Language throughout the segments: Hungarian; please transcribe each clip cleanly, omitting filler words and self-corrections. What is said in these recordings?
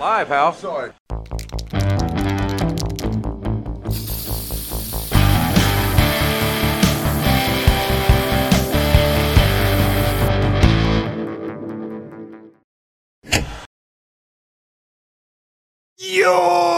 Live, Hal. Sorry. Jó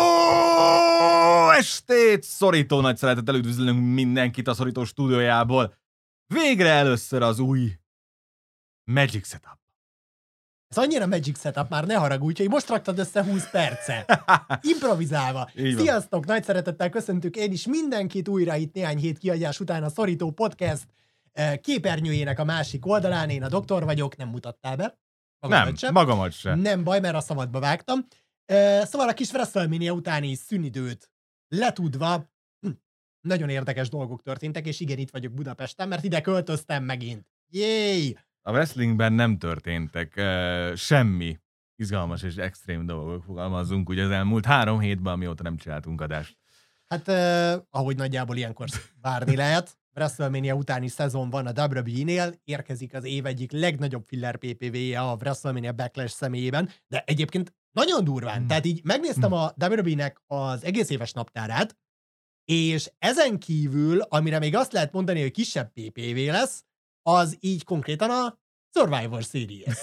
estét! Szorító nagy szeretettel üdvözlünk mindenkit a Szorító stúdiójából. Végre először az új Magic Setup. Ez annyira Magic Setup, már ne haragudj, hogy most raktad össze 20 perce. Improvizálva. Sziasztok, nagy szeretettel köszöntük én is mindenkit újra itt néhány hét kiadás után a Szorító Podcast képernyőjének a másik oldalán. Én a doktor vagyok, nem mutattál be. Magamat sem. Nem baj, mert a szabadba vágtam. Szóval a kis WrestleMania utáni szünidőt letudva nagyon érdekes dolgok történtek, és igen, itt vagyok Budapesten, mert ide költöztem megint. Jéj! A wrestlingben nem történtek semmi izgalmas és extrém dolgok, fogalmazzunk úgy az elmúlt 3 hétben, amióta nem csináltunk adást. Hát, ahogy nagyjából ilyenkor várni lehet, WrestleMania utáni szezon van a WWE-nél, érkezik az év egyik legnagyobb filler PPV-je a WrestleMania Backlash személyében, de egyébként nagyon durván. Tehát így megnéztem a WWE-nek az egész éves naptárát, és ezen kívül, amire még azt lehet mondani, hogy kisebb PPV lesz, az így konkrétan a Survivor Series.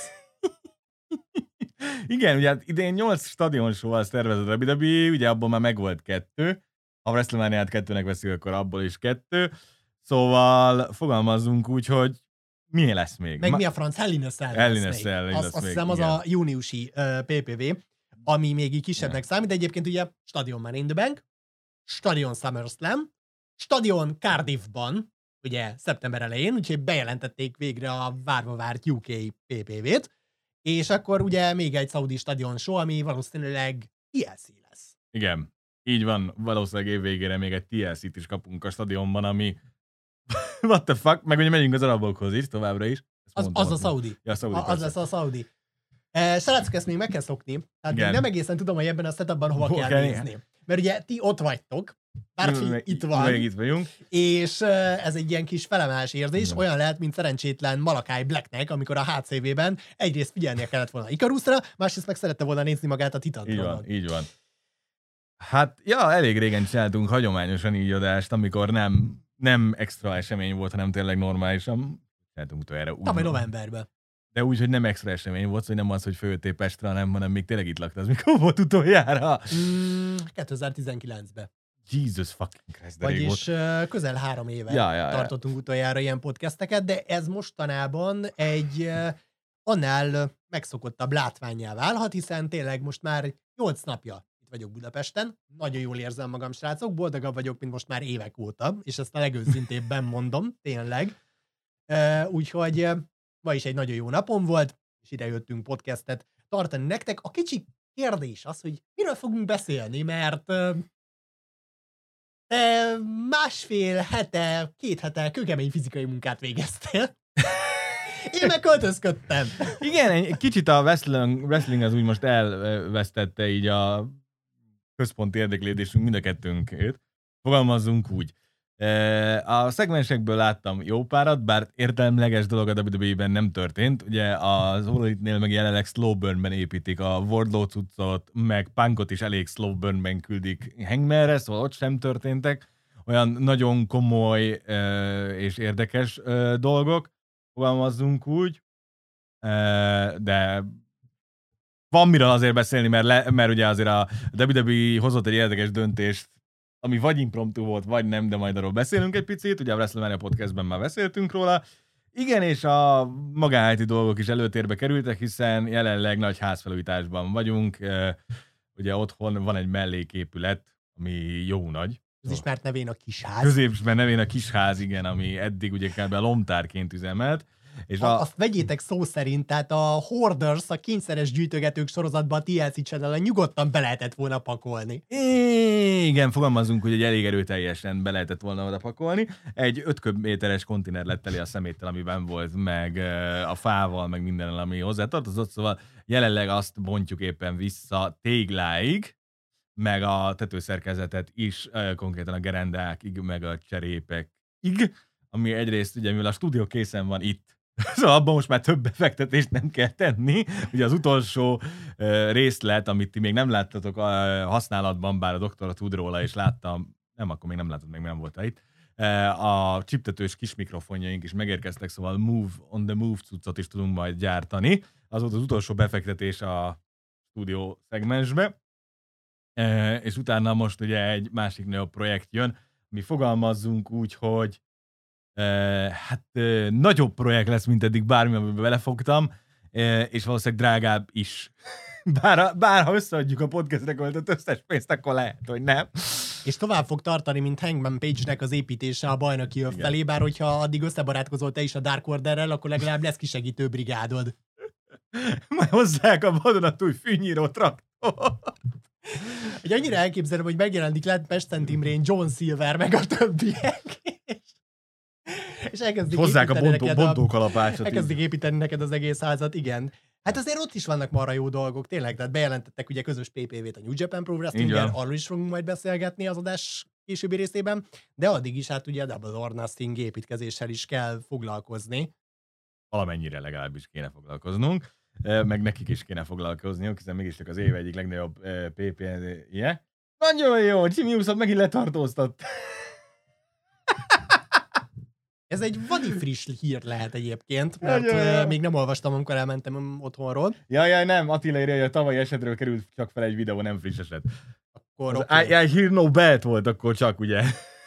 Igen, ugye idén 8 stadionshow-val tervezett a WWE, ugye abból már megvolt 2. Ha WrestleMania-t 2-nek veszik, akkor abból is 2. Szóval fogalmazzunk úgy, hogy mi lesz még? Meg mi a franc? Hell in a Cell lesz még. Azt hiszem, az a júniusi PPV, ami még így kisebbnek számít. Egyébként ugye Stadion Money in the Bank, Stadion SummerSlam, Stadion Cardiffban, ugye szeptember elején, úgyhogy bejelentették végre a várva várt UK PPV-t, és akkor ugye még egy szaudi stadion show, ami valószínűleg TLC lesz. Igen, így van, valószínűleg év végére még egy TLC-t is kapunk a stadionban, ami what the fuck, meg ugye megyünk az arabokhoz is, továbbra is. Az a szaudi. Ja, az lesz a szaudi. Srácok, ezt még meg kell szokni. Tehát még nem egészen tudom, hogy ebben a setupban hova kell nézni. Mert ugye ti ott vagytok, bárki itt van. Még itt vagyunk. És ez egy ilyen kis felemás érzés, olyan lehet, mint szerencsétlen Malakai Blacknek, amikor a HCV-ben egyrészt figyelnie kellett volna Icarusra, másrészt meg szerette volna nézni magát a Titantrónon. Így van. Hát, ja, elég régen csináltunk hagyományosan így adást, amikor nem extra esemény volt, hanem tényleg normálisan. Csináltunk utoljára úgy. Tavaly novemberben. De úgy, hogy nem extra esemény volt, hogy nem az, hogy följöttél Pestre, hanem még tényleg itt laktál. Mikor volt utoljára? 2019-ben. Jesus fucking Christ, de vagyis közel 3 éve tartottunk utoljára ilyen podcasteket, de ez mostanában egy annál megszokottabb látvánnyá válhat, hiszen tényleg most már 8 napja itt vagyok Budapesten. Nagyon jól érzem magam, srácok, boldogabb vagyok, mint most már évek óta, és ezt a legőszintébben mondom, tényleg. Úgyhogy ma is egy nagyon jó napom volt, és ide jöttünk podcastet tartani nektek. A kicsi kérdés az, hogy miről fogunk beszélni, mert te 1,5 hete, 2 hete kőkemény fizikai munkát végeztél. Én meg költözködtem. Igen, egy kicsit a wrestling az úgy most elvesztette így a központi érdeklődésünk mind a kettőnkét. Fogalmazzunk úgy. A szegmensekből láttam jó párat, bár értelmleges dolog a WWE-ben nem történt. Ugye az All Elite-nél meg jelenleg slow burn-ben építik a Wardlow cuccot, meg Punkot is elég slow burn-ben küldik Hangmanre, szóval ott sem történtek olyan nagyon komoly és érdekes dolgok, fogalmazzunk úgy. De van miről azért beszélni, mert ugye azért a WWE hozott egy érdekes döntést, ami vagy impromptu volt, vagy nem, de majd arról beszélünk egy picit, ugye a WrestleMania podcastben már beszéltünk róla. Igen, és a magánéti dolgok is előtérbe kerültek, hiszen jelenleg nagy házfelújításban vagyunk. Ugye otthon van egy melléképület, ami jó nagy. Közismert nevén a Kisház. Közismert nevén a Kisház, igen, ami eddig ugye kb. Lomtárként üzemelt. És azt vegyétek szó szerint, tehát a Hoarders, a kényszeres gyűjtögetők sorozatban a TLC Channel-en nyugodtan be lehetett volna pakolni. Igen, fogalmazunk, hogy egy elég erőteljesen be lehetett volna oda pakolni. Egy 5 köbméteres konténer lett teli a szeméttel, amiben volt, meg a fával, meg mindennel, ami hozzátartozott, szóval jelenleg azt bontjuk éppen vissza tégláig, meg a tetőszerkezetet is, konkrétan a gerendákig, meg a cserépekig, ami egyrészt, ugye mivel a stúdió készen van itt, Szóval abban most már több befektetést nem kell tenni. Ugye az utolsó részlet, amit ti még nem láttatok használatban, bár a doktora tud róla, és láttam, nem, akkor még nem láttad, még nem voltál itt, a csiptetős kis mikrofonjaink is megérkeztek, szóval on the move cuccot is tudunk majd gyártani. Az volt az utolsó befektetés a stúdió szegmensbe. És utána most ugye egy másik nagyobb projekt jön, mi fogalmazzunk úgy, hogy nagyobb projekt lesz, mint eddig bármi, amiben belefogtam, és valószínűleg drágább is. Bár ha összeadjuk a podcastre költött összes pénzt, akkor lehet, hogy nem. És tovább fog tartani, mint Hangman Page-nek az építése a bajnoki öv felé, bár hogyha addig összebarátkozol te is a Dark Orderrel, akkor legalább lesz kisegítő brigádod. Majd hozzák a vadonatúj fűnyíró traktor. Hogy annyira elképzelem, hogy megjelenik lent Pesten Timrén John Silver, meg a többiek. És elkezdik hozzák a bontókalapácsot. Elkezdik építeni neked az egész házat, igen. Hát azért ott is vannak marha jó dolgok, tényleg, tehát bejelentettek ugye közös PPV-t a New Japan Pro Wrestling-en, arról is fogunk majd beszélgetni az adás későbbi részében, de addig is hát ugye a Double or Nothing építkezéssel is kell foglalkozni. Valamennyire legalábbis kéne foglalkoznunk, meg nekik is kéne foglalkozniuk, hiszen mégis csak az év egyik legnagyobb PPV-je. Nagyon jó, Jimmy Uso megint letartóztat. Ez egy vadi friss hír lehet egyébként, mert még nem olvastam, amikor elmentem otthonról. Jaj, nem, Attila írja, hogy a tavalyi esetről került csak fel egy videó, nem friss eset. Akkor okay. I hear no bad volt akkor csak, ugye?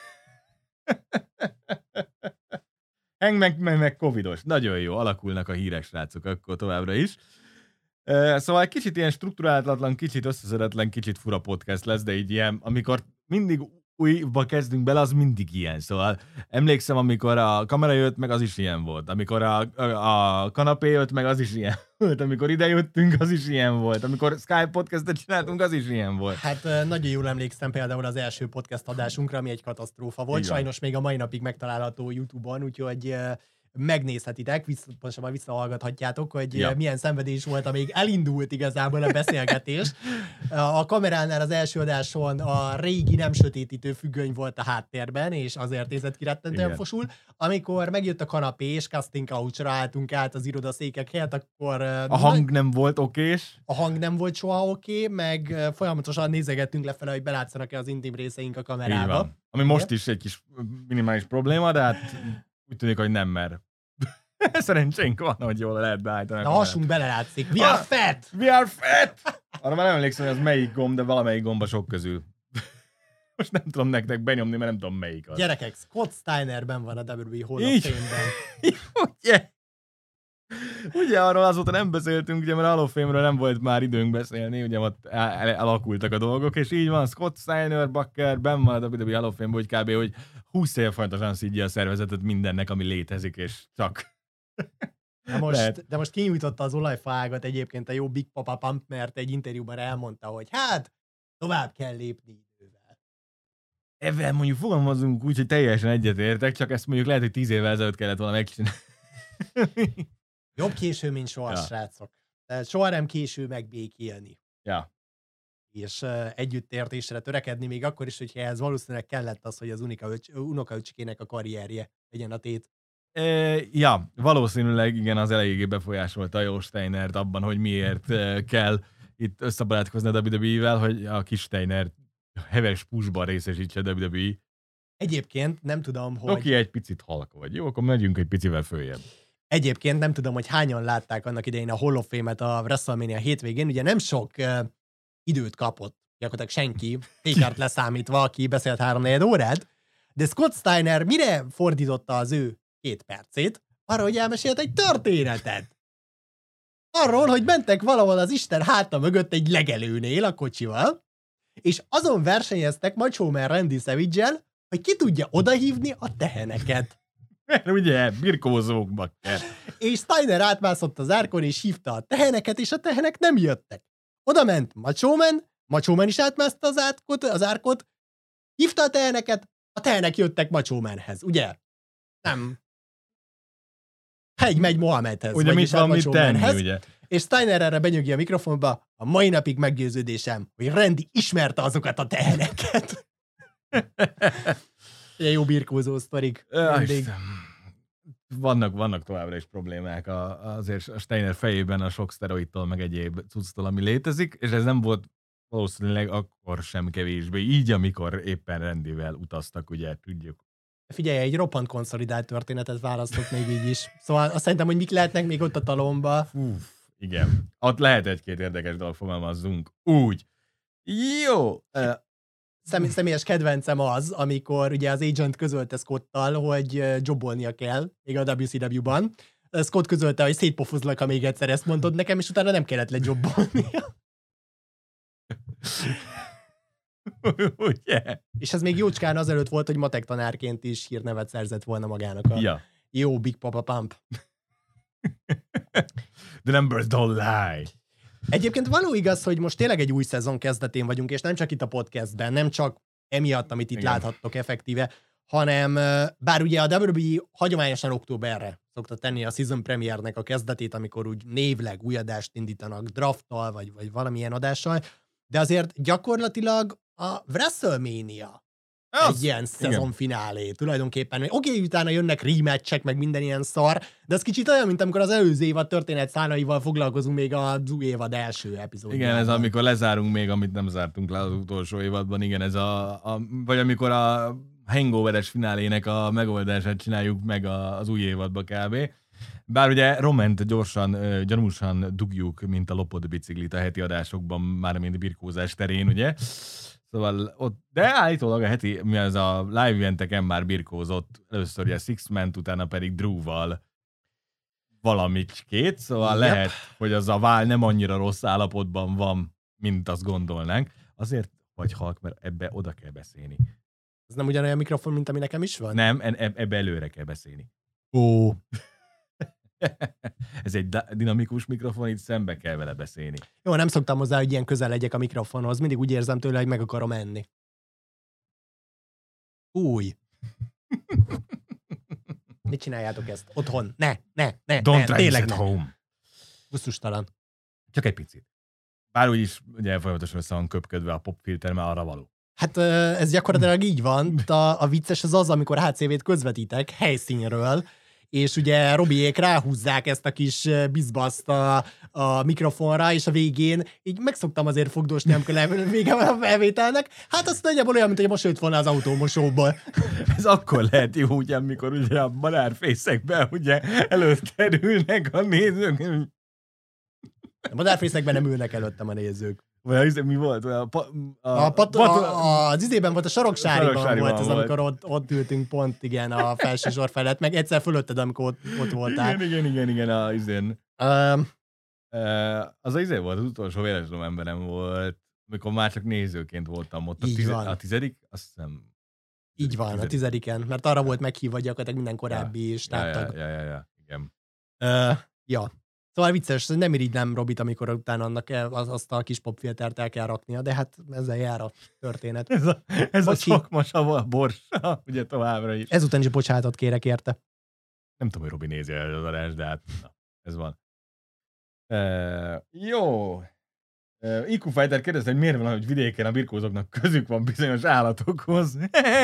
meg covidos. Nagyon jó, alakulnak a hírek, srácok, akkor továbbra is. Szóval egy kicsit ilyen strukturálatlan, kicsit összeszedetlen, kicsit fura podcast lesz, de így ilyen, amikor mindig újba kezdünk bele, az mindig ilyen. Szóval emlékszem, amikor a kamera jött, meg az is ilyen volt. Amikor a kanapé jött, meg az is ilyen volt. Amikor ide jöttünk, az is ilyen volt. Amikor Skype podcastet csináltunk, az is ilyen volt. Hát nagyon jól emlékszem például az első podcast adásunkra, ami egy katasztrófa volt. Igen. Sajnos még a mai napig megtalálható YouTube-on, úgyhogy megnézhetitek, pontosabban visszahallgathatjátok, hogy milyen szenvedés volt, amíg elindult igazából a beszélgetés. A kameránál az első adáson a régi nem sötétítő függöny volt a háttérben, és azért nézett ki rettentően fosul. Amikor megjött a kanapé, és casting couchra álltunk át az irodaszékek helyett, akkor... A hang nem volt okés. A hang nem volt soha oké, meg folyamatosan nézegettünk lefele, hogy belátszanak-e az intim részeink a kamerába. Ami most is egy kis minimális probléma, de hát úgy tűnik, hogy nem mer. Szerencsénk van, hogy jól lehet beállítani. A hasunk belelátszik. We are fat! We are fat! Arra már nem emlékszem, hogy az melyik gomb, de valamelyik gomb a sok közül. Most nem tudom nektek benyomni, mert nem tudom melyik az. Gyerekek, Scott Steinerben van a WWE Hall of Fame-ben. Ugye arról azóta nem beszéltünk, ugye, mert a Hall of Fame-ről nem volt már időnk beszélni, ugye ott alakultak a dolgok, és így van, Scott Steiner, Bakker, benn van a WWE Hall of Fame-ben, hogy kb. Hogy 20 év folyamatosan szidja a szervezetet mindennek, ami létezik, és csak... De most kinyújtotta az olajfaágat egyébként a jó Big Papa Pump, mert egy interjúban elmondta, hogy hát, tovább kell lépni idővel. Ebben mondjuk fogalmazunk úgy, hogy teljesen egyetértek, csak ezt mondjuk lehet, hogy 10 évvel ezelőtt kellett volna megcsinálni. Jobb késő, mint soha, srácok. Tehát soha nem késő megbékélni. Ja. És együttértésre törekedni, még akkor is, hogyha ez valószínűleg kellett az, hogy az unokaöcsikének a karrierje legyen a tét. Valószínűleg igen, az eléggé befolyásolta Jó Steinert abban, hogy miért kell itt összebarátkozni a WWE-vel, hogy a kis Steiner heves pushban részesítse a WWE. Egyébként nem tudom, hogy... Oké, egy picit halka vagy. Jó, akkor megyünk egy picivel följebb. Egyébként nem tudom, hogy hányan látták annak idején a Hall of Fame-et a WrestleMania hétvégén. Ugye nem sok időt kapott gyakorlatilag senki, Pékárt leszámítva, aki beszélt 3-4 órát, de Scott Steiner mire fordította az ő 2 percét? Arra, hogy elmesélt egy történetet. Arról, hogy mentek valahol az Isten háta mögött egy legelőnél a kocsival, és azon versenyeztek Macho Man Randy Savage-el, hogy ki tudja odahívni a teheneket. Mert ugye, birkózókba kell. És Steiner átmászott az árkon, és hívta a teheneket, és a tehenek nem jöttek. Oda ment Macho Man is átmászta az árkot, hívta a teheneket, a tehenek jöttek Macho Manhez, ugye? Nem. Megy Mohamedhez. Ugye mit van mit tenni, ugye? És Steiner erre benyögi a mikrofonba, a mai napig meggyőződésem, hogy Randy ismerte azokat a teheneket. Ilyen jó birkózó sztorik. vannak továbbra is problémák azért a Steiner fejében a sok szteroidtól, meg egyéb cucctól, ami létezik, és ez nem volt valószínűleg akkor sem kevésbé. Így, amikor éppen Randyvel utaztak, ugye, tudjuk. Figyelj, egy roppant konszolidált történetet választott még így is. Szóval azt szerintem, hogy mik lehetnek még ott a talomba. Igen. Ott lehet egy-két érdekes dolog, fogalmazzunk. Úgy. Jó. Személyes kedvencem az, amikor ugye az agent közölte Scottal, hogy jobbolnia kell, még a WCW-ban. Scott közölte, hogy szétpofozlak, ha még egyszer ezt mondod nekem, és utána nem kellett lejobbolnia. Ugye? És ez még jócskán azelőtt volt, hogy matek tanárként is hírnevet szerzett volna magának a jó Big Papa Pump. The numbers don't lie. Egyébként való igaz, hogy most tényleg egy új szezon kezdetén vagyunk, és nem csak itt a podcastben, nem csak emiatt, amit itt láthattok effektíve, hanem bár ugye a WWE hagyományosan októberre szokta tenni a season premiernek a kezdetét, amikor úgy névleg új adást indítanak drafttal, vagy valamilyen adással, de azért gyakorlatilag a WrestleMania egy ilyen szezonfinálé tulajdonképpen. Oké, utána jönnek rematchek, meg minden ilyen szar, de ez kicsit olyan, mint amikor az előző évad történet szálaival foglalkozunk még az új évad első epizódjában. Igen, ez amikor lezárunk még, amit nem zártunk le az utolsó évadban, igen, ez vagy amikor a hangoveres finálének a megoldását csináljuk meg az új évadba kb. Bár ugye Roment gyanúsan dugjuk, mint a lopott biciklit a heti adásokban, már mint birkózás terén, ugye? Szóval ott, de állítólag a heti, mi az a live eventeken már birkózott, először ugye Six-Man, utána pedig Drew-val valamicskét, szóval lehet, hogy az a vál nem annyira rossz állapotban van, mint azt gondolnánk. Azért vagy halk, mert ebbe oda kell beszélni. Ez nem ugyanolyan mikrofon, mint ami nekem is van? Nem, ebbe előre kell beszélni. Ó. Ez egy dinamikus mikrofon, itt szembe kell vele beszélni. Jó, nem szoktam hozzá, hogy ilyen közel legyek a mikrofonhoz. Mindig úgy érzem tőle, hogy meg akarom enni. Új. Mit csináljátok ezt? Otthon? Ne. Don't try this at home. Gusztustalan. Csak egy picit. Bár úgyis ugye folyamatosan össze van köpködve a popfilter, mert arra való. Hát ez gyakorlatilag így van. A vicces az, amikor HCV-t közvetítek helyszínről, és ugye Robiék ráhúzzák ezt a kis bizbaszt a mikrofonra, és a végén így megszoktam azért fogdosni, amikor vége van a felvételnek. Hát az nagyjából olyan, mint hogy most jött volna az autómosóból. Ez akkor lehet jó, ugye, amikor ugye a madárfészekben ugye előterülnek a nézők. A madárfészekben nem ülnek előttem a nézők. Vagy mi volt? Az izében volt, a Saroksáriban volt az, amikor ott ültünk pont, igen, a felső sor felett, meg egyszer fölötted, amikor ott voltál. Igen, az izén. Az izé volt, az utolsó Véres Novemberem volt, amikor már csak nézőként voltam ott. A 10. Azt hiszem. Így van, a 10-en, mert arra volt meghívva gyakorlatilag minden korábbi stábtag. Igen. Ja. Szóval vicces, nem irigylem Robit, amikor utána annak azt a kis popfiltert el kell raknia, de hát ezzel jár a történet. Ez a szakmasabb borsa, ugye továbbra is. Ezután is bocsánatot kérek érte. Nem tudom, hogy Robi nézi el az adást, de hát ez van. Jó. IQ Fighter kérdezte, hogy miért van, hogy vidéken a birkózóknak közük van bizonyos állatokhoz.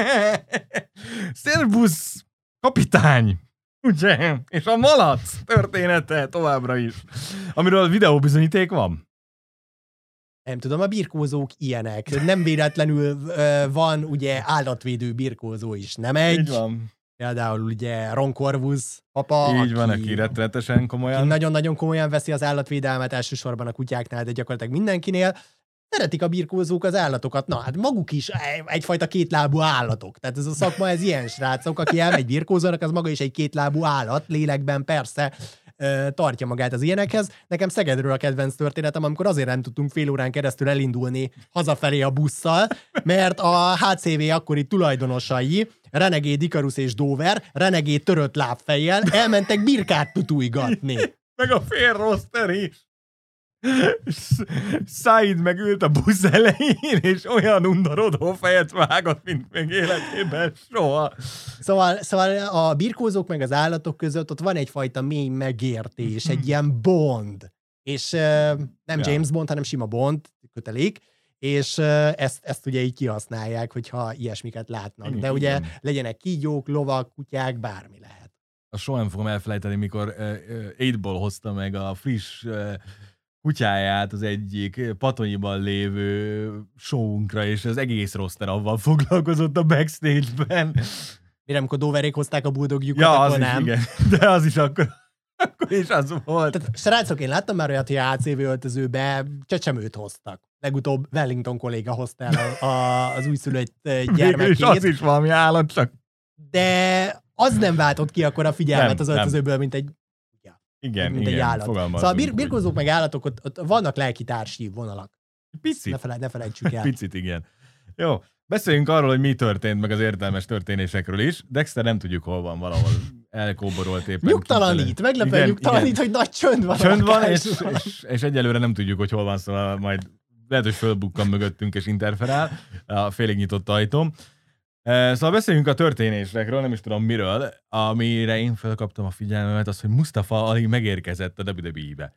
Szervusz, kapitány! Ugye? És a malac története továbbra is. Amiről a videóbizonyíték van. Nem tudom, a birkózók ilyenek. Nem véletlenül van ugye állatvédő birkózó is, nem egy? Így van. Például ugye Ron Corvus papa, így van, aki rettenetesen komolyan. Nagyon-nagyon komolyan veszi az állatvédelmet, elsősorban a kutyáknál, de gyakorlatilag mindenkinél. Szeretik a birkózók az állatokat. Na, hát maguk is egyfajta kétlábú állatok. Tehát ez a szakma, ez ilyen, srácok, aki elmegy birkózónak, az maga is egy kétlábú állat, lélekben persze tartja magát az ilyenekhez. Nekem Szegedről a kedvenc történetem, amikor azért nem tudtunk fél órán keresztül elindulni hazafelé a busszal, mert a HCV akkori tulajdonosai, Renegade Icarus és Dover, Renegade törött lábfejjel elmentek birkát tutújgatni. Meg a fél roster is. Said megült a busz elején, és olyan undorodó fejet vágott, mint még életében soha. Szóval a birkózók meg az állatok között ott van egyfajta mély megértés, egy ilyen bond. És nem James Bond, hanem sima Bond, kötelék, és ezt ugye így kihasználják, hogyha ilyesmiket látnak. De ugye legyenek kígyók, lovak, kutyák, bármi lehet. soha nem fogom elfelejteni, mikor 8-ból hozta meg a friss kutyáját az egyik Patonyiban lévő showunkra, és az egész roster avval foglalkozott a backstage-ben. Mire, amikor Doverék hozták a bulldogjukat, ja, akkor az nem. Is, igen. De az is akkor is az volt. Tehát, srácok, én láttam már olyat, hogy a ACV öltözőbe csecsemőt hoztak. Legutóbb Wellington kolléga hozta el az újszülött gyermekét. És az is valami állat, csak... De az nem váltott ki akkor a figyelmet az öltözőből, mint egy... Igen, mint egy állat. Szóval a birkózók meg állatok, ott vannak lelki társi vonalak. Picit. Ne felejtsük el. Picit, igen. Jó, beszéljünk arról, hogy mi történt, meg az értelmes történésekről is. Dexter nem tudjuk, hol van, valahol elkóborolt éppen. Nyugtalanít, meglepően nyugtalanít, hogy nagy csönd van. Csönd van, és egyelőre nem tudjuk, hogy hol van, szóval majd lehet, hogy fölbukkan mögöttünk és interferál a félig nyitott ajtóm. Szóval beszéljünk a történésekről, nem is tudom miről, amire én felkaptam a figyelmemet, az, hogy Mustafa Ali megérkezett a WWE-be.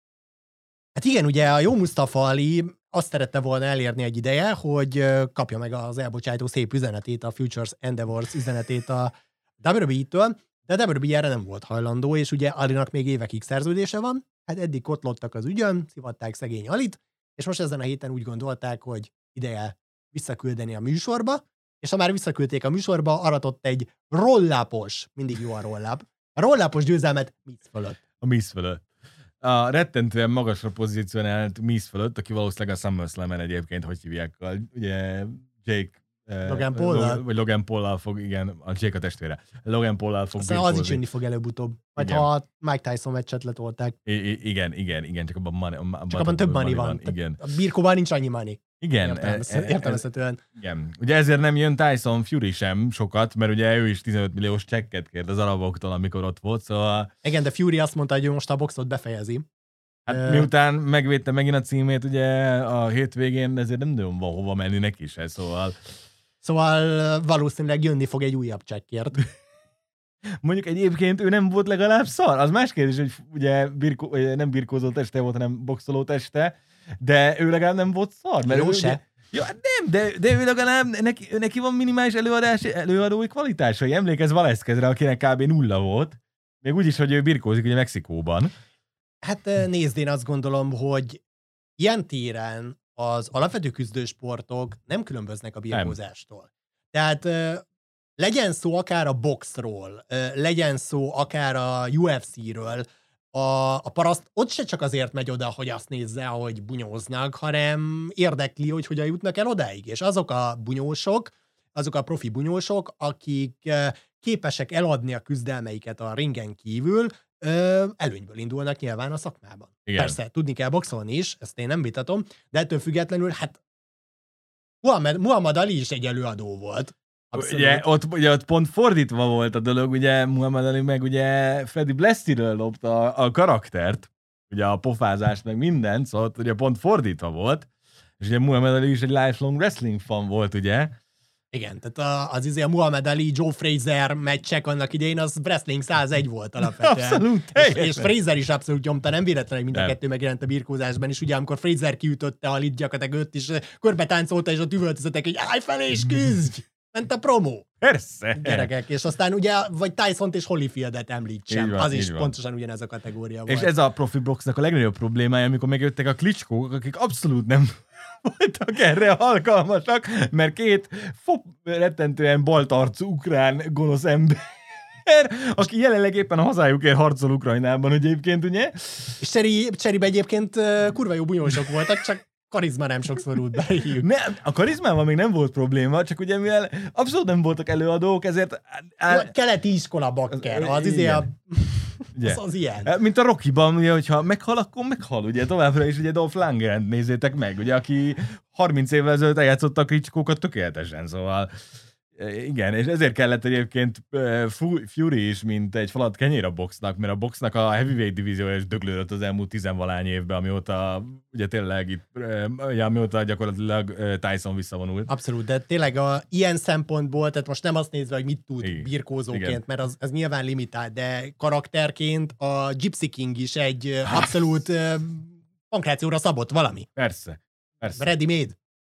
Hát igen, ugye a jó Mustafa Ali azt szerette volna elérni egy ideje, hogy kapja meg az elbocsátó szép üzenetét, a Futures Endeavors üzenetét a WWE-től, de a WWE erre nem volt hajlandó, és ugye Alinak még évekig szerződése van, hát eddig kotlottak az ügyön, szivatták szegény Alit, és most ezen a héten úgy gondolták, hogy ideje visszaküldeni a műsorba, és ha már visszaküldték a műsorba, aratott egy rollapos, mindig jó a rollap, a rollapos győzelmet Miz fölött. A Miz fölött. A rettentően magasra pozícionált Miz fölött, aki valószínűleg a SummerSlam-en egyébként, hogy hívják, Ugye Jake... Logan Paul-lal? Vagy Logan Paul-lal fog, igen, a Jake a testvére. Logan Paul-lal fog birkózni. Az is jönni fog előbb-utóbb. Vagy ha a Mike Tyson meccset letolták. Igen, csak abban több money van. Igen. A birkóban nincs annyi money. Igen. Értelmezhetően. Igen. Ugye ezért nem jön Tyson Fury sem sokat, mert ugye ő is 15 milliós csekket kért az araboktól, amikor ott volt, szóval... Igen, de Fury azt mondta, hogy ő most a boxot befejezi. Hát miután megvédte megint a címét ugye a hétvégén, ezért nem nagyon van hova menni neki se, szóval... Szóval valószínűleg jönni fog egy újabb csekkért. Mondjuk egyébként ő nem volt legalább szar. Az más kérdés, hogy ugye nem birkózó teste volt, hanem boxoló teste, de ő legalább nem volt szar. Mert jó se. Ja, nem, de ő legalább, neki van minimális előadói kvalitásai. Emlékezz Valeszkezre, akinek kb. 0 volt. Még úgy is, hogy ő birkózik ugye Mexikóban. Hát nézd, én azt gondolom, hogy ilyen téren az alapvető küzdősportok nem különböznek a birkózástól. Tehát legyen szó akár a boxról, legyen szó akár a UFC-ről, a paraszt ott se csak azért megy oda, hogy azt nézze, ahogy bunyóznak, hanem érdekli, hogy hogyan jutnak el odáig. És azok a bunyósok, azok a profi bunyósok, akik képesek eladni a küzdelmeiket a ringen kívül, előnyből indulnak nyilván a szakmában. Igen. Persze, tudni kell boxolni is, ezt én nem vitatom, de ettől függetlenül, hát Muhammad Ali is egy előadó volt. Ugye ott pont fordítva volt a dolog, ugye Muhammad Ali meg ugye Freddie Blassie-ről lopta a karaktert, ugye a pofázást meg mindent, szóval ugye pont fordítva volt, és ugye Muhammad Ali is egy lifelong wrestling fan volt, ugye? Igen, tehát a Muhammad Ali, Joe Frazier meccsek annak idején, az wrestling 101 volt alapvetően. Abszolút, és Frazier is abszolút nyomta, nem véletlen, hogy mind a kettő megjelent a birkózásban, és ugye amikor Frazier kiütötte Alit, gyakorlatilag őt is körbe táncolta, és ott üvöltözöttek, hogy állj fel és küzdj! Ment a promó. Persze. Gyerekek, és aztán ugye, vagy Tyson-t és Holyfieldet említsem. Az is pontosan ugyanez a kategória volt. És ez a profi boxnak a legnagyobb problémája, amikor megjöttek a Klitschkók, akik abszolút nem voltak erre alkalmasak, mert két rettentően baltarcú ukrán gonosz ember, aki jelenleg éppen a hazájukért harcol Ukrajnában egyébként, ugye? És cserébe egyébként kurva jó bunyósok voltak, csak karizma nem sokszor út beléjük. A karizmával még nem volt probléma, csak ugye mivel abszolút nem voltak előadók, ezért... Keleti iskola bakker, az ilyen. Mint a Rocky-ban, ugye, hogyha meghal, akkor meghal, ugye továbbra is ugye Dolph Lundgren nézzétek meg, ugye, aki 30 évvel ezelőtt eljátszotta a Klitschkókat tökéletesen, szóval... Igen, és ezért kellett egyébként Fury is, mint egy falat kenyér a boxnak, mert a boxnak a heavyweight divíziója is döglődött az elmúlt 10-valány évben, amióta ugye tényleg itt, amióta gyakorlatilag Tyson visszavonult. Abszolút, de tényleg ilyen szempontból, tehát most nem azt nézve, hogy mit tud birkózóként, igen. Mert az nyilván limitált, de karakterként a Gypsy King is egy abszolút pankrációra szabott valami. Persze. Ready made.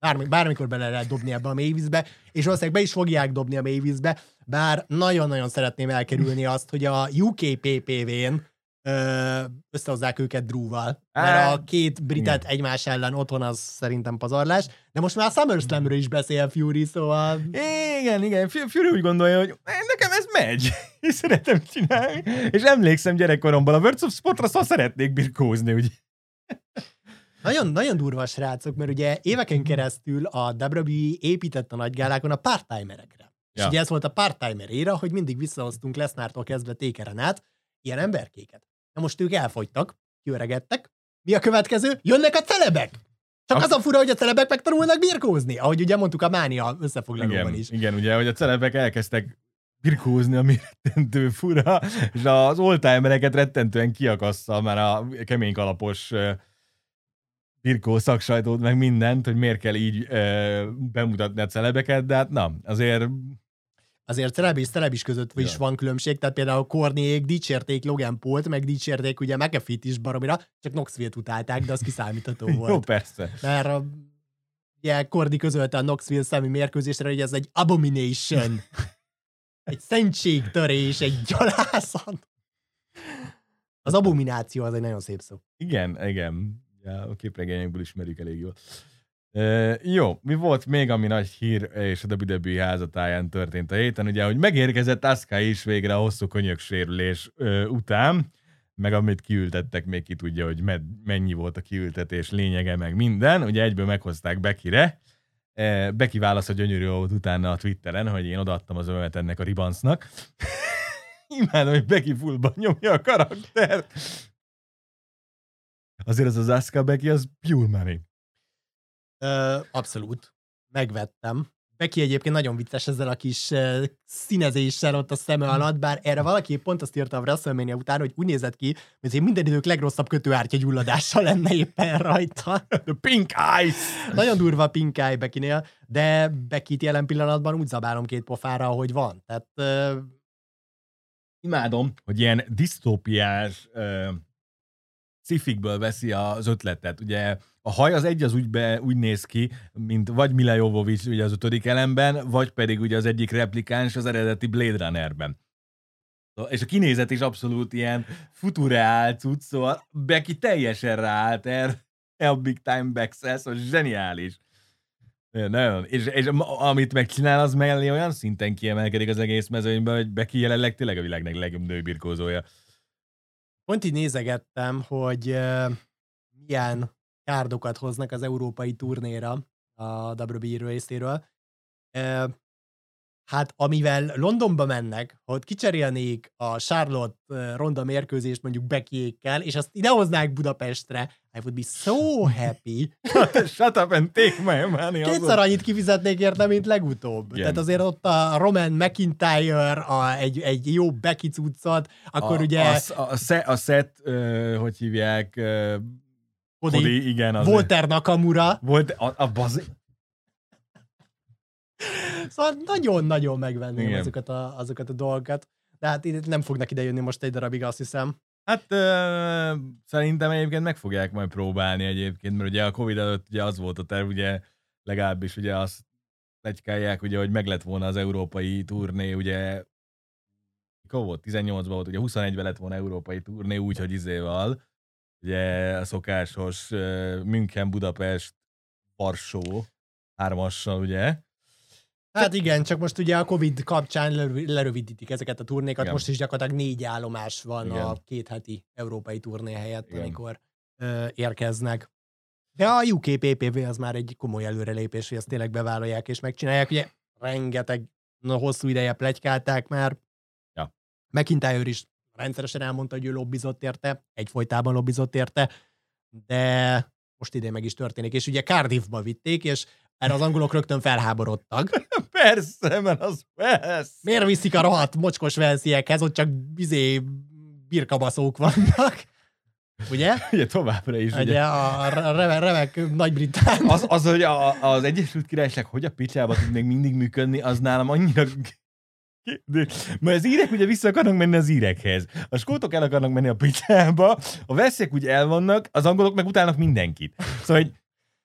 Bármikor bele lehet dobni ebbe a mélyvízbe, és valószínűleg be is fogják dobni a mélyvízbe, bár nagyon-nagyon szeretném elkerülni azt, hogy a UK PPV-n összehozzák őket Drew-val. Mert a két britet egymás ellen otthon az szerintem pazarlás, de most már SummerSlamről is beszél Fury, szóval... Igen. Fury úgy gondolja, hogy nekem ez megy, és szeretem csinálni. És emlékszem gyerekkoromban a Words of Sportra, szóval szeretnék birkózni, ugye. Nagyon durva srácok, mert ugye éveken keresztül a WWE épített a nagygálákon a part-timerekre. Ja. És ugye ez volt a part-timer éra, hogy mindig visszahoztunk Lesnártól kezdve Takeren át ilyen emberkéket. Na most ők elfogytak, kiöregedtek. Mi a következő? Jönnek a celebek! Csak az a fura, hogy a celebek megtanulnak birkózni, ahogy ugye mondtuk a Mánia összefoglalóban is. Igen, ugye, hogy a celebek elkezdtek birkózni, ami rettentő fura, és az oldtimereket rettentően kiakassza már a kemény kalapos birkó szaksajtót, meg mindent, hogy miért kell így bemutatni a celebeket, de hát na, Azért celeb és celeb is között is van különbség, tehát például Cornék dicsérték Logan Pault, meg dicsérték ugye McAfee-t is baromira, csak Knoxville-t utálták, de az kiszámítható volt. Jó, persze. Mert ugye Cordy közölte a Knoxville szemű mérkőzésre, hogy ez egy abomination. Egy szentségtörés, egy gyalázat. Az abomináció az egy nagyon szép szó. Igen. Ja, a képregényekből ismerjük elég jól. Jó, mi volt még, ami nagy hír és a WWE házatáján történt a héten, ugye, hogy megérkezett Asuka is végre a hosszú könyöksérülés után, meg amit kiültettek, még ki tudja, hogy mennyi volt a kiültetés lényege, meg minden, ugye egyből meghozták Becky-re. Becky válasz a gyönyörű volt utána a Twitteren, hogy én odaadtam az övet ennek a Ribancnak. Imádom, hogy Becky fullban nyomja a karaktert. Azért az Asuka Becky, az pure money. Abszolút. Megvettem. Becky egyébként nagyon vicces ezzel a kis színezéssel ott a szeme alatt, bár erre valaki pont azt írta a WrestleMania után, hogy úgy nézett ki, hogy minden idők legrosszabb kötőártya gyulladása lenne éppen rajta. The pink eyes! Nagyon durva a pink eye Beckynél, de Becky-t jelen pillanatban úgy zabálom két pofára, ahogy van. Tehát imádom, hogy ilyen disztópiás sci-fikből veszi az ötletet. Ugye a haj az az úgy néz ki, mint vagy Mila Jovovich ugye az 5. elemben, vagy pedig ugye az egyik replikáns az eredeti Blade Runnerben. És a kinézet is abszolút ilyen futureál cucc, szóval Becky teljesen ráállt erre a Big Time Backsell, szóval zseniális. Nagyon. És amit megcsinál, az mellé olyan szinten kiemelkedik az egész mezőnyben, hogy Becky jelenleg tényleg a világ legjobb nőbirkózója. Pont így nézegettem, hogy milyen kárdokat hoznak az európai turnéra a WWE részéről. Hát amivel Londonba mennek, ha ott kicserélnék a Charlotte Ronda mérkőzést mondjuk Becky-ékkel, és azt idehoznák Budapestre, I would be so happy. Shut up and take my money. Kétszer annyit kifizetnék érte, mint legutóbb. Igen. Tehát azért ott a Roman McIntyre, egy jó Becky cuccot, akkor ugye... A Seth, hogy hívják... Cody, igen. Walter Nakamura. A Szóval nagyon-nagyon megvenném azokat a dolgokat. De hát nem fognak idejönni most egy darabig, azt hiszem. Hát szerintem egyébként meg fogják majd próbálni egyébként, mert ugye a Covid előtt ugye az volt a terv, ugye legalábbis ugye azt pletykálják, ugye, hogy meg lett volna az európai turné, ugye mikor volt? 18-ban volt, ugye 21-ben lett volna európai turné, úgyhogy izéval, ugye a szokásos München, Budapest, Varsó 3-assal, ugye. Hát igen, csak most ugye a Covid kapcsán lerövidítik ezeket a turnékat, igen. Most is gyakorlatilag 4 állomás van, igen, a 2 heti európai turné helyett, igen, amikor érkeznek. De a UK PPV az már egy komoly előrelépés, hogy ezt tényleg bevállalják és megcsinálják. Ugye rengeteg hosszú ideje pletykálták már. Ja. McIntyre is rendszeresen elmondta, hogy ő lobbizott érte, egyfolytában lobbizott érte, de most idén meg is történik. És ugye Cardiffba vitték, és erre az angolok rögtön felháborodtak. Persze, mert az Velsz. Miért viszik a rohadt mocskos velsziekhez, ott csak birkabaszók vannak. Ugye? Ugye továbbra is. Ugye a remek Nagy-Britán. Az, hogy az Egyesült Királyság hogy a picsába tud még mindig működni, az nálam annyira... Mert az írek ugye vissza akarnak menni az írekhez. A skótok el akarnak menni a picsába, a velsziek úgy el vannak, az angolok meg utálnak mindenkit. Szóval, hogy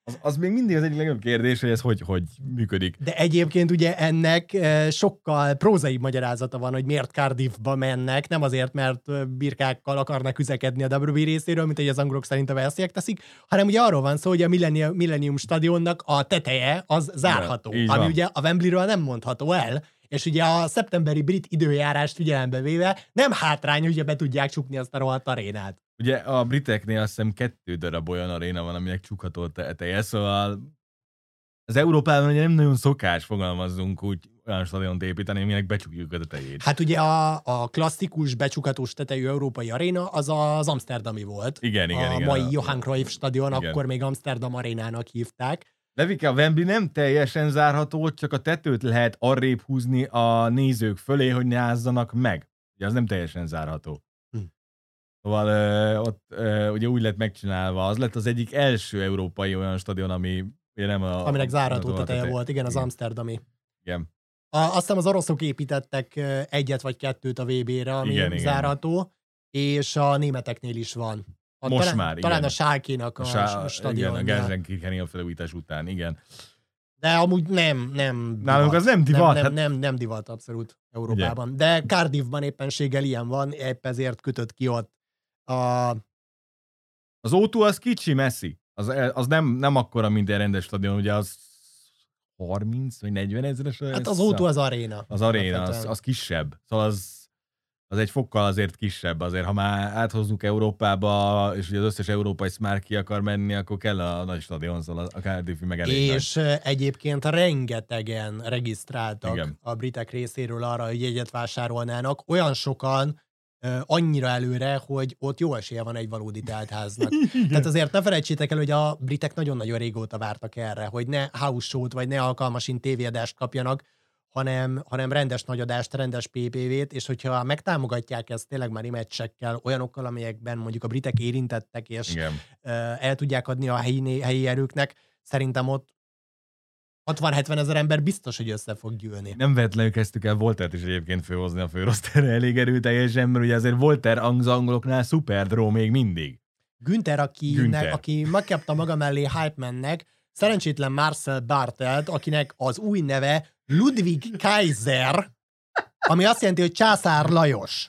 Az még mindig az egyik legjobb kérdés, hogy ez hogy működik. De egyébként ugye ennek sokkal prózaibb magyarázata van, hogy miért Cardiffba mennek, nem azért, mert birkákkal akarnak üzekedni a WWE részéről, mint hogy az angolok szerint a velsziek teszik, hanem ugye arról van szó, hogy a Millennium Stadionnak a teteje az zárható, ami ugye a Wembleyről nem mondható el, és ugye a szeptemberi brit időjárást figyelembe véve nem hátrány, hogy be tudják csukni azt a rohadt arénát. Ugye a briteknél azt hiszem 2 darab olyan aréna van, aminek csukható teteje, szóval az Európában ugye nem nagyon szokás, fogalmazzunk úgy, olyan stadiont építeni, aminek becsukjuk a tetejét. Hát ugye a klasszikus becsukhatós tetejű európai aréna az az amsterdami volt. Igen. A mai Johan Cruyff stadion, igen. Akkor még Amsterdam arénának hívták. Levike, a Wembley nem teljesen zárható, csak a tetőt lehet arrébb húzni a nézők fölé, hogy ne ázzanak meg. Ugye az nem teljesen zárható. Szóval ott ugye úgy lett megcsinálva, az lett az egyik első európai olyan stadion, ami ugye nem aminek zárható teteje volt, igen, az amsterdami. Igen. Azt hiszem az oroszok építettek 1 vagy 2 a VB-re, ami igen, zárható, és a németeknél is van. Most már, talán a Schalke-nak a stadion. Igen, a Gelsenkircheni a felújítás után, igen. De amúgy nem nálunk az nem divat. Nem divat abszolút Európában. Ugye? De Cardiffban éppenséggel ilyen van, épp ezért kötött ki ott az O2 az kicsi, messzi. Az nem akkora, mint egy rendes stadion, ugye az 30 vagy 40 ezeres. Hát az O2 az aréna. Az aréna, az kisebb. Szóval az egy fokkal azért kisebb. Azért, ha már áthozzuk Európába, és ugye az összes európai már ki akar menni, akkor kell a nagy stadion, szóval a Cardiffi meg elég és nagy. Egyébként rengetegen regisztráltak igen. A britek részéről arra, hogy jegyet vásárolnának. Olyan sokan, annyira előre, hogy ott jó esélye van egy valódi teltháznak. Tehát azért ne felejtsétek el, hogy a britek nagyon-nagyon régóta vártak erre, hogy ne house show-t, vagy ne alkalmasint tévéadást kapjanak, hanem rendes nagyadást, rendes PPV-t, és hogyha megtámogatják ezt tényleg már meccsekkel, olyanokkal, amelyekben mondjuk a britek érintettek, és igen. El tudják adni a helyi erőknek, szerintem ott 60-70 ezer ember biztos, hogy össze fog gyűlni. Nem véletlenül kezdtük el Voltert is egyébként főhozni a főroszterre elég erőteljesen, mert ugye azért Volter az angoloknál szuper dró még mindig. Günther, aki megkapta maga mellé Hype Man-nek, szerencsétlen Marcel Bartelt, akinek az új neve Ludwig Kaiser, ami azt jelenti, hogy Császár Lajos.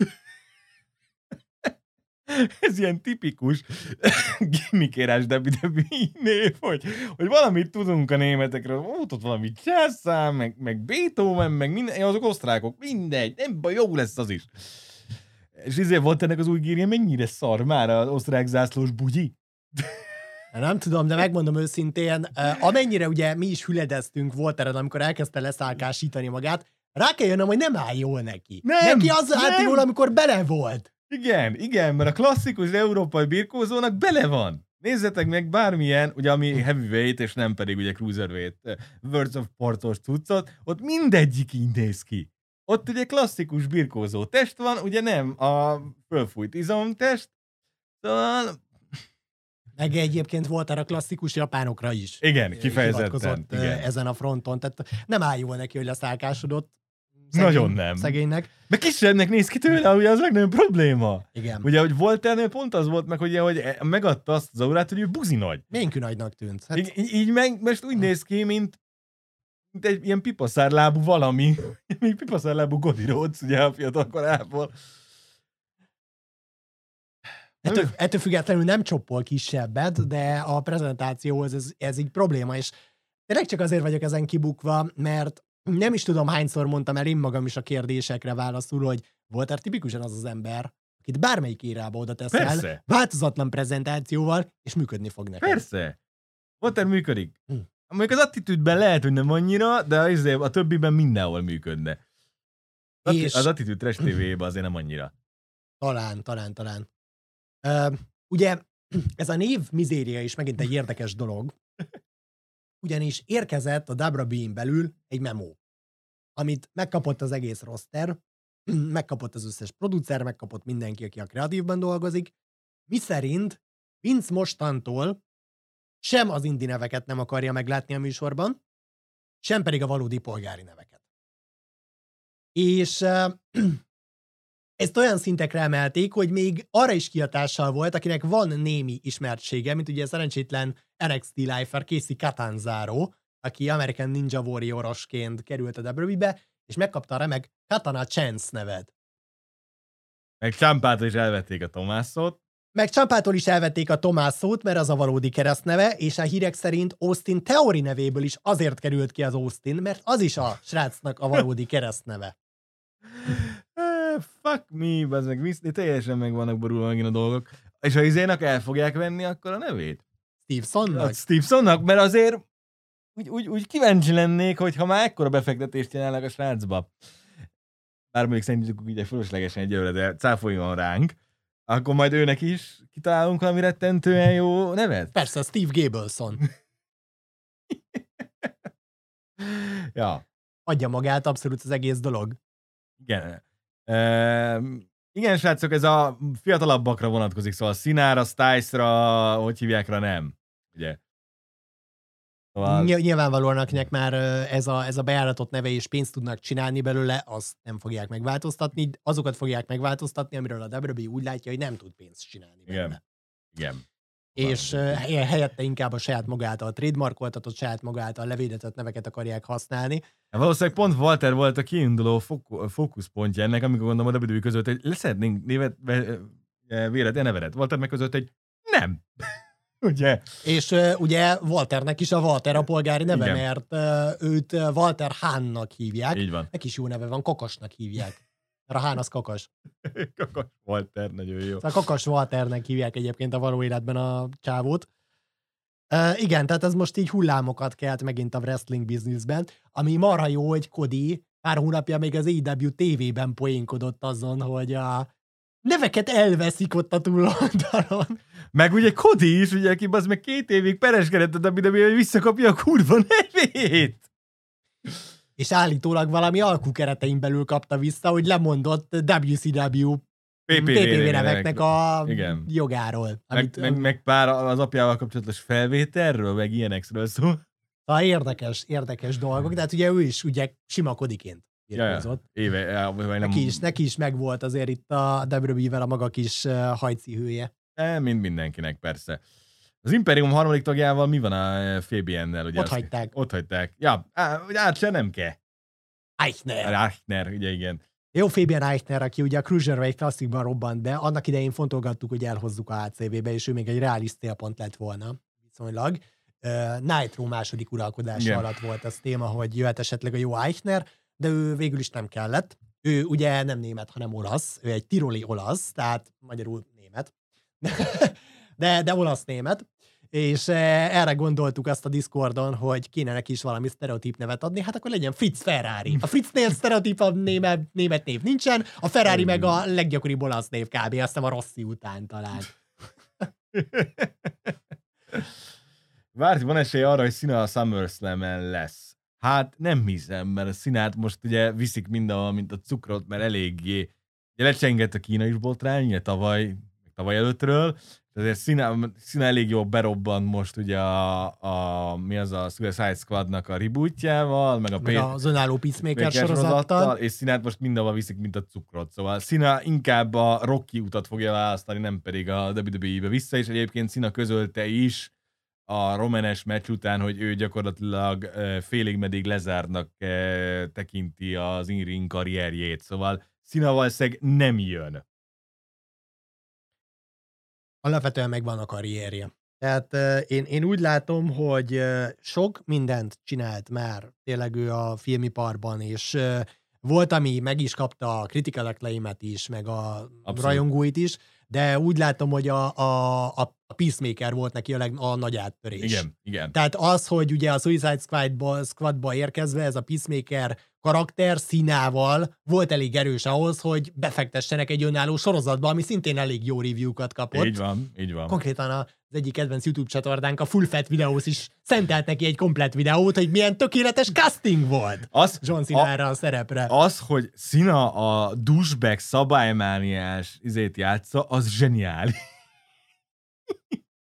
Ez ilyen tipikus gimmikérás WWE név, hogy valamit tudunk a németekről, ott valami Császár, meg Beethoven, meg minden, azok osztrákok, mindegy, nem baj, jó lesz az is. És ezért volt ennek az új gírje, mennyire szar már az osztrák zászlós bugyi? Nem tudom, de megmondom őszintén, amennyire ugye mi is hüledeztünk Volteren, amikor elkezdte leszálkásítani magát, rá kell jönnöm, hogy nem áll jól neki. Neki az állt jól, amikor bele volt. Igen, mert a klasszikus európai birkózónak bele van. Nézzetek meg bármilyen, ugye ami heavyweight, és nem pedig ugye cruiserweight, Words of Portos cuccot, ott mindegyik így néz ki. Ott ugye klasszikus birkózó test van, ugye nem a fölfújt izomtest, szóval... Meg egyébként volt erre a klasszikus japánokra is. Igen, kifejezetten. Igen. Ezen a fronton, tehát nem áll jól neki, hogy leszálkásodott. Nagyon nem. Szegénynek. Meg kisebbnek néz ki tőle, ugye az legnagyobb probléma. Igen. Ugye, hogy Volternél pont az volt meg, hogy megadta azt az aurát, hogy ő buzi nagy. Ménkű nagynak tűnt. Hát... Így meg most úgy néz ki, mint egy ilyen pipaszárlábú valami. Még pipaszárlábú Cody Rhodes, ugye a fiatal korából. Ettől függetlenül nem csoppol kisebbet, de a prezentációhoz ez így probléma, és tényleg csak azért vagyok ezen kibukva, mert nem is tudom, hányszor mondtam el én magam is a kérdésekre válaszul, hogy Volter tipikusan az az ember, akit bármelyik érába oda teszel, változatlan prezentációval, és működni fog neked. Persze. Volter működik. Mondjuk az attitűdben lehet, hogy nem annyira, de a többiben mindenhol működne. Az attitűd Trash TV-ben azért nem annyira. Talán. Ugye ez a név mizéria is megint egy érdekes dolog, ugyanis érkezett a WWE-n belül egy memo, amit megkapott az egész roster, megkapott az összes producer, megkapott mindenki, aki a kreatívban dolgozik, miszerint Vince mostantól sem az indi neveket nem akarja meglátni a műsorban, sem pedig a valódi polgári neveket. És ezt olyan szintekre emelték, hogy még arra is kihatással volt, akinek van némi ismertsége, mint ugye szerencsétlen NXT lifer Casey Catanzaro, aki American Ninja Warrior-osként került a WWE-be, és megkapta a remek Katana Chance nevet. Meg Ciampától is elvették a Tomászot. Meg Ciampától is elvették a Tomászót, mert az a valódi keresztneve, és a hírek szerint Austin Theory nevéből is azért került ki az Austin, mert az is a srácnak a valódi keresztneve. Fuck me, bazdmeg, teljesen meg vannak borulva megint a dolgok. És ha izének el fogják venni akkor a nevét? Stevensonnak? Stevensonnak, mert azért úgy kíváncsi lennék, hogy ha már ekkora befektetést csinálnak a srácba, bár mondjuk szerintük ugye fölöslegesen egyelőre, de cáfoljon ránk, akkor majd őnek is kitalálunk valami rettentően jó nevet? Persze, Steve Gableson. Ja. Adja magát abszolút az egész dolog. Igen. Igen, srácok, ez a fiatalabbakra vonatkozik, szóval Sinára, Styles-ra, hogy hívjákra nem. Ugye? Szóval... Nyilvánvalóan, akinek már ez a bejáratott neve és pénzt tudnak csinálni belőle, azt nem fogják megváltoztatni. Azokat fogják megváltoztatni, amiről a WWE úgy látja, hogy nem tud pénzt csinálni belőle. Igen. És helyette inkább a saját maga által trademarkoltatott, saját maga által levédetett neveket akarják használni. Valószínűleg pont Walter volt a kiinduló fókuszpontja ennek, amikor gondolom a WWE között, hogy leszeretnénk véret, nevedet. Walter meg között, hogy nem. Ugye? És ugye Walternek is a Walter a polgári neve, igen, mert őt Walter Hahnnak hívják. Így van. Neki is jó neve van, Kakasnak hívják. Mert a Hahn az Kakas. Kakas Walter, nagyon jó. Szóval Kakas Walternek hívják egyébként a való életben a csávót. Igen, tehát ez most így hullámokat kelt megint a wrestling businessben, ami marha jó, hogy Cody pár hónapja még az AEW TV-ben poénkodott azon, hogy a neveket elveszik ott a túloldalon. Meg ugye Cody is, ugye, aki az meg 2 évig pereskedett a WWE, hogy visszakapja a kurva nevét. És állítólag valami alkukeretein belül kapta vissza, hogy lemondott WCW PPV neveknek a igen, jogáról. Meg pár az apjával kapcsolatos felvételről, meg ilyenekről szó. Érdekes dolgok, de hát ugye ő is ugye sima Codyként irányzott. Neki is megvolt azért itt a WWE-vel a maga kis hajcihője. Mindenkinek persze. Az Imperium harmadik tagjával mi van a Fabiennel? Ugye Ott hagyták. Ja, Archer nem kell. Eichner, ugye igen. Jó, Fabian Eichner, aki ugye a Cruiserweight Classicban robbant be, annak idején fontolgattuk, hogy elhozzuk a HCV-be, és ő még egy reális célpont lett volna, viszonylag. Nitro második uralkodása alatt volt az téma, hogy jöhet esetleg a jó Eichner, de ő végül is nem kellett. Ő ugye nem német, hanem olasz, ő egy tiroli olasz, tehát magyarul német, de olasz-német, és erre gondoltuk azt a Discordon, hogy kéne neki is valami sztereotíp nevet adni, hát akkor legyen Fritz Ferrari. A Fritznél sztereotípabb német név nincsen, a Ferrari meg a leggyakoribb olasz név kb. Azt hiszem a Rossi után talán. Várj, van esély arra, hogy Cena a SummerSlam-en lesz. Hát nem hiszem, mert a Cenát most ugye viszik mindenhol, mint a cukrot, mert eléggé ugye lecsengett a kínai botrány, tavaly előttről, ezért Cena elég jól berobbant most ugye mi az a Suicide Squadnak a rebootjával, meg az önálló Peacemaker sorozattal, és Cenát most mindenhol viszik, mint a cukrot. Szóval Cena inkább a Rocky utat fogja választani, nem pedig a WWE-be vissza, és egyébként Cena közölte is a Romanes meccs után, hogy ő gyakorlatilag félig meddig lezártnak tekinti az in-ring karrierjét. Szóval Cena valószínűleg nem jön. Alapvetően megvan a karrierje. Tehát én úgy látom, hogy sok mindent csinált már tényleg ő a filmiparban, és volt, ami meg is kapta a critical acclaim-et is, meg a rajongóit is, de úgy látom, hogy a Peacemaker volt neki a nagy áttörés. Igen. Tehát az, hogy ugye a Suicide Squadba érkezve ez a Peacemaker karakter színával volt elég erős ahhoz, hogy befektessenek egy önálló sorozatba, ami szintén elég jó review-kat kapott. Így van. Konkrétan az egyik kedvenc YouTube csatornánk, a Full Fat Videós is szentelt neki egy komplett videót, hogy milyen tökéletes casting volt John Cena-ra a szerepre. Az, hogy Cena a douchebag szabálymániás játsza, az zseniális.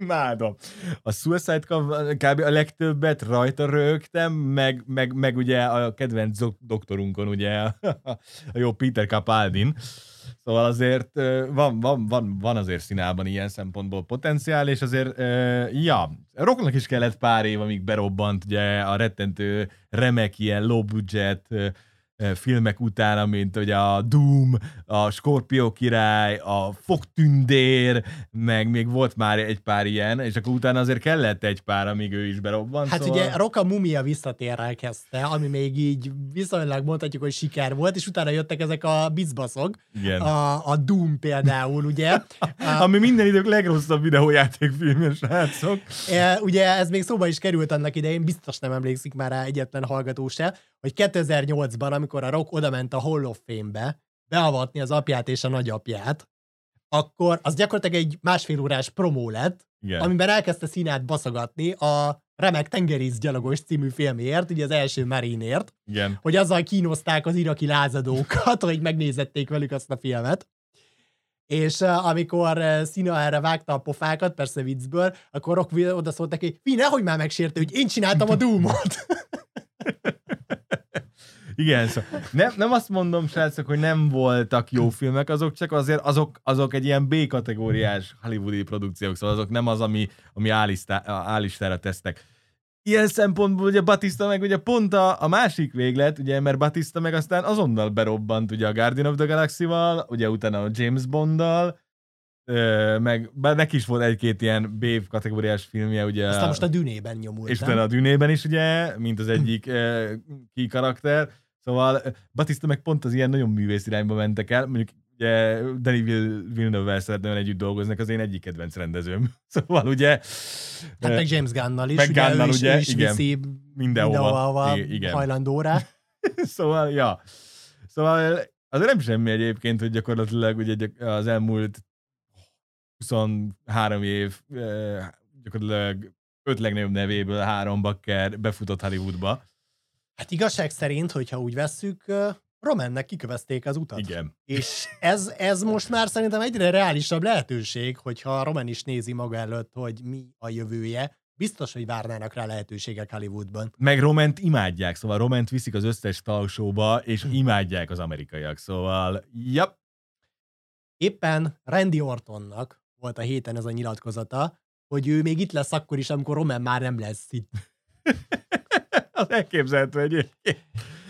Imádom. A Suicide kb. A legtöbbet rajta rögtem, meg ugye a kedvenc doktorunkon, ugye a jó Peter Capaldin. Szóval azért van azért színában ilyen szempontból potenciál, és azért, Rocknak is kellett pár év, amíg berobbant ugye a rettentő remek ilyen low budget filmek után, mint ugye a Doom, a Skorpió király, a Fogtündér, meg még volt már egy pár ilyen, és akkor utána azért kellett egy pár, amíg ő is berobbant. Hát szóval... ugye Rock a Mumia visszatérrel kezdte, ami még így viszonylag mondhatjuk, hogy siker volt, és utána jöttek ezek a bizbaszok. A Doom például, ugye. Ami minden idők legrosszabb videójátékfilmje, srácok. Ugye ez még szóba is került annak idején, biztos nem emlékszik már rá egyetlen hallgató se, hogy 2008-ban, amikor a Rock odament a Hall of Fame-be beavatni az apját és a nagyapját, akkor az gyakorlatilag egy 1,5 órás promó lett, amiben elkezdte színát baszogatni a remek tengerészgyalogos című filmért, ugye az első Marineért, hogy azzal kínozták az iraki lázadókat, hogy megnézették velük azt a filmet. És amikor Cena erre vágta a pofákat, persze viccből, akkor Rock oda szólt neki, nehogy már megsértő, hogy én csináltam a Doomot. Igen, szóval nem azt mondom, srácok, hogy nem voltak jó filmek, azok csak azért azok egy ilyen B-kategóriás hollywoodi produkciók, szóval azok nem az, ami állistára tesznek. Ilyen szempontból ugye Batista meg ugye pont a másik véglet, ugye, mert Batista meg aztán azonnal berobbant ugye a Guardian of the Galaxy-val, ugye utána a James Bonddal, meg neki is volt egy-két ilyen B-kategóriás filmje, ugye. Aztán most a Dűnében nyomult. És utána a Dűnében is, ugye, mint az egyik key karakter. Szóval Batista meg pont az ilyen nagyon művész irányba mentek el. Mondjuk ugye Denis Villeneuve-vel szeretném együtt dolgoznak, az én egyik kedvenc rendezőm. Szóval ugye... Hát meg James Gunn-nal is. Meg Gunn-nal ugye, igen. Mindenhova hajlandó rá. Szóval, ja. Szóval azért nem semmi egyébként, hogy gyakorlatilag ugye az elmúlt 23 év gyakorlatilag 5 legnagyobb nevéből 3 bakker befutott Hollywoodba. Hát igazság szerint, hogyha úgy vesszük, Romannek kikövezték az utat. Igen. És ez most már szerintem egyre reálisabb lehetőség, hogyha Roman is nézi maga előtt, hogy mi a jövője. Biztos, hogy várnának rá lehetőségek Hollywoodban. Meg Romant imádják, szóval Romant viszik az összes talk show-ba, és imádják az amerikaiak, szóval yep. Éppen Randy Ortonnak volt a héten ez a nyilatkozata, hogy ő még itt lesz akkor is, amikor Roman már nem lesz itt. Az elképzelhető egyébként.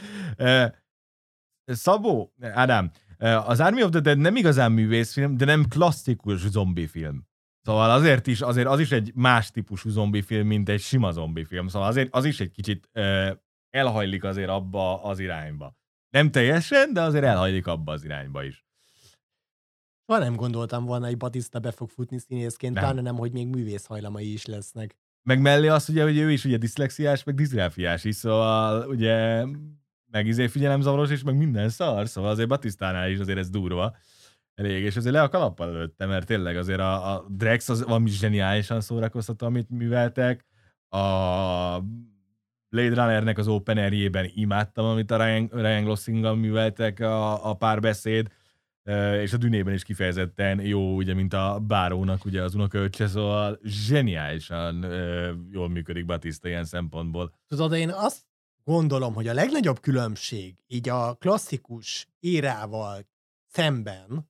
Szabó, Ádám, az Army of the Dead nem igazán művészfilm, de nem klasszikus zombifilm. Szóval azért az is egy más típusú zombifilm, mint egy sima zombifilm. Szóval azért az is egy kicsit elhajlik azért abba az irányba. Nem teljesen, de azért elhajlik abba az irányba is. Soha nem gondoltam volna, hogy Batista be fog futni színészként, pláne nem, hogy még művész hajlamai is lesznek. Meg mellé az, ugye, hogy ő is ugye diszlexiás, meg diszgráfiás is, szóval ugye meg figyelemzavaros, és meg minden szar, szóval azért Batistánál is azért ez durva. Elég, és azért le a kalappal előtte, mert tényleg azért a Drex az valami zseniálisan szórakoztató, amit műveltek. A Blade Runnernek az openerjében imádtam, amit a Ryan Goslinggal műveltek a párbeszéd, és a Dűnében is kifejezetten jó, ugye, mint a Bárónak ugye az unokaöccse, szóval zseniálisan jól működik Batista ilyen szempontból. Tudod, én azt gondolom, hogy a legnagyobb különbség így a klasszikus érával szemben,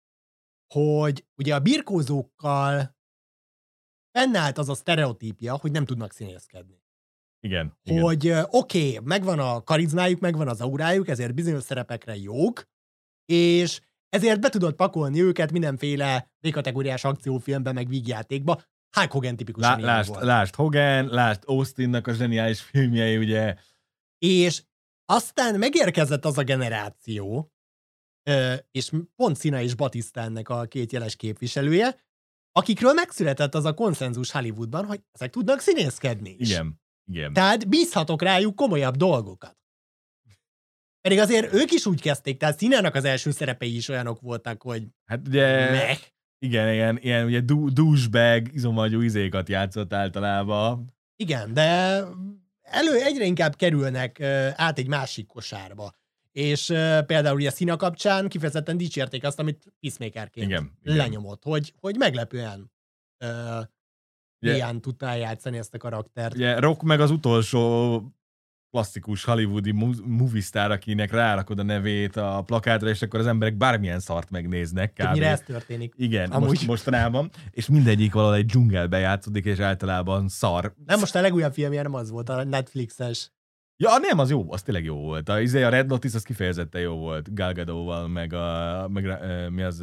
hogy ugye a birkózókkal fennállt az a sztereotípia, hogy nem tudnak színészkedni. Igen. Hogy oké, megvan a karizmájuk, megvan az aurájuk, ezért bizonyos szerepekre jók, és ezért be tudod pakolni őket mindenféle B-kategóriás akciófilmbe, meg vígjátékba. Hulk Hogan tipikusan ilyen volt. Lásd Hogan, lásd Austinnak a zseniális filmjei, ugye. És aztán megérkezett az a generáció, és pont Cena és Batista ennek a két jeles képviselője, akikről megszületett az a konszenzus Hollywoodban, hogy ezek tudnak színészkedni is. Igen. Tehát bízhatok rájuk komolyabb dolgokat. Pedig azért ők is úgy kezdték, tehát Cenának az első szerepei is olyanok voltak, hogy hát ugye, igen, ilyen ugye douchebag, izomagyú izékat játszott általában. Igen, de egyre inkább kerülnek át egy másik kosárba. És például ugye Cena kapcsán kifejezetten dicsérték azt, amit Peacemakerként lenyomott, hogy meglepően milyen tudta eljátszani ezt a karaktert. Ugye Rock meg az utolsó klasszikus hollywoodi movie sztár, akinek rárakod a nevét a plakátra, és akkor az emberek bármilyen szart megnéznek. Többnyire ez történik. Igen, mostanában. És mindegyik valahol egy dzsungelbe játszódik, és általában szar. Nem, most a legújabb filmje nem az volt, a Netflixes. Ja, nem, az jó, az tényleg jó volt. A Red Notice az kifejezetten jó volt. Gal Gadot-val, meg mi az...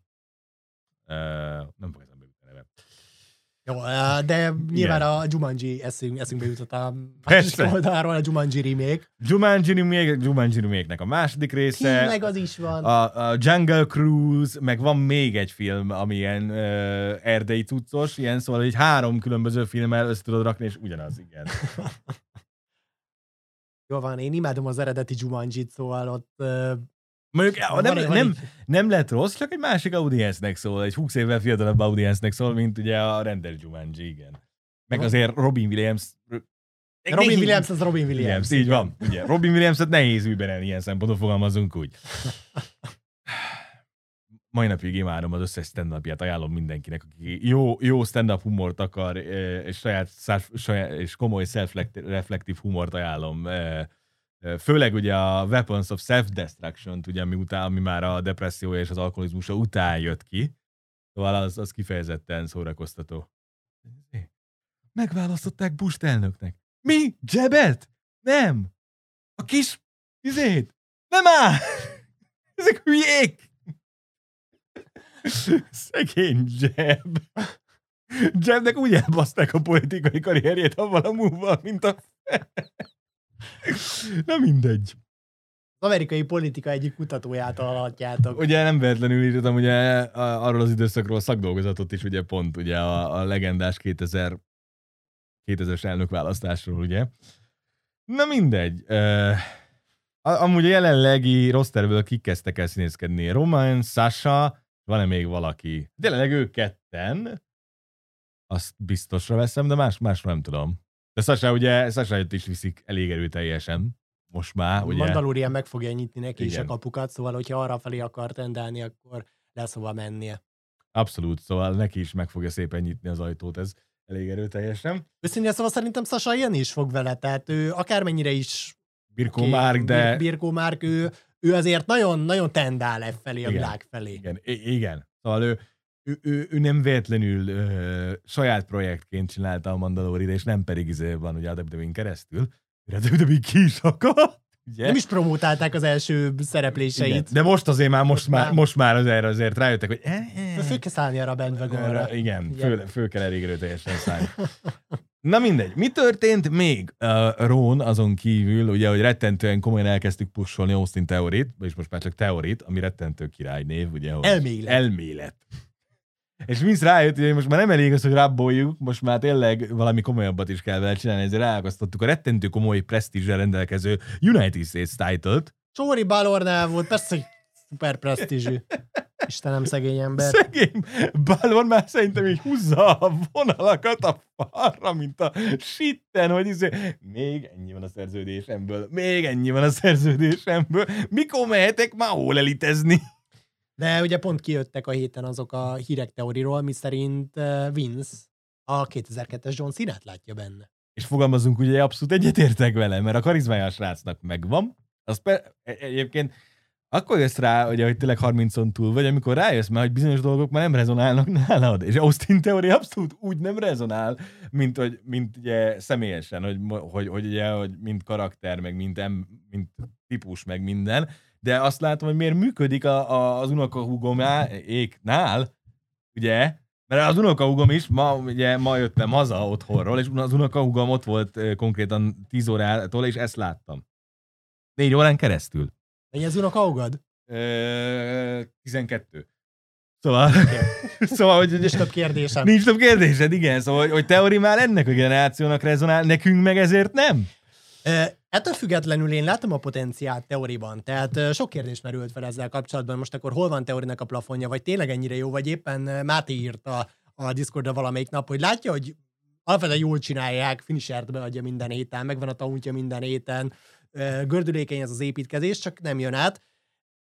nem fog eszembe jutni a neve. Jó, de nyilván a Jumanji eszünkbe jutott a másik oldalról, a Jumanji remake. Jumanji remake-nek a második része. Tényleg az is van. A Jungle Cruise, meg van még egy film, ami ilyen erdei cuccos, ilyen, szóval így 3 különböző filmmel össze tudod rakni, és ugyanaz, igen. Jó van, én imádom az eredeti Jumanjit, szóval ott... Mondjuk nem lett rossz, csak egy másik audience-nek szól, egy 20 évvel fiatalabb audience-nek szól, mint ugye a rendes Jumanji, igen. Meg azért Robin Williams... Williams az Robin Williams. Így van, ugye. Robin Williams-et nehéz überelni, ilyen szempontból fogalmazunk úgy. Mai napig imádom az összes stand-upját, ajánlom mindenkinek, aki jó stand-up humort akar, és saját és komoly self-reflective humort ajánlom. Főleg ugye a Weapons of Self-Destruction-t, ugye, ami már a depressziója és az alkoholizmusa után jött ki. Szóval az kifejezetten szórakoztató. Megválasztották Bush elnöknek. Mi? Jebet? Nem! A kis izét? Nem áll! Ezek hülyék! Szegény Jeb. Jebnek úgy elbaszták a politikai karrierjét avval a múlval, mint a... Na mindegy. Az amerikai politika egyik kutatóját hallhatjátok. Ugye nem véletlenül írtam ugye arról az időszakról szakdolgozatot is, ugye pont ugye a legendás 2000-es elnökválasztásról, ugye. Na mindegy. Amúgy a jelenlegi rosterből kik kezdtek el színészkedni? Roman, Sasha, van-e még valaki? Tényleg ők ketten. Azt biztosra veszem, de másra nem tudom. De Sasha is viszik elég erőteljesen. Most már, ugye? Mandalorian meg fogja nyitni neki is a kapukat, szóval hogyha arra felé akar tendálni, akkor lesz hova mennie. Abszolút, szóval neki is meg fogja szépen nyitni az ajtót, ez elég erőteljesen. Őszintén szóval szerintem Sasha ilyen is fog vele, tehát ő akármennyire is Birkó Márk, de... Birkó Márk, ő azért nagyon tendál felé, a világ felé. Igen. Szóval ő nem véletlenül saját projektként csinálta a Mandalorian, és nem pedig van ugye a WWE-n keresztül. A WWE ki is akart, ugye? Nem is promótálták az első szerepléseit. Igen. De most azért most már azért rájöttek, hogy... Föl kell szállni arra a bandwagonra. Igen, föl kell elég erőteljesen szállni. Na mindegy. Mi történt még Ron azon kívül, ugye, hogy rettentően komolyan elkezdtük pusolni Austin Theoryt, és most már csak Theoryt, ami rettentő királynév, ugye? Elmélet. És Vince rájött, hogy most már nem elég az, hogy rabboljuk, most már tényleg valami komolyabbat is kell vele csinálni, ezért ráakasztottuk a rettentő komoly presztízsel rendelkező United States title-t. Sorry Balornál volt, persze, hogy szuper presztízsű. Istenem, szegény ember. Szegény Balor már szerintem így húzza a vonalakat a falra, mint a sitten, hogy még ennyi van a szerződésemből. Mikor mehetek már hol elitezni? De ugye pont kijöttek a héten azok a hírek teóriról, miszerint Vince a 2002-es John Cena-t látja benne. És fogalmazunk, ugye abszolút egyetértek vele, mert a karizmája a srácnak megvan. Egyébként akkor jössz rá, ugye, hogy tényleg 30-on túl vagy, amikor rájössz már, hogy bizonyos dolgok már nem rezonálnak nálad. És Austin Theory abszolút úgy nem rezonál, mint ugye személyesen, hogy mint karakter, meg mint típus, meg minden. De azt látom, hogy miért működik az unokahúgoméknál, ugye? Mert az unokahúgom is, ma jöttem haza otthonról, és az unokahúgom ott volt konkrétan 10 órától, és ezt láttam. 4 órán keresztül. Mennyi az unokahúgod? 12. Szóval, hogy... Nincs több kérdésem. Nincs több kérdésed, igen. Szóval, hogy Theory már ennek a generációnak rezonál, nekünk meg ezért nem. Ettől függetlenül én látom a potenciált Theoryban, tehát sok kérdés merült fel ezzel kapcsolatban, most akkor hol van Theorynek a plafonja, vagy tényleg ennyire jó, vagy éppen Máté írta a Discordra valamelyik nap, hogy látja, hogy alapvetően jól csinálják, finishert beadja minden héten, megvan a tauntja minden héten, gördülékeny ez az építkezés, csak nem jön át.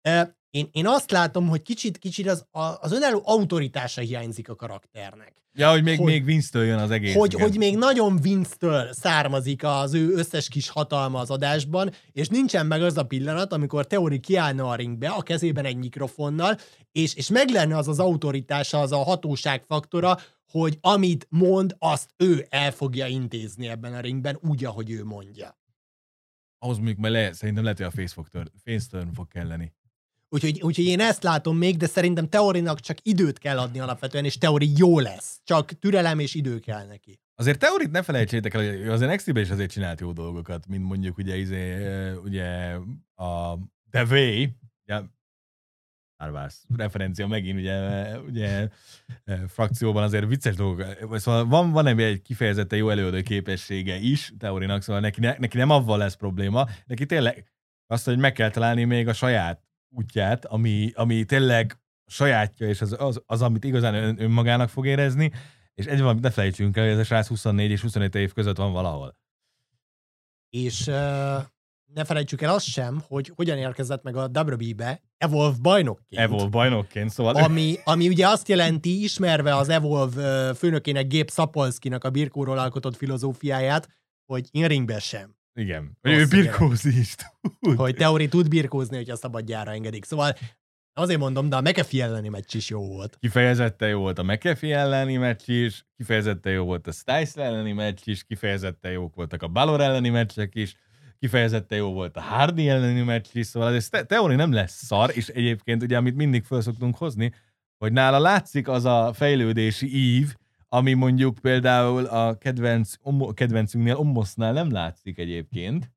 Én azt látom, hogy kicsit az önálló autoritása hiányzik a karakternek. Ja, hogy még Vince-től jön az egész. Hogy még nagyon Vince-től származik az ő összes kis hatalma az adásban, és nincsen meg az a pillanat, amikor Theory kiállna a ringbe, a kezében egy mikrofonnal, és meg lenne az autoritása, az a hatóságfaktora, hogy amit mond, azt ő el fogja intézni ebben a ringben, úgy, ahogy ő mondja. Ahhoz mondjuk szerintem lehet, hogy a face turn fog kelleni. Úgyhogy én ezt látom még, de szerintem Theorynak csak időt kell adni alapvetően, és Theory jó lesz. Csak türelem és idő kell neki. Azért Theoryt ne felejtsétek el, hogy az NXT-ben is azért csinált jó dolgokat, mint mondjuk ugye a The Way, ugye, referencia megint, ugye frakcióban azért vicces dolgok. Szóval van egy kifejezetten jó előadó képessége is Theorynak, szóval neki nem avval lesz probléma, neki tényleg azt, hogy meg kell találni még a saját útját, ami tényleg sajátja, és az amit igazán önmagának fog érezni, és egy valamit ne felejtsünk el, hogy ez a srác 24 és 25 év között van valahol. És ne felejtsük el azt sem, hogy hogyan érkezett meg a WWE-be Evolve bajnokként. Szóval... Ami ugye azt jelenti, ismerve az Evolve főnökének Gabe Sapolskynak a birkóról alkotott filozófiáját, hogy in-ringben sem. Igen, hogy ő birkózni is tud. Hogy Theory tud birkózni, hogyha szabadjára engedik. Szóval azért mondom, de a McAfee elleni meccs is jó volt. Kifejezetten jó volt a McAfee elleni meccs is, kifejezetten jó volt a Styles elleni meccs is, kifejezetten jók voltak a Balor elleni meccsek is, kifejezetten jó volt a Hardy elleni meccs is, szóval ez Theory nem lesz szar, és egyébként ugye, amit mindig fel szoktunk hozni, hogy nála látszik az a fejlődési ív, ami mondjuk például a kedvencünknél, Ommosnál nem látszik egyébként.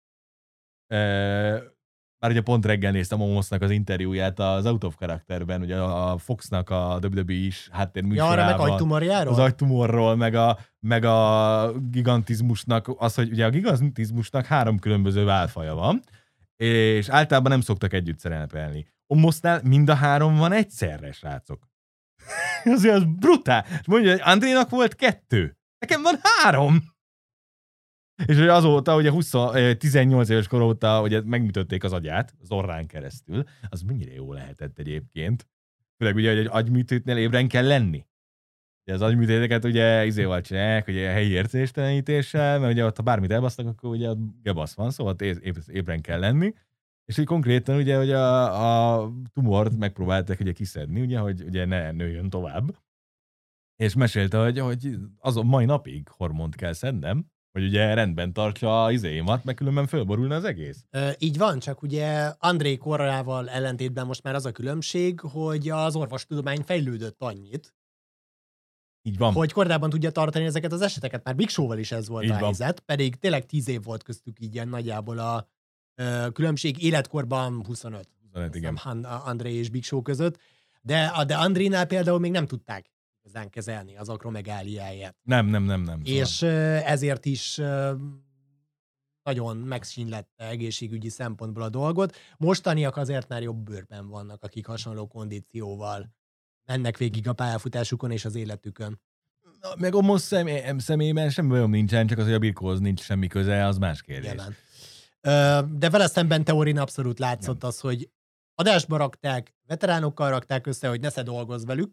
Már ugye pont reggel néztem Ommosnak az interjúját az Out of Characterben, ugye a Foxnak a WWE is háttérműsorában. Ja, meg agytumorjáról? Az agytumorról, meg a gigantizmusnak, az, hogy ugye a gigantizmusnak 3 különböző válfaja van, és általában nem szoktak együtt szerepelni. Ommosnál mind a 3 van egyszerre, srácok. Azért az brutál. És mondja, hogy Andrénak volt 2. Nekem van 3. És hogy azóta, ugye 18 éves kor óta ugye megműtötték az agyát, az orrán keresztül. Az mennyire jó lehetett egyébként. Főleg ugye, hogy egy agyműtétnél ébren kell lenni. Ugye az agyműtéteket ugye izéval csinálják, ugye helyi érzéstelenítéssel, mert ugye ott ha bármit elbasznak, akkor ugye gebasz van, szóval ébren kell lenni. És hogy konkrétan ugye, hogy a tumort megpróbálták ugye kiszedni, ugye, hogy ugye ne nőjön tovább. És mesélte, hogy azon mai napig hormont kell szednem, hogy ugye rendben tartsa az izéimat, meg különben fölborulna az egész. Így van, csak ugye André korával ellentétben most már az a különbség, hogy az orvostudomány fejlődött annyit, így van. Hogy korábban tudja tartani ezeket az eseteket. Már Big Show-val is ez volt így a helyzet, pedig tényleg 10 év volt köztük így ilyen nagyjából a különbség, életkorban 25 igen. André és Big Show között, de Andrénál például még nem tudták igazán kezelni az akromegáliáját. Nem. És ezért is nagyon megsínlette egészségügyi szempontból a dolgot. Mostaniak azért már jobb bőrben vannak, akik hasonló kondícióval mennek végig a pályafutásukon és az életükön. Meg Omos személyében semmi bajom nincsen, csak az, hogy a birkóhoz nincs semmi köze, az más kérdés. De vele szemben Theorin abszolút látszott az, hogy adásba rakták, veteránokkal rakták össze, hogy ne dolgozz velük.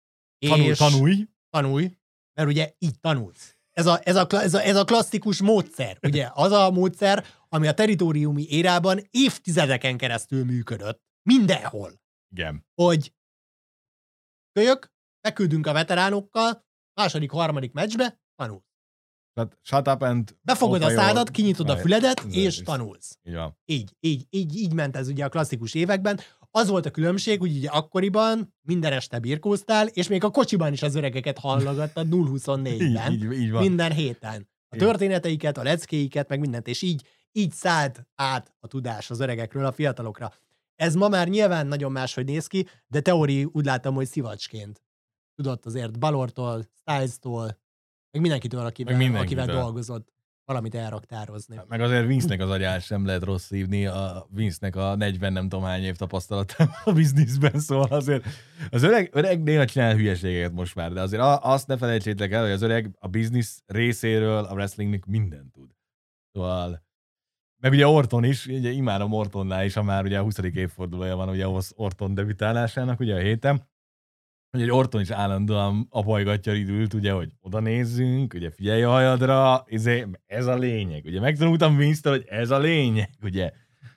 Tanulj, mert ugye így tanulsz. Ez a klasszikus módszer, ugye? Az a módszer, ami a territóriumi érában évtizedeken keresztül működött. Mindenhol. Igen. Hogy kölyök, beküldünk a veteránokkal, második, harmadik meccsbe, tanulsz. Shut up and... Befogod a szádat, kinyitod a füledet, és tanulsz. Így ment ez ugye a klasszikus években. Az volt a különbség, hogy ugye akkoriban minden este birkóztál, és még a kocsiban is az öregeket hallgattad 0-24-ben. így van. Minden héten. A történeteiket, a leckéiket, meg mindent, és így szállt át a tudás az öregekről a fiatalokra. Ez ma már nyilván nagyon máshogy néz ki, de Theory úgy látom, hogy szivacsként tudott azért Balortól, Styles-tól, meg mindenkitől, akivel dolgozott, valamit elraktározni. Meg azért Vince-nek az agyát sem lehet rossz hívni, a Vince-nek a 40 nem tudom hány év tapasztalatában a bizniszben, szóval azért az öreg néha csinál hülyeségeket most már, de azért azt ne felejtsétek el, hogy az öreg a biznisz részéről a wrestlingnek mindent tud. Szóval Meg ugye Orton is, ugye imádom Ortonnál is, ha már ugye a 20. évfordulója van ugye Orton debütálásának ugye a héten. Ugye Orton is állandóan apajgatja Riddle-t, ugye, hogy oda nézzünk, ugye figyelj a hajadra, ez a lényeg. Ugye megtanultam Vince-től, hogy ez a lényeg, ugye.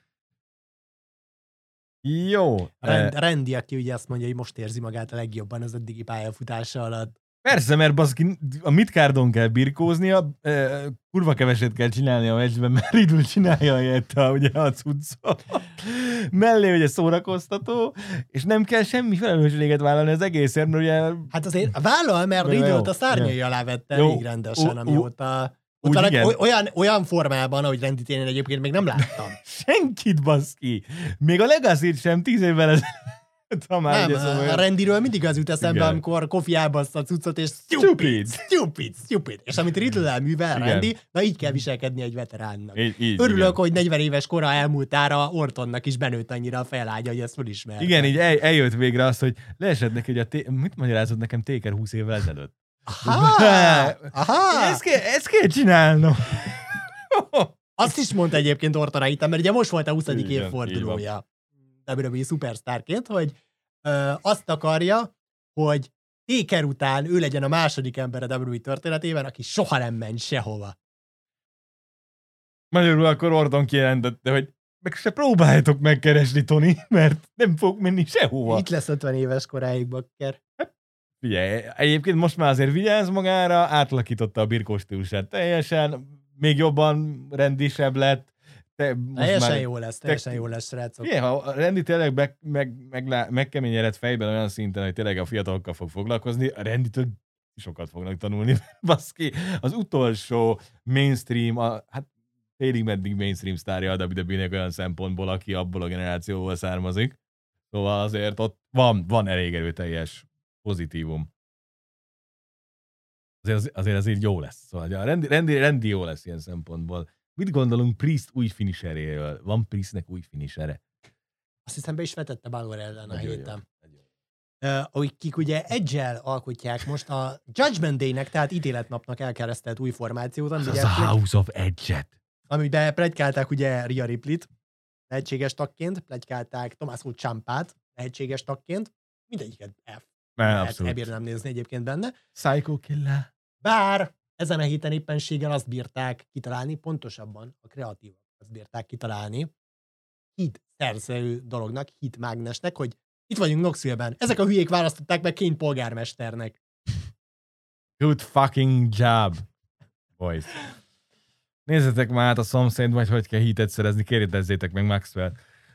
Jó. Randy, aki ugye azt mondja, hogy most érzi magát a legjobban az eddigi pályafutása alatt. Persze, mert baszki, a midcardon kell birkóznia, kurva keveset kell csinálni a meccsben, mert Riddle csinálja helyette ugye a cuccot. Mellé ugye szórakoztató, és nem kell semmi felelősséget vállalni az egészért, mert ugye... Hát azért vállal, mert Riddle-t a szárnyai alá vette elég rendesen, amióta... Olyan formában, ahogy Randyt én egyébként még nem láttam. Senkit, baszki! Még a Legacy-t sem 10 évvel ezelőtt. Nem, a Randyről mindig az jut eszembe, amikor Kofi elbassza a cuccot, és stupid. És amit Riddle-el művel Randy, na így kell viselkedni egy veteránnak. Örülök, hogy 40 éves kora elmúltára Ortonnak is benőtt annyira a felágya, hogy ezt felismerte. Igen, így eljött végre azt, hogy leesett neki, hogy mit magyarázott nekem Taker 20 évvel ezelőtt? Aha. Ezt kell csinálnom. Azt is mondta egyébként Orton itt, mert ugye most volt a 20. évfordulója WWE Superstarként, hogy azt akarja, hogy Taker után ő legyen a második ember a WWE történetében, aki soha nem ment sehova. Magyarul akkor Orton kijelentette, hogy meg se próbáljátok megkeresni, Tony, mert nem fog menni sehova. Itt lesz 50 éves koráig, bakker. Figyelj, egyébként most már azért vigyáz magára, átalakította a birkós stílusát teljesen, még jobban rendisebb lett. Teljesen jó lesz, srácok. Igen, ha Randy tényleg megkeményedett fejben olyan szinten, hogy tényleg a fiatalokkal fog foglalkozni, a Randytől sokat fognak tanulni. Baszki, az utolsó mainstream, hát félig meddig mainstream sztárja a WWE-nek olyan szempontból, aki abból a generációból származik. Szóval azért ott van elég erőteljes pozitívum. Azért jó lesz. Szóval a Randy jó lesz ilyen szempontból. Mit gondolunk Priest új finisheréről? Van Priestnek új finishere? Azt hiszem be is vetette Balor ellen a héten. Akik ugye Edge-el alkotják most a Judgment Day-nek, tehát ítéletnapnak elkeresztelt új formációt. Az a House of Edge-et. Amiben pletykálták ugye Rhea Ripley-t lehetséges tagként, pletykálták Tommaso Ciampát lehetséges tagként. Mindegyiket ebben nem nézni egyébként benne. Psycho Killer. Bár ezen a héten éppenséggel azt bírták kitalálni, pontosabban a kreatívak azt bírták kitalálni, hit szerző dolognak, hit mágnesnek, hogy itt vagyunk Knoxville-ben. Ezek a hülyék választották meg Kane polgármesternek. Good fucking job, boys. Nézzetek már át a szomszéd, vagy hogy kell hitet szerezni, kérdezzétek meg Maxwell.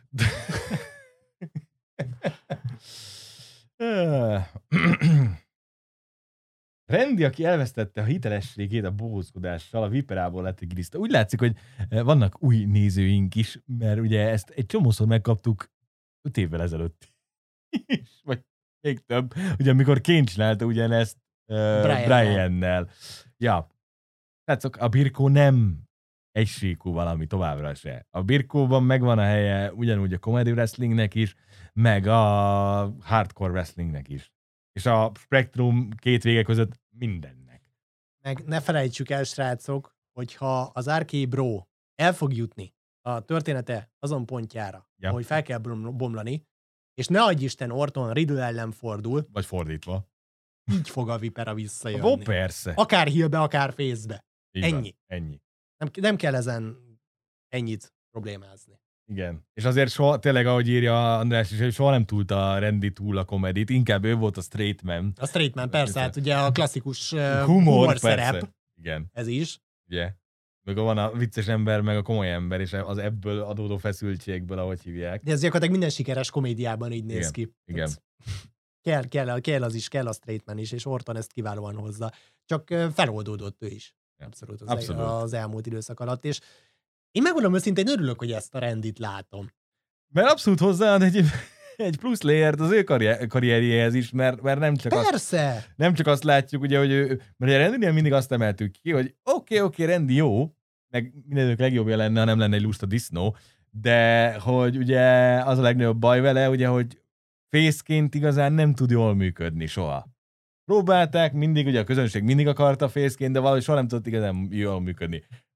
Randy, aki elvesztette a hitelességét a bohózkodással, a viperából lett egy griszta. Úgy látszik, hogy vannak új nézőink is, mert ugye ezt egy csomószor megkaptuk 5 évvel ezelőtt is, vagy még több. Ugye amikor Kane csinálta ugyanezt Brian-nel. Ja. Látszok, a birkó nem egysíkú valami továbbra se. A birkóban megvan a helye ugyanúgy a comedy wrestlingnek is, meg a hardcore wrestlingnek is. És a spektrum két vége között mindennek. Meg ne felejtsük el, srácok, hogyha az RK Bro el fog jutni a története azon pontjára, hogy fel kell bomlani, és ne adj Isten Orton Riddle ellen fordul. Vagy fordítva. Így fog a vipera visszajönni. Ó, persze. Akár heelbe, akár face-be. Ennyi. Nem kell ezen ennyit problémázni. Igen. És azért soha, tényleg, ahogy írja András is, hogy soha nem túlt a Randy túl a komedit, inkább ő volt a straight man. A straight man, persze, hát ugye a klasszikus humor szerep. Igen. Ez is. Ugye. Meg van a vicces ember, meg a komoly ember, és az ebből adódó feszültségből, ahogy hívják. De ez gyakorlatilag minden sikeres komédiában így néz ki. Igen. Kell az is, kell a straight man is, és Orton ezt kiválóan hozza. Csak feloldódott ő is. Abszolút. Az elmúlt időszak alatt, és én megmondom őszintén, örülök, hogy ezt a Randyt látom. Mert abszolút hozzáad egy plusz layert az ő karrierjéhez is, mert nem csak persze! Nem csak azt látjuk, ugye, hogy mert a Randynél mindig azt emeltük ki, hogy oké, Randy jó, meg mindenők legjobbja lenne, ha nem lenne egy lusta disznó, de hogy ugye az a legnagyobb baj vele, ugye, hogy fészként igazán nem tud jól működni soha. Próbálták mindig, ugye a közönség mindig akarta fészként, de valahogy soha nem tudott igazán jól működni.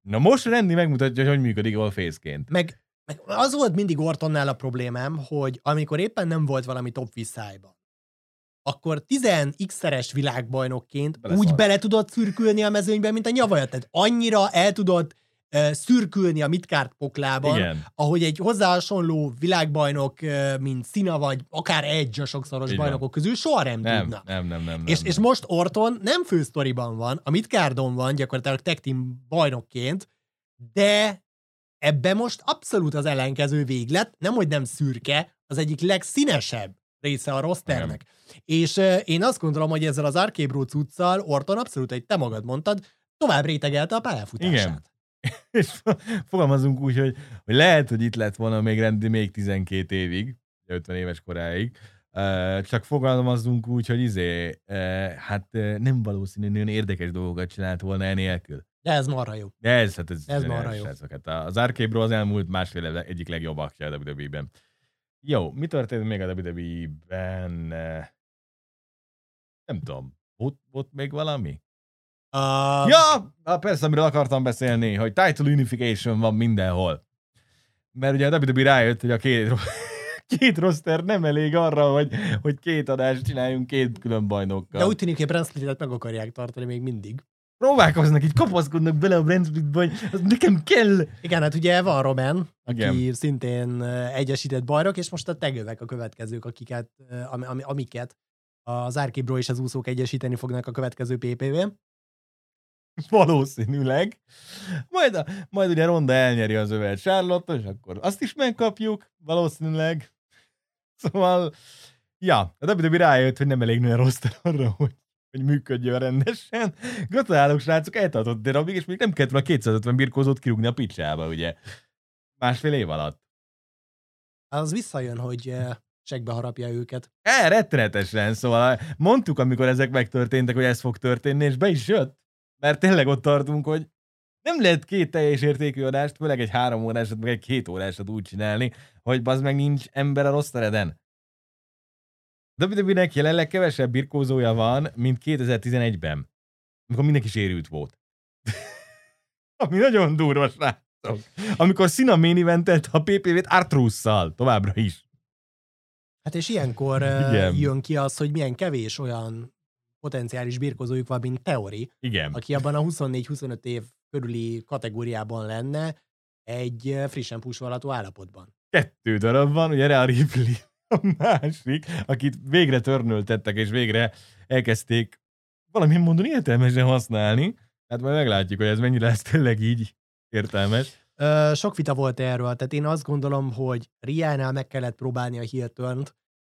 Na most Randy megmutatja, hogy működik a fészként. Meg az volt mindig Ortonnál a problémám, hogy amikor éppen nem volt valami top viszályban, akkor 10x-szeres világbajnokként úgy bele tudod szürkülni a mezőnyben, mint a nyavajat. Tehát annyira el tudod szürkülni a midcard poklában, igen, ahogy egy hozzá hasonló világbajnok, mint Cena, vagy akár Edge a sokszoros bajnokok közül soha nem tudna. Nem. És most Orton nem fősztoriban van, a midcardon van gyakorlatilag tag team bajnokként, de ebben most abszolút az ellenkező véglet, nemhogy nem szürke, az egyik legszínesebb része a rosternek. És én azt gondolom, hogy ezzel az Arcade cuccal Orton abszolút, egy te magad mondtad, tovább rétegelte a pályafutását. Igen. És fogalmazunk úgy, hogy lehet, hogy itt lett volna még Randy még 12 évig, 50 éves koráig, csak fogalmazzunk úgy, hogy nem valószínű, nagyon érdekes dolgokat csinált volna enélkül. De ez marha jó. Ez marha jó. Az Arcade Bro az elmúlt másfél év egyik legjobb aktja a WWE-ben. Jó, mi történt még a WWE-ben? Nem tudom. Volt még valami? Persze, amiről akartam beszélni, hogy title unification van mindenhol. Mert ugye a WWE rájött, hogy a két roster nem elég arra, hogy két adást csináljunk két külön bajnokkal. De úgy tűnik, hogy a Brand Splitet meg akarják tartani még mindig. Próbálkoznak, így kapaszkodnak bele a Brand Splitbe, hogy az nekem kell. Igen, hát ugye van Roman, aki szintén egyesített bajnok, és most a tegövek a következők, amiket az Arcade Bro és az úszók egyesíteni fognak a következő PPV-n. Valószínűleg. Majd ugye Ronda elnyeri az övet Charlotte, és akkor azt is megkapjuk, valószínűleg. Szóval, a WWE rájött, hogy nem elég nagyon rossz arra, hogy működjön rendesen. Gratulálok, srácok, eltartott darabig, és még nem kellett volna 250 birkózót kirúgni a picsába, ugye. Másfél év alatt. Az visszajön, hogy segbe harapja őket. Rettenetesen, szóval mondtuk, amikor ezek megtörténtek, hogy ez fog történni, és be is jött. Mert tényleg ott tartunk, hogy nem lehet két teljes értékű adást, főleg egy 3 órásat, meg egy 2 órásat úgy csinálni, hogy bazd meg nincs ember a rostereden. WWE-nek jelenleg kevesebb birkózója van, mint 2011-ben, amikor mindenki sérült volt. Ami nagyon durva, srácok. Amikor Cena main eventelt a PPV-t Artrusszal, továbbra is. Hát és ilyenkor jön ki az, hogy milyen kevés olyan potenciális birkózójuk van, mint Theory, aki abban a 24-25 év körüli kategóriában lenne egy frissen pusolható állapotban. 2 darab van, ugye Rhea Ripley a másik, akit végre törnöltettek, és végre elkezdték valamilyen módon értelmesen használni. Hát majd meglátjuk, hogy ez mennyire lesz tényleg így értelmes. Sok vita volt erről, tehát én azt gondolom, hogy Riánál meg kellett próbálni a heel turnt.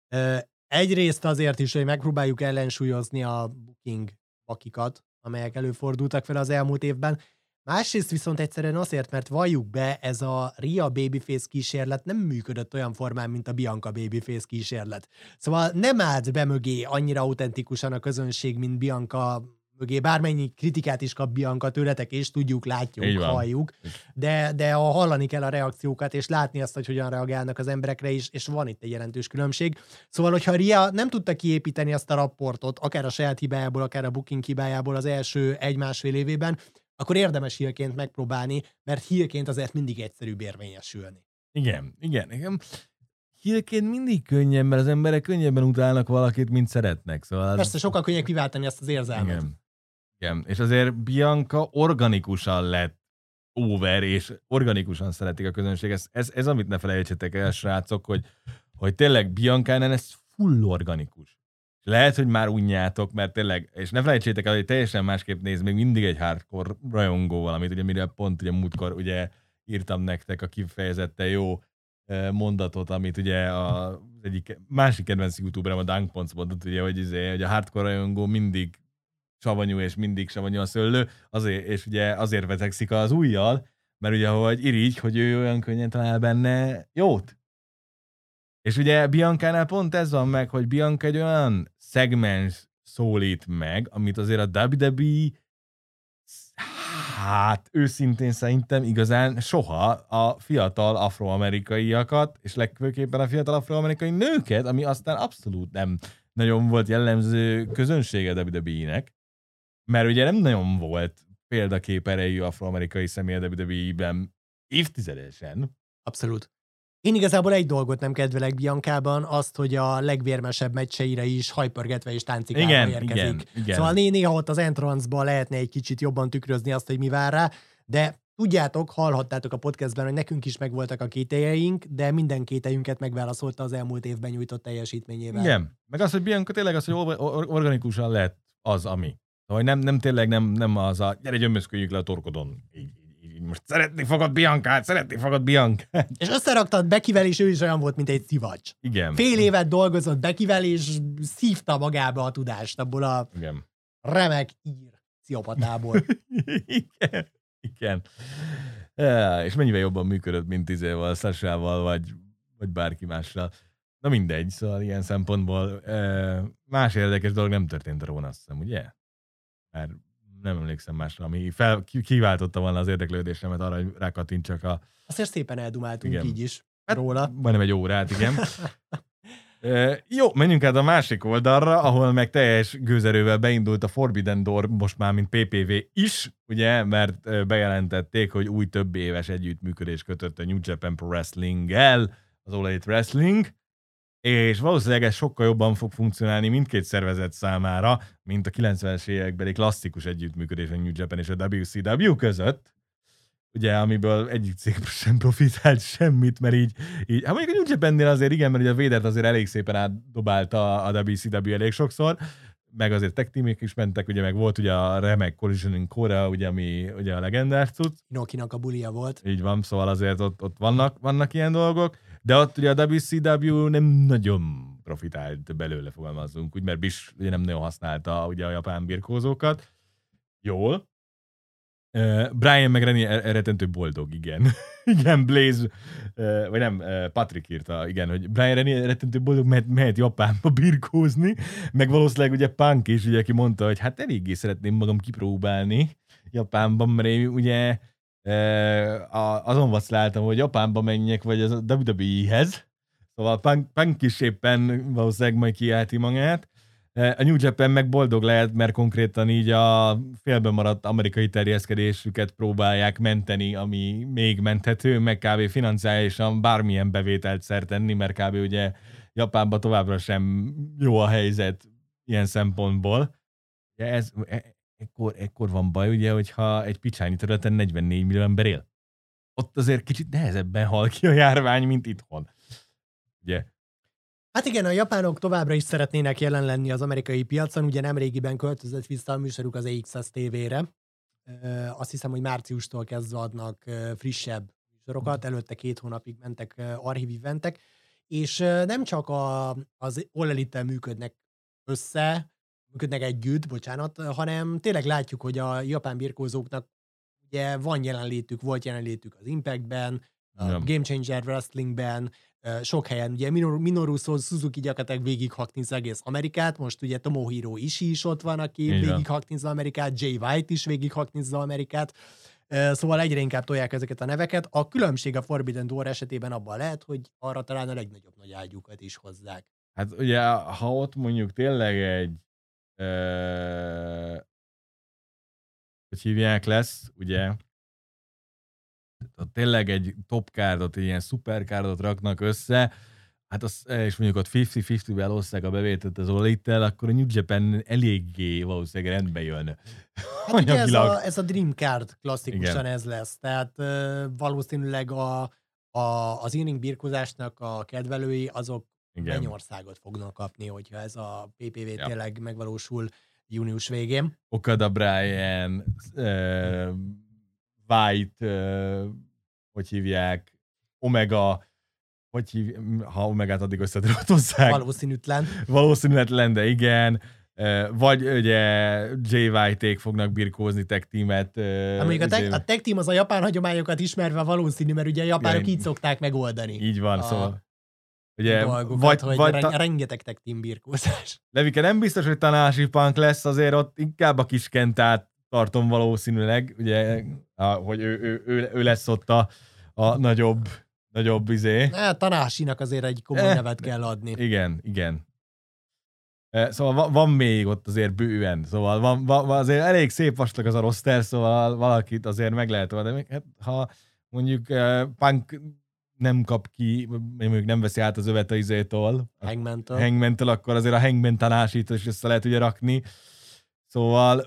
Egyrészt azért is, hogy megpróbáljuk ellensúlyozni a booking bakikat, amelyek előfordultak fel az elmúlt évben. Másrészt viszont egyszerűen azért, mert valljuk be, ez a Rhea babyface kísérlet nem működött olyan formán, mint a Bianca babyface kísérlet. Szóval nem állt be mögé annyira autentikusan a közönség, mint Bianca mögé. Bármennyi kritikát is kap Bianca tőletek, és tudjuk, látjuk, halljuk, de hallani kell a reakciókat, és látni azt, hogy hogyan reagálnak az emberekre is, és van itt egy jelentős különbség. Szóval, hogyha Rhea nem tudta kiépíteni azt a rapportot, akár a saját hibájából, akár a booking hibájából az első 1-1,5 évében, akkor érdemes hírként megpróbálni, mert hírként azért mindig egyszerűbb érvényesülni. Igen. Hírként mindig könnyebb, mert az emberek könnyebben utálnak valakit, mint szeretnek. Szóval persze, sokkal könnyebb kiváltani ezt az érzelmet. Igen. És azért Bianca organikusan lett over, és organikusan szeretik a közönség. Ez amit ne felejtsetek el, srácok, hogy tényleg Biancánál ez full organikus. Lehet, hogy már unjátok, mert tényleg, és ne felejtsétek el, hogy teljesen másképp néz még mindig egy hardcore rajongó valamit, ugye mire pont ugye múltkor ugye írtam nektek a kifejezetten jó mondatot, amit ugye az egyik másik kedvenc youtuberem, a Dunkponc mondott, ugye, hogy a hardcore rajongó mindig savanyú, és mindig savanyú a szőlő, azért, és ugye azért vetekszik az ujjal, mert ugye, hogy irigy, hogy ő olyan könnyen talál benne jót. És ugye Biancánál pont ez van meg, hogy Bianca egy olyan szegmens szólít meg, amit azért a WWE, hát őszintén szerintem igazán soha a fiatal afroamerikaiakat, és legfőképpen a fiatal afroamerikai nőket, ami aztán abszolút nem nagyon volt jellemző közönsége WWE-nek, mert ugye nem nagyon volt példakép erejű afroamerikai személy a WWE-ben évtizedesen. Abszolút. Én igazából egy dolgot nem kedvelek Biancában, azt, hogy a legvérmesebb meccseire is hajpörgetve és táncikálva érkezik. Igen. Szóval néha ott az entrance-ban lehetne egy kicsit jobban tükrözni azt, hogy mi vár rá, de tudjátok, hallhattátok a podcastben, hogy nekünk is megvoltak a kételjeink, de minden kételjünket megválaszolta az elmúlt évben nyújtott teljesítményével. Igen. Meg az, hogy Bianca tényleg az, hogy organikusan lett az, ami. Szóval nem tényleg nem az a gyere, gyömözködjük le a torkodon. Így most szeretni fogod Biancát. És összeraktad Beckyvel, és ő is olyan volt, mint egy szivacs. Igen. Fél évet dolgozott Beckyvel, és szívta magába a tudást abból a remek ír pszichopatából. Igen. És mennyivel jobban működött, mint 10 évvel a Sasával, vagy bárki mással. Na mindegy, szóval ilyen szempontból más érdekes dolog nem történt a Róna, azt hiszem, ugye? Mert nem emlékszem másra, ami kiváltotta volna az érdeklődésemet arra, hogy rákattintsak a... Azért szépen eldumáltunk így is róla. Majdnem egy órát, igen. Jó, menjünk át a másik oldalra, ahol meg teljes gőzerővel beindult a Forbidden Door, most már mint PPV is, ugye, mert bejelentették, hogy új több éves együttműködés kötött a New Japan Pro Wrestling-el, az All Elite Wrestling, és valószínűleg ez sokkal jobban fog funkcionálni mindkét szervezet számára, mint a 90-es évekbeli klasszikus együttműködés a New Japan és a WCW között, ugye, amiből egyik cég sem profitált semmit, mert így hát mondjuk a New Japannél azért igen, mert ugye a Védert azért elég szépen átdobálta a WCW elég sokszor, meg azért tech teamek is mentek, ugye meg volt ugye a remek Collision Core, ugye, ami ugye a legendás cucc. Inokinak a bulia volt. Így van, szóval azért ott vannak ilyen dolgok, de ott ugye a WCW nem nagyon profitált belőle, fogalmazzunk, úgy, mert Bish ugye nem nagyon használta ugye a japán birkózókat. Jól. Brian meg Rennie eredetentő boldog, igen. Igen, Blaze, vagy nem, Patrick írta, igen, hogy Brian Rennie eredetentő boldog, mehet Japánba birkózni, meg valószínűleg ugye Punk is, ugye, aki mondta, hogy hát eléggé szeretném magam kipróbálni Japánban, mert én ugye azon vaciláltam, hogy Japánba menjek, vagy az WWE-hez. Szóval Punk is éppen valószínűleg majd kiállti magát. A New Japan meg boldog lehet, mert konkrétan így a félben maradt amerikai terjeszkedésüket próbálják menteni, ami még menthető, meg kb. Financiálisan bármilyen bevételt szertenni, mert kb. Ugye Japánban továbbra sem jó a helyzet ilyen szempontból. Ekkor van baj, ugye, hogyha egy picsányi területen 44 millió ember él. Ott azért kicsit nehezebben hal ki a járvány, mint itthon. Ugye? Hát igen, a japánok továbbra is szeretnének jelen lenni az amerikai piacon, ugye nemrégiben költözött vissza a műsoruk az AXS TV-re. Azt hiszem, hogy márciustól kezdve adnak frissebb műsorokat, előtte 2 hónapig mentek archív eventek, és nem csak az All Elite-tel működnek együtt, hanem tényleg látjuk, hogy a japán birkózóknak ugye volt jelenlétük az Impactben, a Game Changer Wrestlingben, sok helyen, ugye Minoru Suzuki gyakorlatilag végighaknizza egész Amerikát, most ugye Tomohiro Ishii is ott van, aki végighaknizza Amerikát, Jay White is végighaknizza Amerikát, szóval egyre inkább tolják ezeket a neveket. A különbség a Forbidden Door esetében abban lehet, hogy arra talán a legnagyobb nagy ágyúkat is hozzák. Hát ugye, ha ott mondjuk tényleg egy hogy hívják lesz, ugye, tényleg egy top cardot, egy ilyen szuper cardot raknak össze, hát és mondjuk ott 50-50-vel osszák a bevételt az All Elite-tel, akkor a New Japan eléggé valószínűleg rendbe jön. Hát ugye ez a Dream Card klasszikusan igen. Ez lesz, tehát valószínűleg az inning birkózásnak a kedvelői, azok Mennyországot fognak kapni, hogyha ez a PPV tényleg megvalósul június végén. Okada, Bryan, White, hogy hívják, Omega, ha Omegát addig összedrotozzák. Valószínűtlen, de igen. Vagy ugye Jay White-ék fognak birkózni tech teamet. Mondjuk a tech team az a japán hagyományokat ismerve valószínű, mert ugye a japánok így szokták megoldani. Így van, szóval. Ugye, vagy rengeteg tech team birkózás. Levike, nem biztos, hogy Tanahashi Punk lesz, azért ott inkább a kis Kentát tartom valószínűleg, ugye, hogy ő lesz ott a nagyobb izé. Tanahashinak azért egy komoly nevet kell adni. Igen. Szóval van még ott azért bőven, szóval van azért elég szép vastag az a roster, szóval valakit azért meg lehet volna, de hát, ha mondjuk Punk nem kap ki, mondjuk nem veszi át az övet a izétól, Hangman-től, akkor azért a Hangman tanásít, és össze lehet ugye rakni. Szóval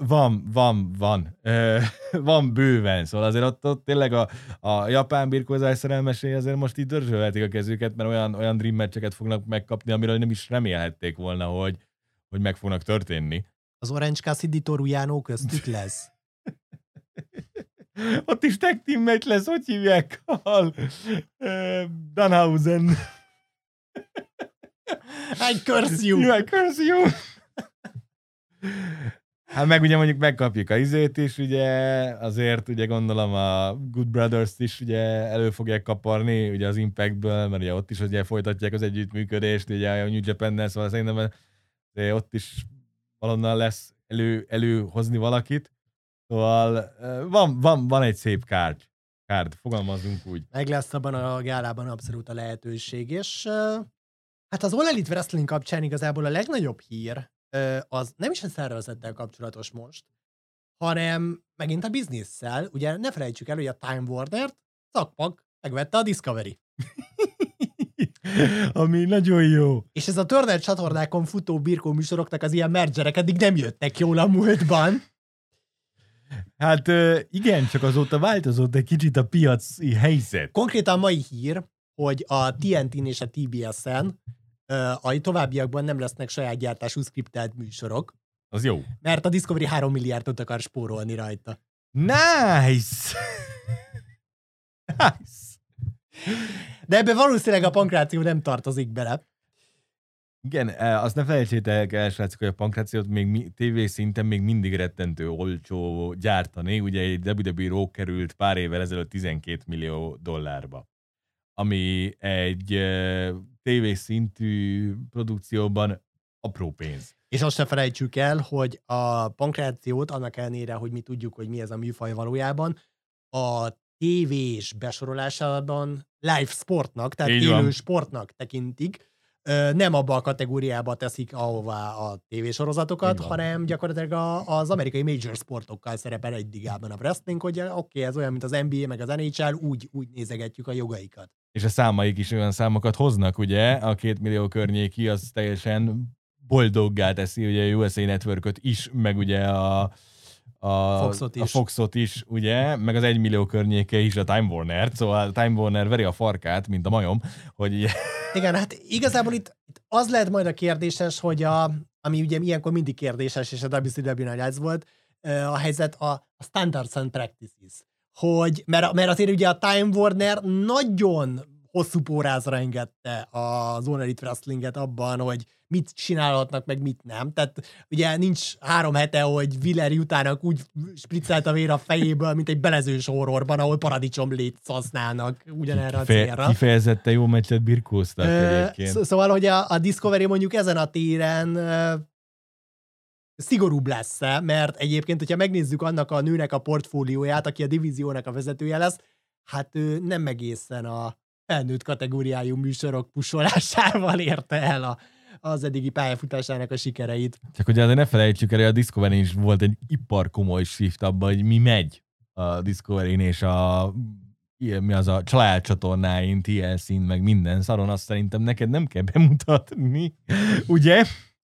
van bőven, szóval azért ott tényleg a japán birkózás szerelmesei azért most így dörzsölhetik a kezüket, mert olyan dream matcheket fognak megkapni, amiről nem is remélhették volna, hogy meg fognak történni. Az Orange Cassidy Torujano köztük lesz. Ott is tag team match lesz, hogy hívják? Danhausen. I curse you! I curse you! Hát meg ugye mondjuk megkapjuk a izét is, ugye azért ugye gondolom a Good Brothers-t is ugye elő fogják kaparni, ugye az Impactből, mert ugye ott is ugye folytatják az együttműködést, ugye a New Japan-nel, szóval szerintem ott is valonnan lesz előhozni valakit. Szóval van egy szép kárd, fogalmazunk úgy. Meg lesz abban a gálában abszolút a lehetőség, és hát az All Elite Wrestling kapcsán igazából a legnagyobb hír az nem is a szervezettel kapcsolatos most, hanem megint a bizniszsel. Ugye ne felejtsük el, hogy a Time Warner-t szakpak megvette a Discovery. Ami nagyon jó. És ez a Turner csatornákon futó birkó műsoroknak az ilyen mergerek eddig nem jöttek jól a múltban. Hát igen, csak azóta változott egy kicsit a piaci helyzet. Konkrétan mai hír, hogy a TNT-n és a TBS-en a továbbiakban nem lesznek saját gyártású skriptelt műsorok. Az jó. Mert a Discovery 3 milliárdot akar spórolni rajta. Nice! Nice! De ebben valószínűleg a pankráció nem tartozik bele. Igen, azt ne felejtsétek el, srácok, hogy a pankrációt még TV szinten még mindig rettentő olcsó gyártani. Ugye egy WWE Raw került pár évvel ezelőtt $12 millió, ami egy TV szintű produkcióban apró pénz. És azt se felejtsük el, hogy a pankrációt, annak ellenére, hogy mi tudjuk, hogy mi ez a műfaj valójában, a tévés besorolásában live sportnak, tehát élő sportnak tekintik, nem abba a kategóriába teszik ahová a tévésorozatokat, hanem gyakorlatilag az amerikai major sportokkal szerepel egy ligában a wrestling, hogy oké, ez olyan, mint az NBA, meg az NHL, úgy nézegetjük a jogaikat. És a számaik is olyan számokat hoznak, ugye, a 2 millió környéki, az teljesen boldoggá teszi, ugye a USA Networköt is, meg ugye a Foxot is, ugye, meg az 1 millió környéke is a Time Warner-t, szóval a Time Warner veri a farkát, mint a majom, hogy ugye... Igen, hát igazából itt az lehet majd a kérdéses, hogy ami ugye ilyenkor mindig kérdéses, és a WCW-nál ez volt, a helyzet a Standards and Practices, hogy, mert azért ugye a Time Warner nagyon hosszú pórázra engedte az All Elite Wrestlinget abban, hogy mit csinálhatnak, meg mit nem. Tehát ugye nincs 3 hete, hogy Willer Jutának úgy spriccelt a vér a fejéből, mint egy belezős horrorban, ahol paradicsomlét használnak ugyanerre a célra. Kifejezetten jó meccset birkóztak egyébként. Szóval, hogy a Discovery mondjuk ezen a téren szigorúbb lesz, mert egyébként, hogyha megnézzük annak a nőnek a portfólióját, aki a divíziónak a vezetője lesz, hát ő nem egészen a felnőtt kategóriájú műsorok pusolásával érte el az eddigi pályafutásának a sikereit. Csak ugye azért ne felejtsük el, hogy a Discovery is volt egy ipar komoly shift abban, hogy mi megy a Discovery-n és a családcsatornáin, TLC-n, meg minden szaron, azt szerintem neked nem kell bemutatni. Ugye?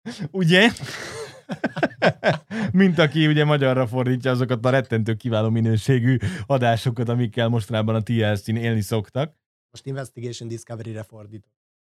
Mint aki ugye magyarra fordítja azokat a rettentő kiváló minőségű adásokat, amikkel mostanában a TLC-n élni szoktak. Most Investigation Discovery-re fordítom.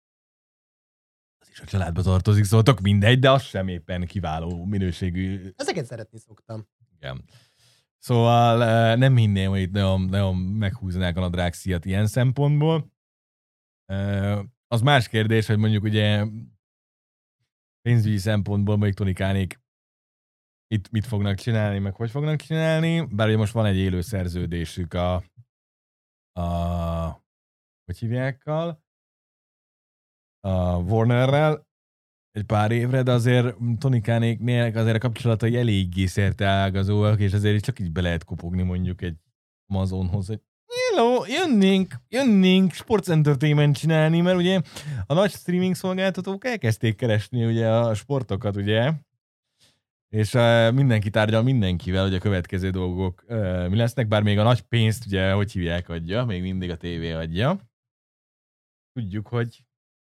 Az is a családba tartozik, szóval tök mindegy, de az sem éppen kiváló minőségű. Ezeket szeretni szoktam. Igen. Szóval nem hinném, hogy itt nagyon meghúznák a nadrágszíjat ilyen szempontból. Az más kérdés, hogy mondjuk ugye pénzügyi szempontból mondjuk Tonikánék itt mit fognak csinálni, meg hogy fognak csinálni, bár ugye most van egy élő szerződésük hogy hívjákkal? A Warnerrel egy pár évre, de azért Tonikánéknél azért a kapcsolatai eléggé szerteágazóak, és azért csak így be lehet kopogni mondjuk egy Amazonhoz, hogy hello, jönnénk Sports Entertainment csinálni, mert ugye a nagy streaming szolgáltatók elkezdték keresni ugye a sportokat, ugye, és mindenki tárgyal mindenkivel, hogy a következő dolgok mi lesznek, bár még a nagy pénzt ugye, hogy hívják, adja, még mindig a tévé adja. Tudjuk, hogy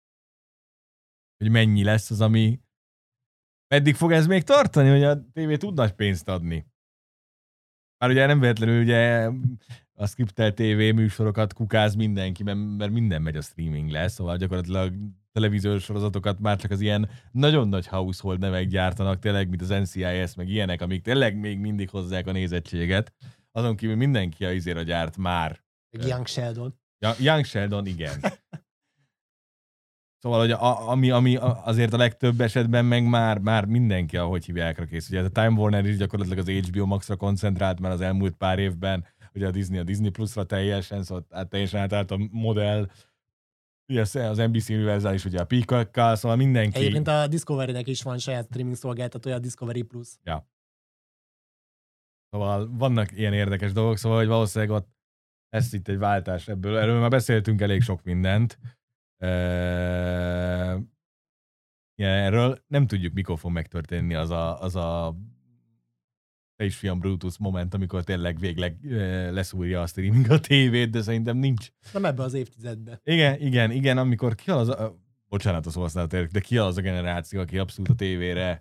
mennyi lesz az, ami meddig fog ez még tartani, hogy a tévé tud nagy pénzt adni. Már ugye nem véletlenül ugye a scriptelt TV műsorokat kukáz mindenki, mert minden megy a streaming lesz, szóval gyakorlatilag televíziós sorozatokat már csak az ilyen nagyon nagy household nevek gyártanak, tényleg, mint az NCIS, meg ilyenek, amik tényleg még mindig hozzák a nézettséget. Azon kívül mindenki a izére gyárt már. Young Sheldon. Young Sheldon, igen. Szóval, hogy ami azért a legtöbb esetben meg már mindenki, ahogy hívjákra készül. Ugye a Time Warner is gyakorlatilag az HBO Max-ra koncentrált, mert az elmúlt pár évben ugye a Disney Plus-ra teljesen, szóval teljesen átállt a modell. Ugye az NBC Universal is ugye a Peacock-kal, szóval mindenki... Egyébként a Discovery-nek is van saját streaming szolgáltatója, a Discovery Plus. Ja. Szóval vannak ilyen érdekes dolgok, szóval hogy valószínűleg ott lesz itt egy váltás ebből. Erről már beszéltünk elég sok mindent. Erről nem tudjuk, mikor fog megtörténni az a te is fiam Brutus moment, amikor tényleg végleg leszúrja a streaming a tévét, de szerintem nincs. Nem ebbe az évtizedben. Igen, amikor ki az bocsánat a szóhasználatért, de ki az a generáció, aki abszolút a tévére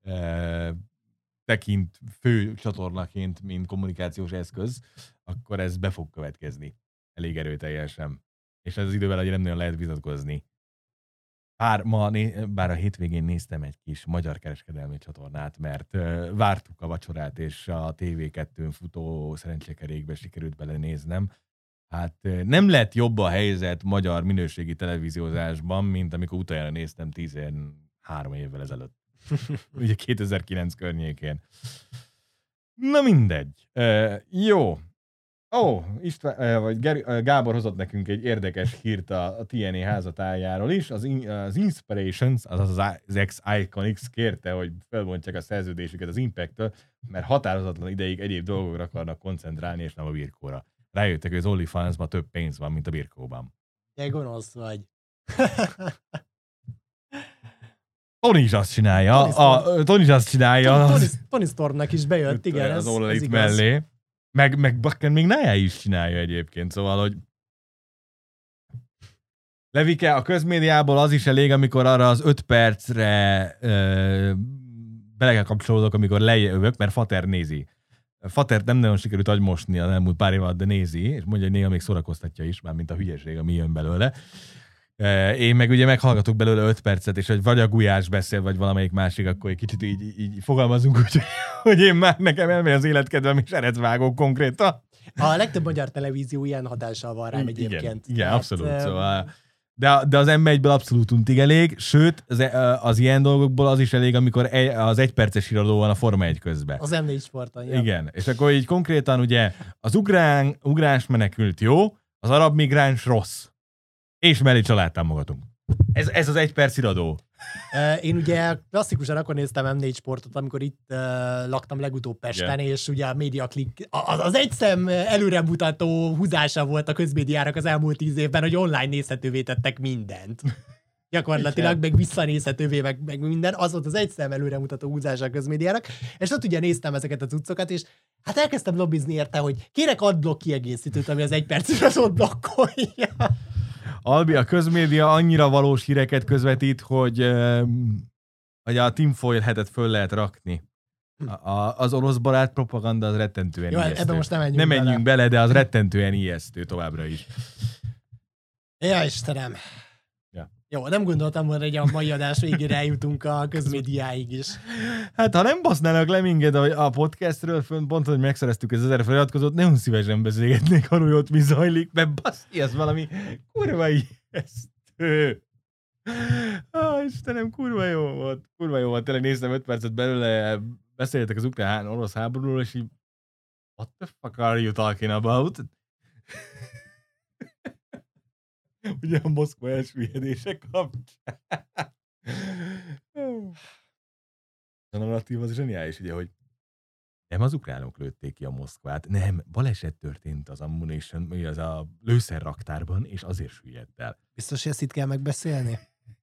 tekint fő csatornaként, mint kommunikációs eszköz, akkor ez be fog következni elég erőteljesen. És ez az idővel ugye nem nagyon lehet vitatkozni. Bár a hétvégén néztem egy kis magyar kereskedelmi csatornát, mert vártuk a vacsorát, és a TV2-n futó szerencsékerékbe sikerült belenéznem. Hát nem lett jobb a helyzet magyar minőségi televíziózásban, mint amikor utoljára néztem 13 évvel ezelőtt. Ugye 2009 környékén. Na mindegy. Jó. Gábor hozott nekünk egy érdekes hírt a TNA házatájáról is. Az Inspirations, azaz az ex-Iconics kérte, hogy felbontják a szerződésüket az Impact-től, mert határozatlan ideig egyéb dolgokra akarnak koncentrálni, és nem a birkóra. Rájöttek, hogy az OnlyFans-ban több pénz van, mint a birkóban. Te gonosz vagy. Tony is azt csinálja. Tony Stormnak is bejött, igen. Az All Elite mellé. Meg Bakken még Nia is csinálja egyébként, szóval, hogy Levike, a közmédiából az is elég, amikor arra az 5 percre bele kapcsolódok, amikor lejövök, mert Fater nézi. Fatert nem nagyon sikerült agymosni az elmúlt pár év alatt, de nézi, és mondja, hogy néha még szórakoztatja is, már mint a hülyeség, ami jön belőle. Én meg ugye meghallgatok belőle 5 percet, és hogy vagy a Gulyás beszél, vagy valamelyik másik, akkor egy kicsit így fogalmazunk, hogy én már nekem elmegy az életkedvem, és eredvágok konkrétan. A legtöbb magyar televízió ilyen hatással van rám egyébként. Igen, abszolút. Szóval, de az M1-ből abszolút untig elég, sőt, az ilyen dolgokból az is elég, amikor az 1 perces híradó van a Forma 1 közben. Az M4 Sporton, ja. Igen, és akkor így konkrétan ugye az ugrás menekült jó, az arab migráns rossz. És mellé családtámogatunk. Ez az 1 perc iradó. Én ugye klasszikusan akkor néztem M4 Sportot, amikor itt laktam legutóbb Pesten, yeah. És ugye a MediaClick, az egyszem előremutató húzása volt a közmédiának az elmúlt 10 évben, hogy online nézhetővé tettek mindent. Gyakorlatilag, meg visszanézhetővé, meg minden. Az volt az egyszem előremutató húzása a közmédiának. És ott ugye néztem ezeket a cuccokat, és hát elkezdtem lobbizni érte, hogy kérek adblock kiegészítőt, ami az 1 percre az blokkolja. Albi, a közmédia annyira valós híreket közvetít, hogy a tinfoil hetet föl lehet rakni. Az orosz barát propaganda az rettentően ijesztő. Ebben most nem menjünk bele, de az rettentően ijesztő továbbra is. Ja, Istenem. Ja. Jó, nem gondoltam volna, hogy a mai adás végére eljutunk a közmédiáig is. Hát, ha nem basznának le minket a podcastről, pont, hogy megszereztük ez 1000 feliratkozót, nagyon szívesen beszélgetnék arról, hogy ott mi zajlik, mert baszi, ez valami kurva ijesztő. Istenem, kurva jó volt. Tényleg néztem 5 percet belőle, beszéltek az ukrán-orosz háborúról, és így what the fuck are you talking about? Ugye a Moszkva elsüllyedése kapcsán. A narratív az zseniális, ugye, hogy Nem az ukránok lőtték ki a Moszkvát, nem, baleset történt az ammunition, az a lőszerraktárban, és azért süllyedt el. Biztos, hogy ezt itt kell megbeszélni?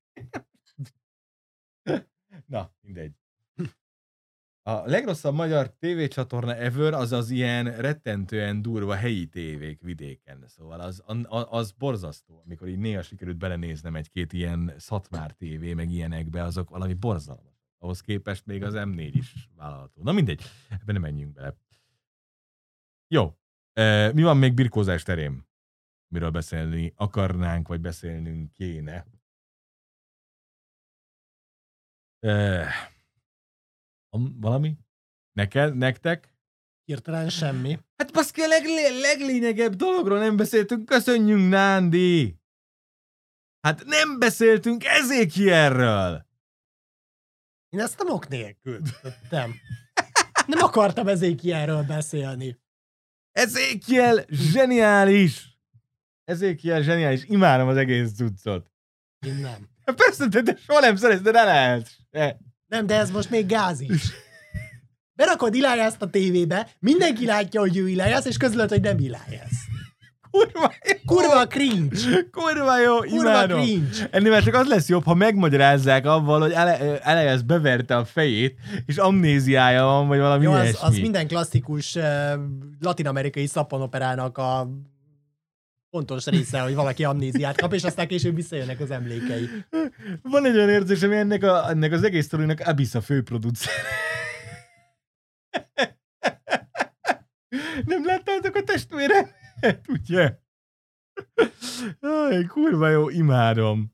Na, mindegy. A legrosszabb magyar tévécsatorna ever az ilyen rettentően durva helyi tévék vidéken. Szóval az borzasztó, amikor így néha sikerült belenéznem egy-két ilyen Szatmár tévé, meg ilyenekbe, azok valami borzalmas. Ahhoz képest még az M4 is vállalható. Na mindegy, ebben nem menjünk bele. Jó. Mi van még birkózás terén? Miről beszélni akarnánk, vagy beszélnünk kéne? Valami? Nektek? Hirtelen semmi. Hát baszki, a leglényegebb dologról nem beszéltünk, köszönjünk, Nándi! Hát nem beszéltünk Ezékielről! Én ezt nem ok nélkül tettem. Nem akartam Ezékielről beszélni. Ezékiel zseniális! Ezékiel zseniális, imádom az egész cuccot. Én nem. Persze, de soha nem szeretsz, de ne lehet. Nem, de ez most még gáz is. Berakod Eliaszt a tévébe, mindenki látja, hogy ő Elias, és közülött, hogy nem Elias. Kurva jó. Kurva cringe. Kurva jó, imádom. Cringe. Ennél már csak az lesz jobb, ha megmagyarázzák avval, hogy Elias beverte a fejét, és amnéziája van, vagy valami ilyesmi. Az minden klasszikus latin-amerikai szappanoperának a fontos része, hogy valaki amnéziát kap, és aztán később visszajönnek az emlékei. Van egy olyan érzésem, hogy ennek az egész sztorinak Abyss a főproducer. Nem láttátok a testvérem? Ugye? Aj, kurva jó, imádom.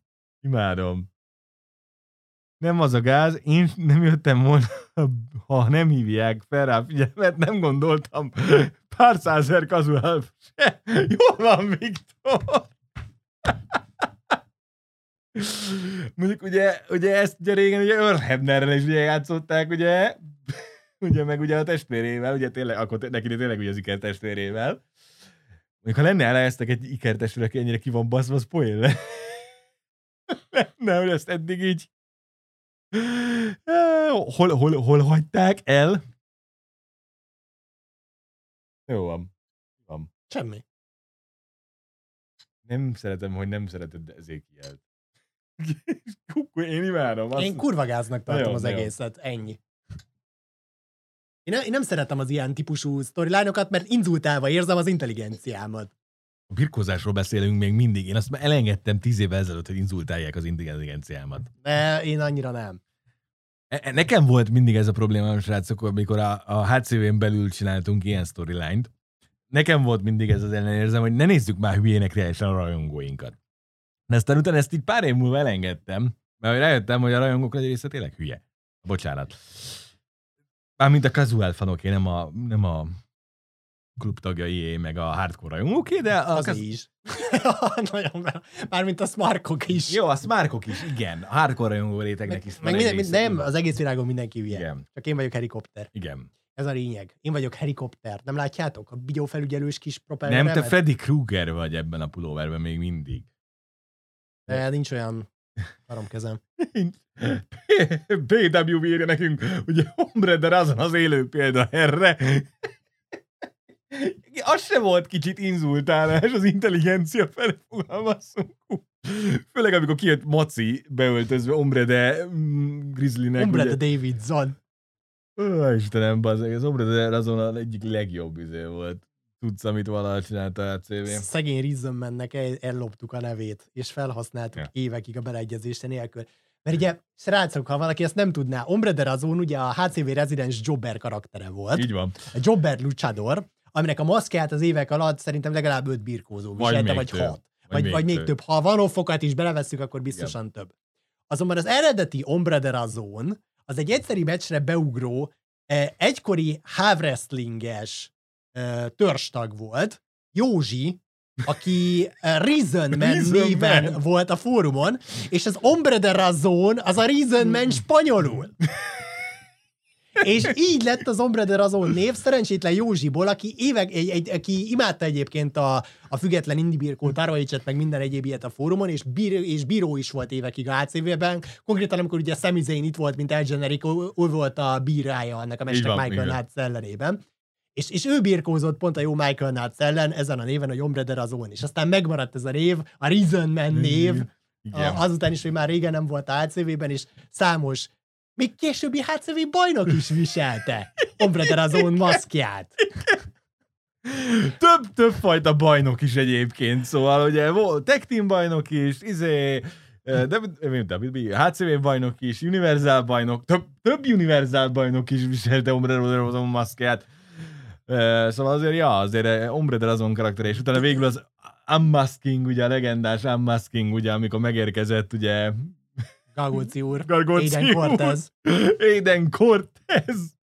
Nem az a gáz, én nem jöttem volna, ha nem hívják fel rá figyelmet, nem gondoltam pár százer kazuál se. Jól van, Viktor! Mondjuk ugye ezt ugye régen ugye Earl Hebnerrel is ugye játszották, ugye meg ugye a testvérével, ugye tényleg, akkor neki tényleg ugye az ikertestvérével. Mondjuk, ha lenne elejeztek egy ikertestvére, aki ennyire ki van baszva, az poén le. Nem, hogy ezt eddig így. Hol hagyták el? Jó van. Semmi. Nem szeretem, hogy nem szereted Ezékielt. Én imádom. Én kurva gáznak tartom az egészet. Ennyi. Én nem szeretem az ilyen típusú storyline-okat, mert inzultálva érzem az intelligenciámat. A birkózásról beszélünk még mindig. Én azt már elengedtem 10 évvel ezelőtt, hogy inzultálják az intelligenciámat. De én annyira nem. Nekem volt mindig ez a problémám, srácok, amikor a HCV-n belül csináltunk ilyen storyline-t. Nekem volt mindig ez az ellenérzem, hogy ne nézzük már hülyének reálisan a rajongóinkat. De aztán utána ezt így pár év múlva elengedtem, mert rájöttem, hogy a rajongók egy része tényleg hülye. Bocsánat. Mármint a casual fanoké, nem a klub tagjai, meg a hardcore rajongóké, de az is. Nagyon, mármint a smarkok is. Jó, a smarkok is, igen. A hardcore rajongó rétegnek is van egy része. Nem, az egész világon mindenki hülye. Igen. Csak én vagyok helikopter. Igen. Ez a lényeg. Én vagyok helikopter. Nem látjátok? A bigyófelügyelős kis propelleremet? Nem, te Freddy Krueger vagy ebben a pulóverben még mindig. De nincs olyan karomkezem. BW írja nekünk, ugye Hombre de Razon az élő példa erre. Az se volt kicsit inzultálás az intelligencia felé, fogalmazzunk. Főleg amikor kijött Maci beöltözve Hombre de Grizzlynek. Hombre de Davidson. Istenem, bazdmeg, az Hombre de Razon az egyik legjobb izé volt. Tudsz, amit valaha csinálta a CV. Szegény Rizzenmennek elloptuk a nevét, és felhasználtuk évekig a beleegyezése nélkül. Mert ugye, srácok, ha valaki ezt nem tudná, Hombre de Razon ugye a HCV Residence Jobber karaktere volt. Így van. A Jobber luchador, aminek a maszkját az évek alatt szerintem legalább 5 birkózó viselte, vagy 6. Vagy még több. Ha van offokat is belevesszük, akkor biztosan több. Azonban az eredeti Hombre de Razon az egy egyszeri meccsre beugró, egykori Havwrestlinges törstag volt, Józsi, aki Reason Man néven volt a fórumon, és az Hombre de Razon az a Reason Man spanyolul. És így lett az Ombre de Razón név szerencsétlen Józsiból, aki aki imádta egyébként a független indie birkót, Arvaidzset, meg minden egyéb ilyet a fórumon, és bíró is volt évekig a HCV-ben. Konkrétan, amikor ugye Sami Zayn itt volt, mint El Generico, ő volt a bírája annak a mestek Michael Nuts ellenében. És ő birkózott pont a jó Michael Nuts ellen ezen a néven, a Ombre de Razón. És aztán megmaradt ez a név, a Reason Man név, azután is, hogy már régen nem volt a HCV-ben, és számos, még későbbi HCV bajnok is viselte Ombre de Razón maszkját. Több fajta bajnok is egyébként, szóval ugye volt tag team bajnok is, HCV bajnok is, Universal bajnok, több Universal bajnok is viselte Ombre de Razón maszkját. Szóval azért Ombre de Razón karakter, és utána végül az Unmasking, ugye a legendás Unmasking, ugye amikor megérkezett, ugye Gargóci úr. Aiden Cortez.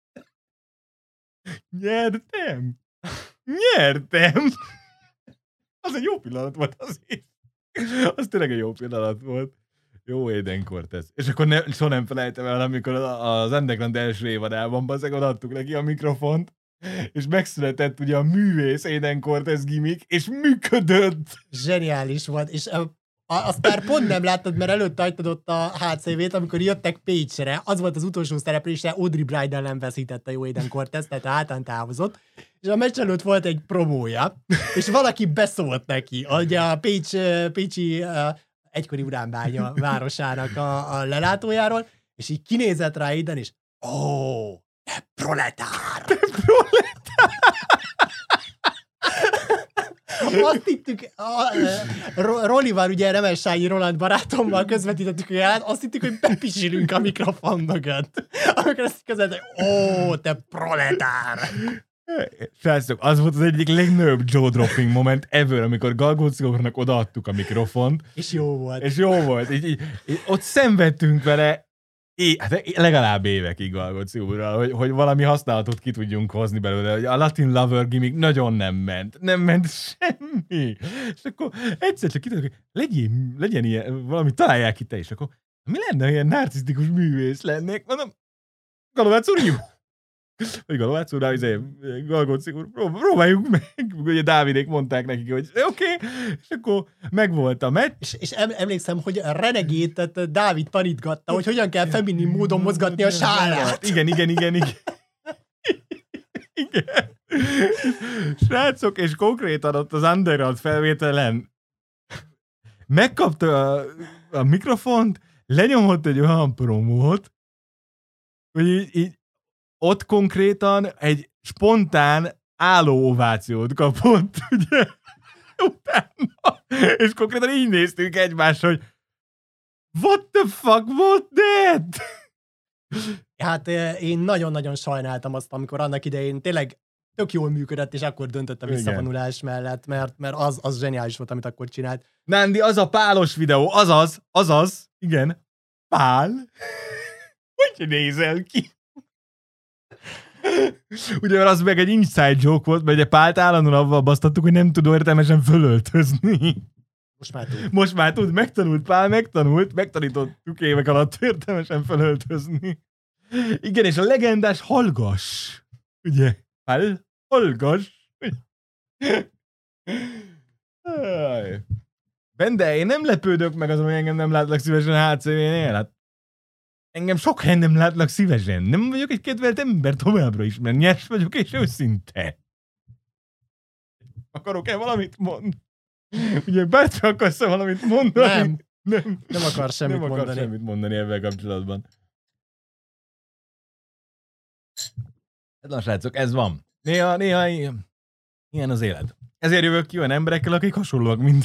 Nyertem. Az egy jó pillanat volt azért. Az tényleg egy jó pillanat volt. Jó Aiden Cortez. És akkor soha nem felejtem el, amikor az Underground első évadában odaadtuk neki a mikrofont, és megszületett ugye a művész Aiden Cortez gimmick, és működött. Zseniális volt, és azt már pont nem láttad, mert előtt hagytad ott a HCV-t, amikor jöttek Page-re, az volt az utolsó szereplése, Audrey Bride ellen veszítette jó Aiden Cortez, tehát hátán távozott, és a meccs előtt volt egy promója, és valaki beszólt neki, ugye a Pécsi egykori Uránbánya városának a lelátójáról, és így kinézett rá Aiden, és te proletár! Te proletár! Azt hittük, Rolival, ugye Remensányi Roland barátommal közvetítettük a jelent, azt hittük, hogy bepisilünk a mikrofon mögött. Amikor ezt között, hogy te proletár! Srácok, az volt az egyik legnagyobb jaw-dropping moment ever, amikor Galgóci úrnak odaadtuk a mikrofont. És jó volt. Így, ott szenvedtünk vele, legalább évekig Galgóci úrral, hogy valami használatot ki tudjunk hozni belőle, hogy a Latin Lover gimmick nagyon nem ment semmi. És akkor egyszer csak kitudjuk, hogy legyen ilyen, valami találják ki te is, akkor mi lenne, ha ilyen narcisztikus művész lennék? Mondom, Galovác úr, jó. Vagy Galovác úr, Galgóci úr, próbáljuk meg. Ugye Dávidék mondták nekik, hogy oké, és akkor megvolt a meccs. És emlékszem, hogy a Renegade-et Dávid tanítgatta, hogy hogyan kell feminin módon mozgatni a sálát. Igen. Srácok, és konkrétan ott az Underground felvételen megkapta a mikrofont, lenyomott egy olyan promót, hogy így ott konkrétan egy spontán álló ovációt kapott, ugye, utána. És konkrétan így néztünk egymásra, hogy what the fuck was that? Hát én nagyon-nagyon sajnáltam azt, amikor annak idején tényleg tök jól működött, és akkor döntött a visszavonulás mellett, mert az zseniális volt, amit akkor csinált. Nándi, az a pálos videó, azaz, igen, Pál. Hogy nézel ki? Ugye, mert az meg egy inside joke volt, mert ugye Pált állandóan avval basztattuk, hogy nem tud értelmesen fölöltözni. Most már tud, megtanult Pál, megtanítottuk évek alatt értelmesen fölöltözni. Igen, és a legendás Hallgass. Ugye? Pál, Hallgass. Bende, én nem lepődök meg azon, hogy engem nem látlak szívesen HCV-nél. Hát engem sok helyen nem látlak szívesen. Nem vagyok egy kedvelt ember továbbra is, mert nyers vagyok és őszinte. Akarok-e valamit mondani? Ugye Bártya akarsz valamit mondani? Nem akar semmit mondani ebben kapcsolatban. Na srácok, ez van. Néha ilyen az élet. Ezért jövök ki olyan emberekkel, akik hasonlóak, mint...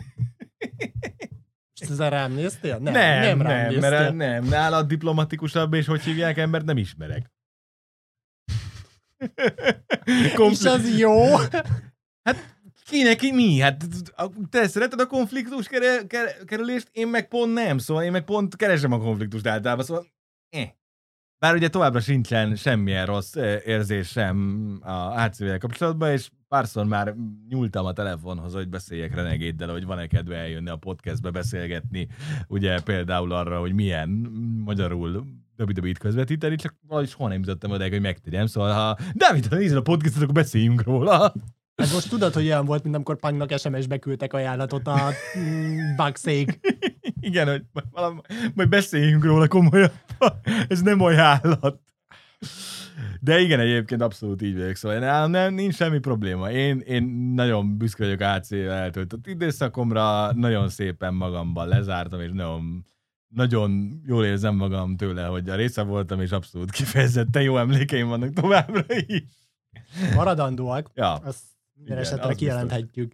Ezzel rám néztél? Nem, mert nem. Nálad diplomatikusabb, és hogy hívják embert, nem ismerek. És az jó? Hát kinek mi? Hát te szereted a konfliktus kerülést, én meg pont nem, szóval én meg pont keresem a konfliktust általában, szóval Bár ugye továbbra sincsen semmilyen rossz érzésem a HCV-vel kapcsolatban, és párszor már nyúltam a telefonhoz, hogy beszéljek Renegade-del, hogy van-e kedve eljönni a podcastbe beszélgetni, ugye például arra, hogy milyen magyarul WWE-t közvetíteni, csak valahogy soha nem jutottam odáig, hogy megtegyem. Szóval ha Dávid, ha nézed a podcastot, akkor beszéljünk róla. Hát most tudod, hogy olyan volt, mint amikor Punknak SMS-be küldtek ajánlatot a Bucksék. Igen, hogy majd beszéljünk róla komolyan. Ez nem ajánlat. De igen, egyébként abszolút így vagyok. Szóval nem, nincs semmi probléma. Én nagyon büszke vagyok AC-vel eltöltött időszakomra, nagyon szépen magamban lezártam, és nagyon jól érzem magam tőle, hogy a része voltam, és abszolút kifejezetten jó emlékeim vannak továbbra is. Maradandóak. Ja. Azt minden esetre kijelenthetjük.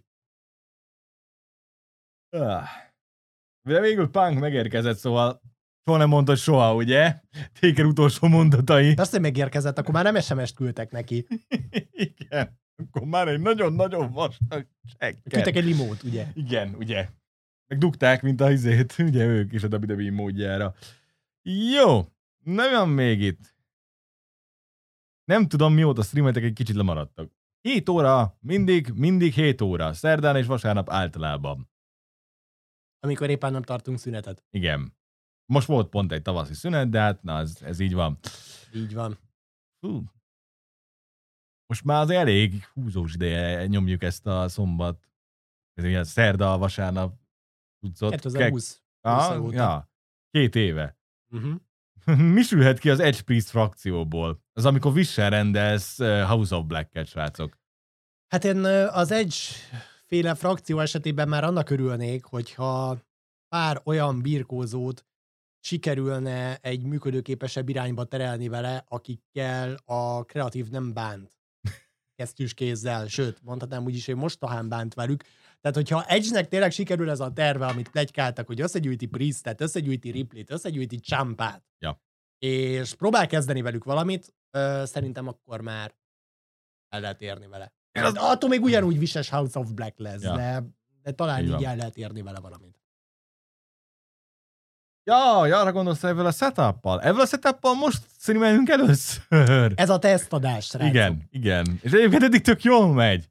De végül Punk megérkezett, szóval soha nem mondtad soha, ugye? Taker utolsó mondatai. Persze, hogy megérkezett, akkor már nem SMS-t küldtek neki. Igen. Akkor már egy nagyon-nagyon vastag csekket. Küldtek egy limót, ugye? Igen, ugye. Megdugták, mint a izét, ugye ők is a WWE módjára. Jó, nem van még itt. Nem tudom, mióta streameltek, egy kicsit lemaradtak. 7 óra, mindig 7 óra. Szerdán és vasárnap általában. Amikor éppen nem tartunk szünetet. Igen. Most volt pont egy tavaszi szünet, de hát na, ez így van. Így van. Hú. Most már az elég húzós ideje nyomjuk ezt a szombat. Ez ugye szerda, vasárnap tudszot. 2020. Ja, 2 éve. Mi sülhet ki az Edge Priest frakcióból? Az amikor visselrendelsz House of Black-et, srácok. Hát én az Edge féle frakció esetében már annak örülnék, hogyha pár olyan birkózót sikerülne egy működőképesebb irányba terelni vele, akikkel a kreatív nem bánt kesztyűs kézzel, sőt, mondhatnám úgy is, hogy mostohán bánt velük. Tehát, hogyha Edge-nek tényleg sikerül ez a terve, amit pletykáltak, hogy összegyűjti Priestet, összegyűjti Ripley-t, összegyűjti Ciampát, ja. És próbál kezdeni velük valamit, szerintem akkor már el lehet érni vele. Attól még ugyanúgy vises House of Black lesz, ja. de talán így el lehet érni vele valamit. Ja, arra gondolsz ezzel a setup-pal. Ezzel a setup-pal most streamelünk először. Ez a tesztadás, srácok. Igen. És egyébként eddig tök jól megy.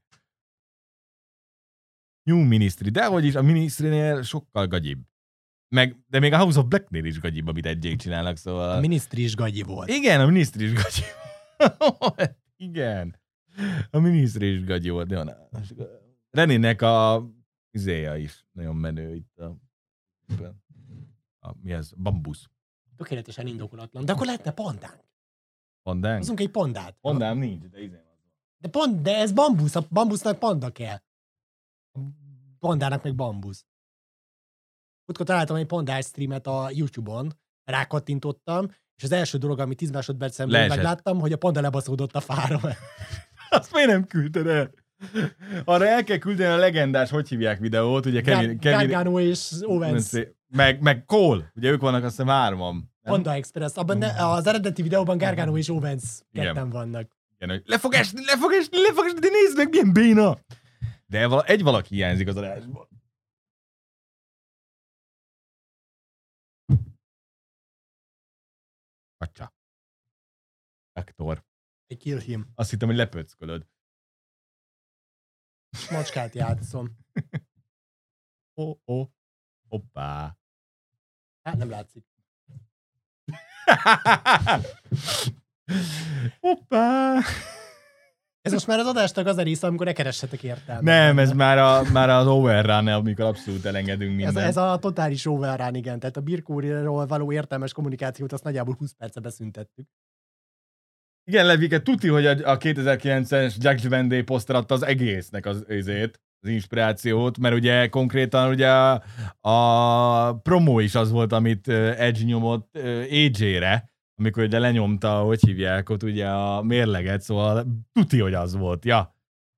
New Ministry, de hogy is a Ministry-nél sokkal gagyibb. De még a House of Black-nél is gagyibb, amit egyék csinálnak, szóval... A Ministry is gagyi volt. Igen, a Ministry is gagyi volt. Igen. A Ministry is gagyi volt. Renének a izéja is nagyon menő itt mi ez? Bambusz. Tökéletesen indokolatlan. De akkor lehetne pandánk. Pandánk? Hozunk egy pandát. Pandám nincs, de izé van. De ez bambusz. A bambusznak panda kell. A pandának meg bambusz. Utkor találtam egy pandás streamet a YouTube-on, rákattintottam, és az első dolog, ami 10 másodpercen megláttam, hogy a panda lebaszódott a fára. Azt miért nem küldted el? Arra el kell küldeni a legendás, hogy hívják videót, ugye Kevin... Gargano és Owens. Meg Cole, ugye ők vannak azt hiszem 3-an. Panda Express. Abban az eredeti videóban Gargano és Owens ketten vannak. Igen, hogy le fog esni, de nézd meg, milyen béna! De egy valaki hiányzik az adásból. Atya. Vektor. I kill him. Azt hittem, hogy lepöckölöd. Macskát játszom. Hoppá. Hát nem látszik. Hoppá. Ez most már az adásnak az a része, amikor ne keressetek értelmet. Nem, ez már az overrun, amikor abszolút elengedünk mindent. Ez a totális overrun, igen. Tehát a birkóriról való értelmes kommunikációt azt nagyjából 20 perce beszüntettük. Igen, Levike, tuti, hogy a 2009-es Judgment Day poszter adta az egésznek az inspirációt, mert ugye konkrétan ugye a promó is az volt, amit Edge nyomott AJ-re, amikor ugye lenyomta, hogy hívják ott ugye a mérleget, szóval tuti, hogy az volt, ja.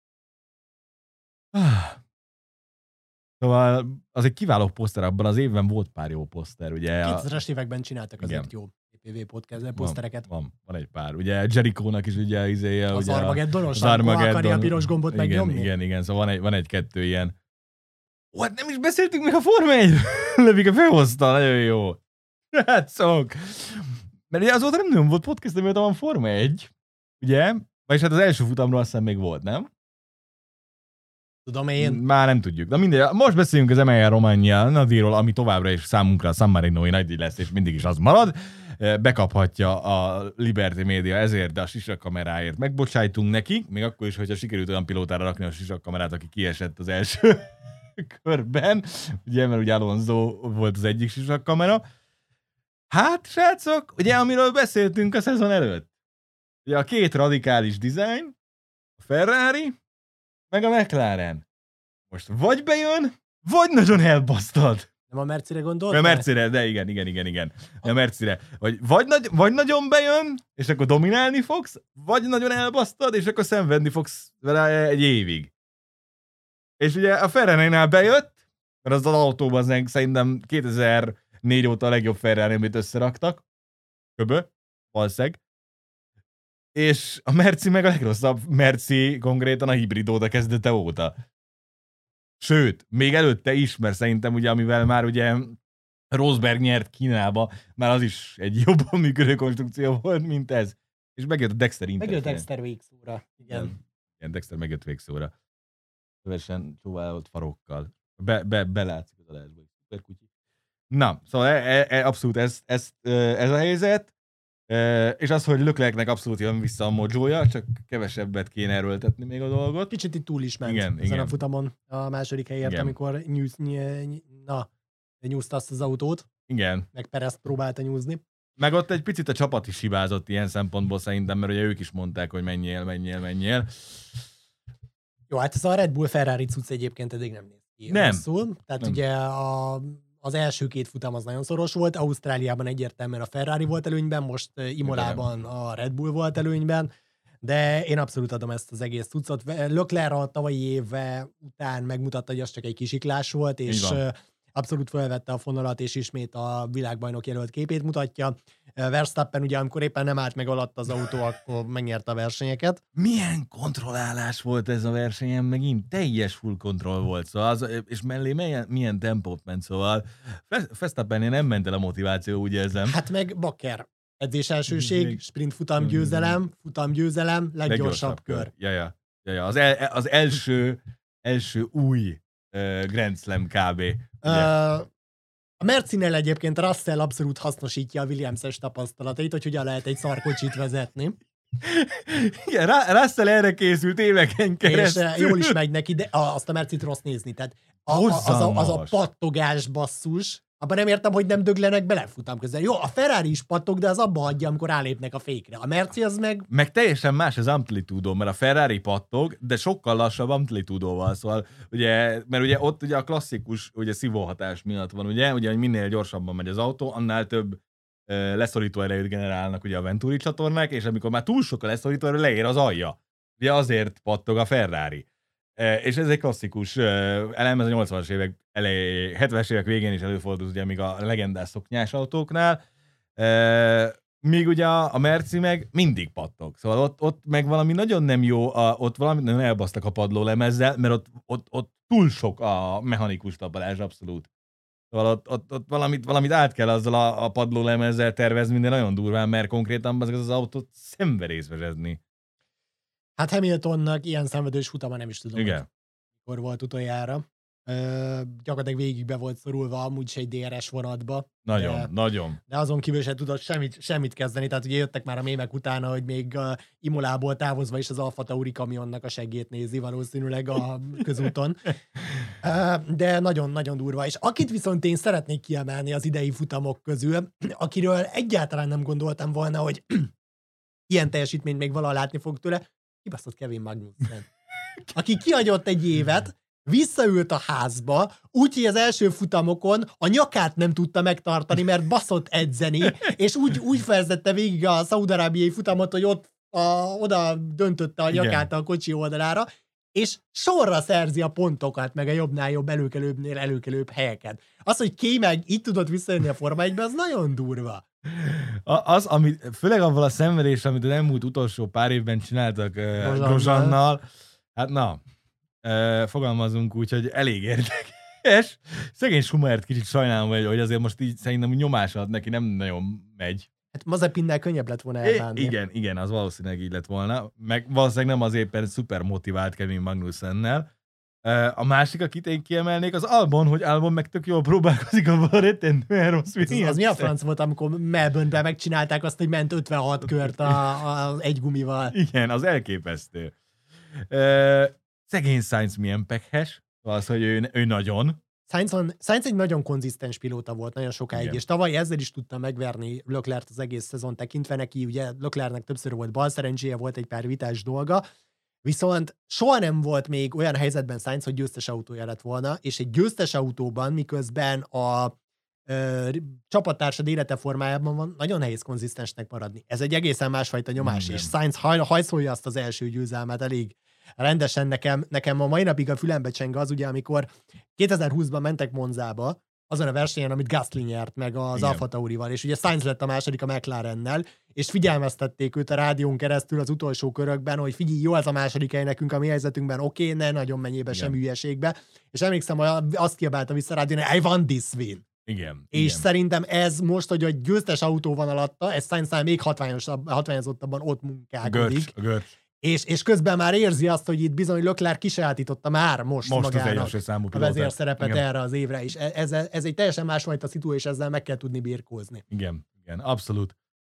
Szóval az egy kiváló poszter, abban az évben volt pár jó poszter, ugye. 2000-es években csináltak azért jó PPV podcast posztereket. Van egy pár. Ugye Jericho-nak is ugye izéje. Az Armageddonos, akkor akarja a piros gombot megnyomni. Igen, szóval van egy-kettő ilyen. Ó, hát nem is beszéltünk még a Forma 1-ről. Levike felhozta, nagyon jó. Hát szok. Mert ugye azóta nem nagyon volt podcast, amióta van Forma 1, ugye? Vagyis hát az első futamról azt hiszem még volt, nem? tudom én. Már nem tudjuk. De mindegy, most beszéljünk az Emilia Romagna Nadiról, ami továbbra is számunkra a San Marinoi nagy lesz, és mindig is az marad. Bekaphatja a Liberty Media ezért, de a sisakkameráért megbocsájtunk neki, még akkor is, hogyha sikerült olyan pilótára rakni a sisakkamerát, aki kiesett az első körben, ugye, mert ugye Alonso volt az egyik sisakkamera. Hát, srácok, ugye, amiről beszéltünk a szezon előtt. Ugye a két radikális design, a Ferrari, meg a McLaren. Most vagy bejön, vagy nagyon elbasztad. Nem a Mercire gondoltál? A Mercire, de igen. A Mercire. Vagy nagyon bejön, és akkor dominálni fogsz, vagy nagyon elbasztad, és akkor szenvedni fogsz vele egy évig. És ugye a Ferrari-nál bejött, mert az autóban szerintem 2004 óta a legjobb Ferrari, amit összeraktak. Valószínűleg. És a Merci meg a legrosszabb Merci konkrétan a hibridóta kezdete óta. Sőt, még előtte is, mert szerintem ugye, amivel már ugye Rosberg nyert Kínába, már az is egy jobban működő konstrukció volt, mint ez. És megjött a Dexter Interference. Megjött Dexter végszóra, igen. Igen, Dexter megjött végszóra. Kövesen csóválolt farokkal. Belátszik az adásba. Na, szóval abszolút ez a helyzet. És az, hogy Leclercnek abszolút jön vissza a mojója, csak kevesebbet kéne erőltetni még a dolgot. Kicsit itt túl is ment ezen a futamon a második helyért, amikor nyúzta azt az autót. Igen. Meg Perezt próbálta nyúzni. Meg ott egy picit a csapat is hibázott ilyen szempontból szerintem, mert ugye ők is mondták, hogy menjél. Jó, hát ez a Red Bull Ferrari cucc egyébként eddig nem néz ki rosszul. Tehát nem. Ugye az első két futam az nagyon szoros volt, Ausztráliában egyértelműen a Ferrari volt előnyben, most Imolában a Red Bull volt előnyben, de én abszolút adom ezt az egész cuccot. Leclerc a tavalyi éve után megmutatta, hogy az csak egy kisiklás volt, és abszolút felvette a fonalat, és ismét a világbajnok jelölt képét mutatja. Verstappen ugye, amikor éppen nem állt meg alatt az autó, akkor megnyerte a versenyeket. Milyen kontrollálás volt ez a versenyen, megint teljes full kontroll volt, szóval és mellé milyen tempót ment, szóval Verstappennél nem ment el a motiváció, úgy érzem. Hát meg Bakker. Edzés elsőség, sprint futam győzelem, leggyorsabb kör. Ja. Az első új Grand Slam kb. A Mercinél egyébként Russell abszolút hasznosítja a Williams-es tapasztalatait, hogy hogyan lehet egy szarkocsit vezetni. Igen, Russell erre készült éveken keresztül. És jól is megy neki, de azt a Mercit rossz nézni. Tehát az a pattogás basszus, abban nem értem, hogy nem döglenek bele futam közben. Jó, a Ferrari is pattog, de az abba hagyja, amikor rálépnek a fékre. A Merci az meg... Meg teljesen más az amplitúdó, mert a Ferrari pattog, de sokkal lassabb amplitúdóval, szóval, ugye, mert ugye ott ugye a klasszikus ugye szívóhatás miatt van, ugye, hogy minél gyorsabban megy az autó, annál több leszorító erejűt generálnak ugye a Venturi csatornák, és amikor már túl sok a leszorító erő, leér az alja. Ugye azért pattog a Ferrari. És ez egy klasszikus elem, ez a 80-as évek elejé, 70-es évek végén is előfordult, ugye még a legendás szoknyás autóknál. Míg ugye a Merci meg mindig pattog. Szóval ott meg valami nagyon nem jó, ott valamit nagyon elbasztak a padlólemezzel, mert ott túl sok a mechanikus tapadás, abszolút. Szóval ott valamit át kell azzal a padlólemezzel tervezni, de nagyon durván, mert konkrétan az autót szenvedészvezezni. Hát Hamiltonnak ilyen szenvedős futama nem is tudom, igen. Mikor volt utoljára. Gyakorlatilag végig be volt szorulva amúgy is egy DRS vonatba. Nagyon. De azon kívül sem tudott semmit kezdeni, tehát ugye jöttek már a mémek utána, hogy még Imolából távozva is az Alfa Tauri kamionnak a seggét nézi valószínűleg a közúton. De nagyon-nagyon durva. És akit viszont én szeretnék kiemelni az idei futamok közül, akiről egyáltalán nem gondoltam volna, hogy ilyen teljesítményt még valaha látni fog tőle, kibaszott Kevin Magnussen. Aki kihagyott egy évet, visszaült a házba, úgyhogy az első futamokon a nyakát nem tudta megtartani, mert baszott edzeni, és úgy fejezette végig a szaúd-arábiai futamot, hogy oda döntötte a nyakát a kocsi oldalára, és sorra szerzi a pontokat, meg a jobbnál jobb előkelőbbnél előkelőbb helyeket. Az, hogy K meg itt tudott visszajönni a Forma 1-be, az nagyon durva. Főleg avval a szenvedés, amit az elmúlt utolsó pár évben csináltak Grosjeannal, hát na, fogalmazunk úgy, hogy elég érdekes. Szegény Schumachert kicsit sajnálom, hogy azért most így szerintem nyomás alatt neki nem nagyon megy. Hát Mazepinnel könnyebb lett volna elbánni. Igen, az valószínűleg így lett volna. Meg valószínűleg nem az éppen szuper motivált Kevin Magnusennel. A másik, akit én kiemelnék, az Albon, hogy Albon meg tök jól próbálkozik a rettentően rossz az mi a franc volt, amikor Melbourne-ben megcsinálták azt, hogy ment 56 kört az egy gumival. Igen, az elképesztő. Szegény Sainz milyen pekhes, az, hogy ő nagyon. Sainz egy nagyon konzisztens pilóta volt nagyon sokáig, igen. És tavaly ezzel is tudta megverni Leclerc az egész szezon tekintve, neki ugye Leclercnek többször volt balszerencséje, volt egy pár vitás dolga, viszont soha nem volt még olyan helyzetben Sainz, hogy győztes autója lett volna, és egy győztes autóban, miközben a csapattársad élete formájában van, nagyon nehéz konzisztensnek maradni. Ez egy egészen másfajta nyomás, és Sainz hajszolja azt az első győzelmet elég rendesen. Nekem a mai napig a fülembe cseng az, ugye, amikor 2020-ban mentek Monzába, azon a versenyen, amit Gasly nyert meg az Alfa Taurival, és ugye Sainz lett a második a McLarennel, és figyelmeztették őt a rádión keresztül az utolsó körökben, hogy figyelj, jó az a második hely nekünk a mi helyzetünkben, oké, ne nagyon menjél sem hülyeségbe. És emlékszem, hogy azt kiabálta vissza a rádión, I want this win. Igen. És szerintem ez most, hogy a győztes autó van alatta, ez Sainznál még hatványozottabban ott munkálkodik. És közben már érzi azt, hogy itt bizony Leclerc kisajátította már most magának a vezérszerepet erre az évre, és ez egy teljesen másfajta szitu, és ezzel meg kell tudni birkózni. Igen, abszolút.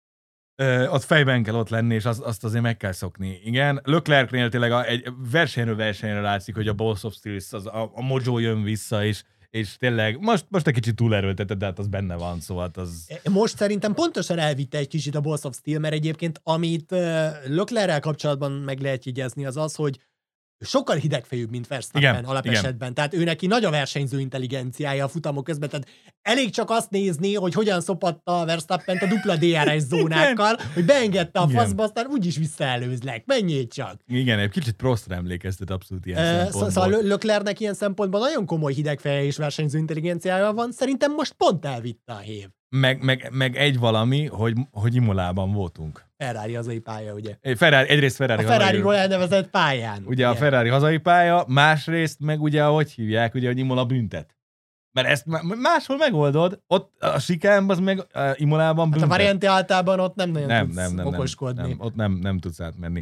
Ott fejben kell ott lenni, és azt azért meg kell szokni. Igen, Leclercnél tényleg egy versenyről látszik, hogy a Balls of Steel, a mojo jön vissza, és tényleg most egy kicsit túlerőltetett, de hát az benne van, szóval az... Most szerintem pontosan elvitte egy kicsit a Balls of Steel, mert egyébként amit Leclerc-rel kapcsolatban meg lehet jegyezni, az az, hogy sokkal hidegfejűbb, mint Verstappen alapesetben. Igen. Tehát ő neki nagy a versenyző intelligenciája a futamok közben, tehát elég csak azt nézni, hogy hogyan szopatta a Verstappent a dupla DRS zónákkal, hogy beengedte a faszba, aztán úgyis visszaelőzlek. Menjél csak! Igen, egy kicsit Prostra emlékeztet abszolút ilyen szempontból. Szóval Leclercnek ilyen szempontból nagyon komoly hidegfeje és versenyző intelligenciája van, szerintem most pont elvitte a hév. Meg egy valami, hogy Imolában voltunk. Ferrari hazai pálya, ugye? Egyrészt Ferrari a Ferrariról elnevezett pályán. Ugye igen. A Ferrari hazai pálya, másrészt meg ugye, ahogy hívják, ugye, hogy Imola büntet. Mert ezt máshol megoldod, ott a sikán, az meg Imolában büntet. Hát a Variante általában ott nem nagyon tudsz okoskodni. Nem, ott nem tudsz átmenni.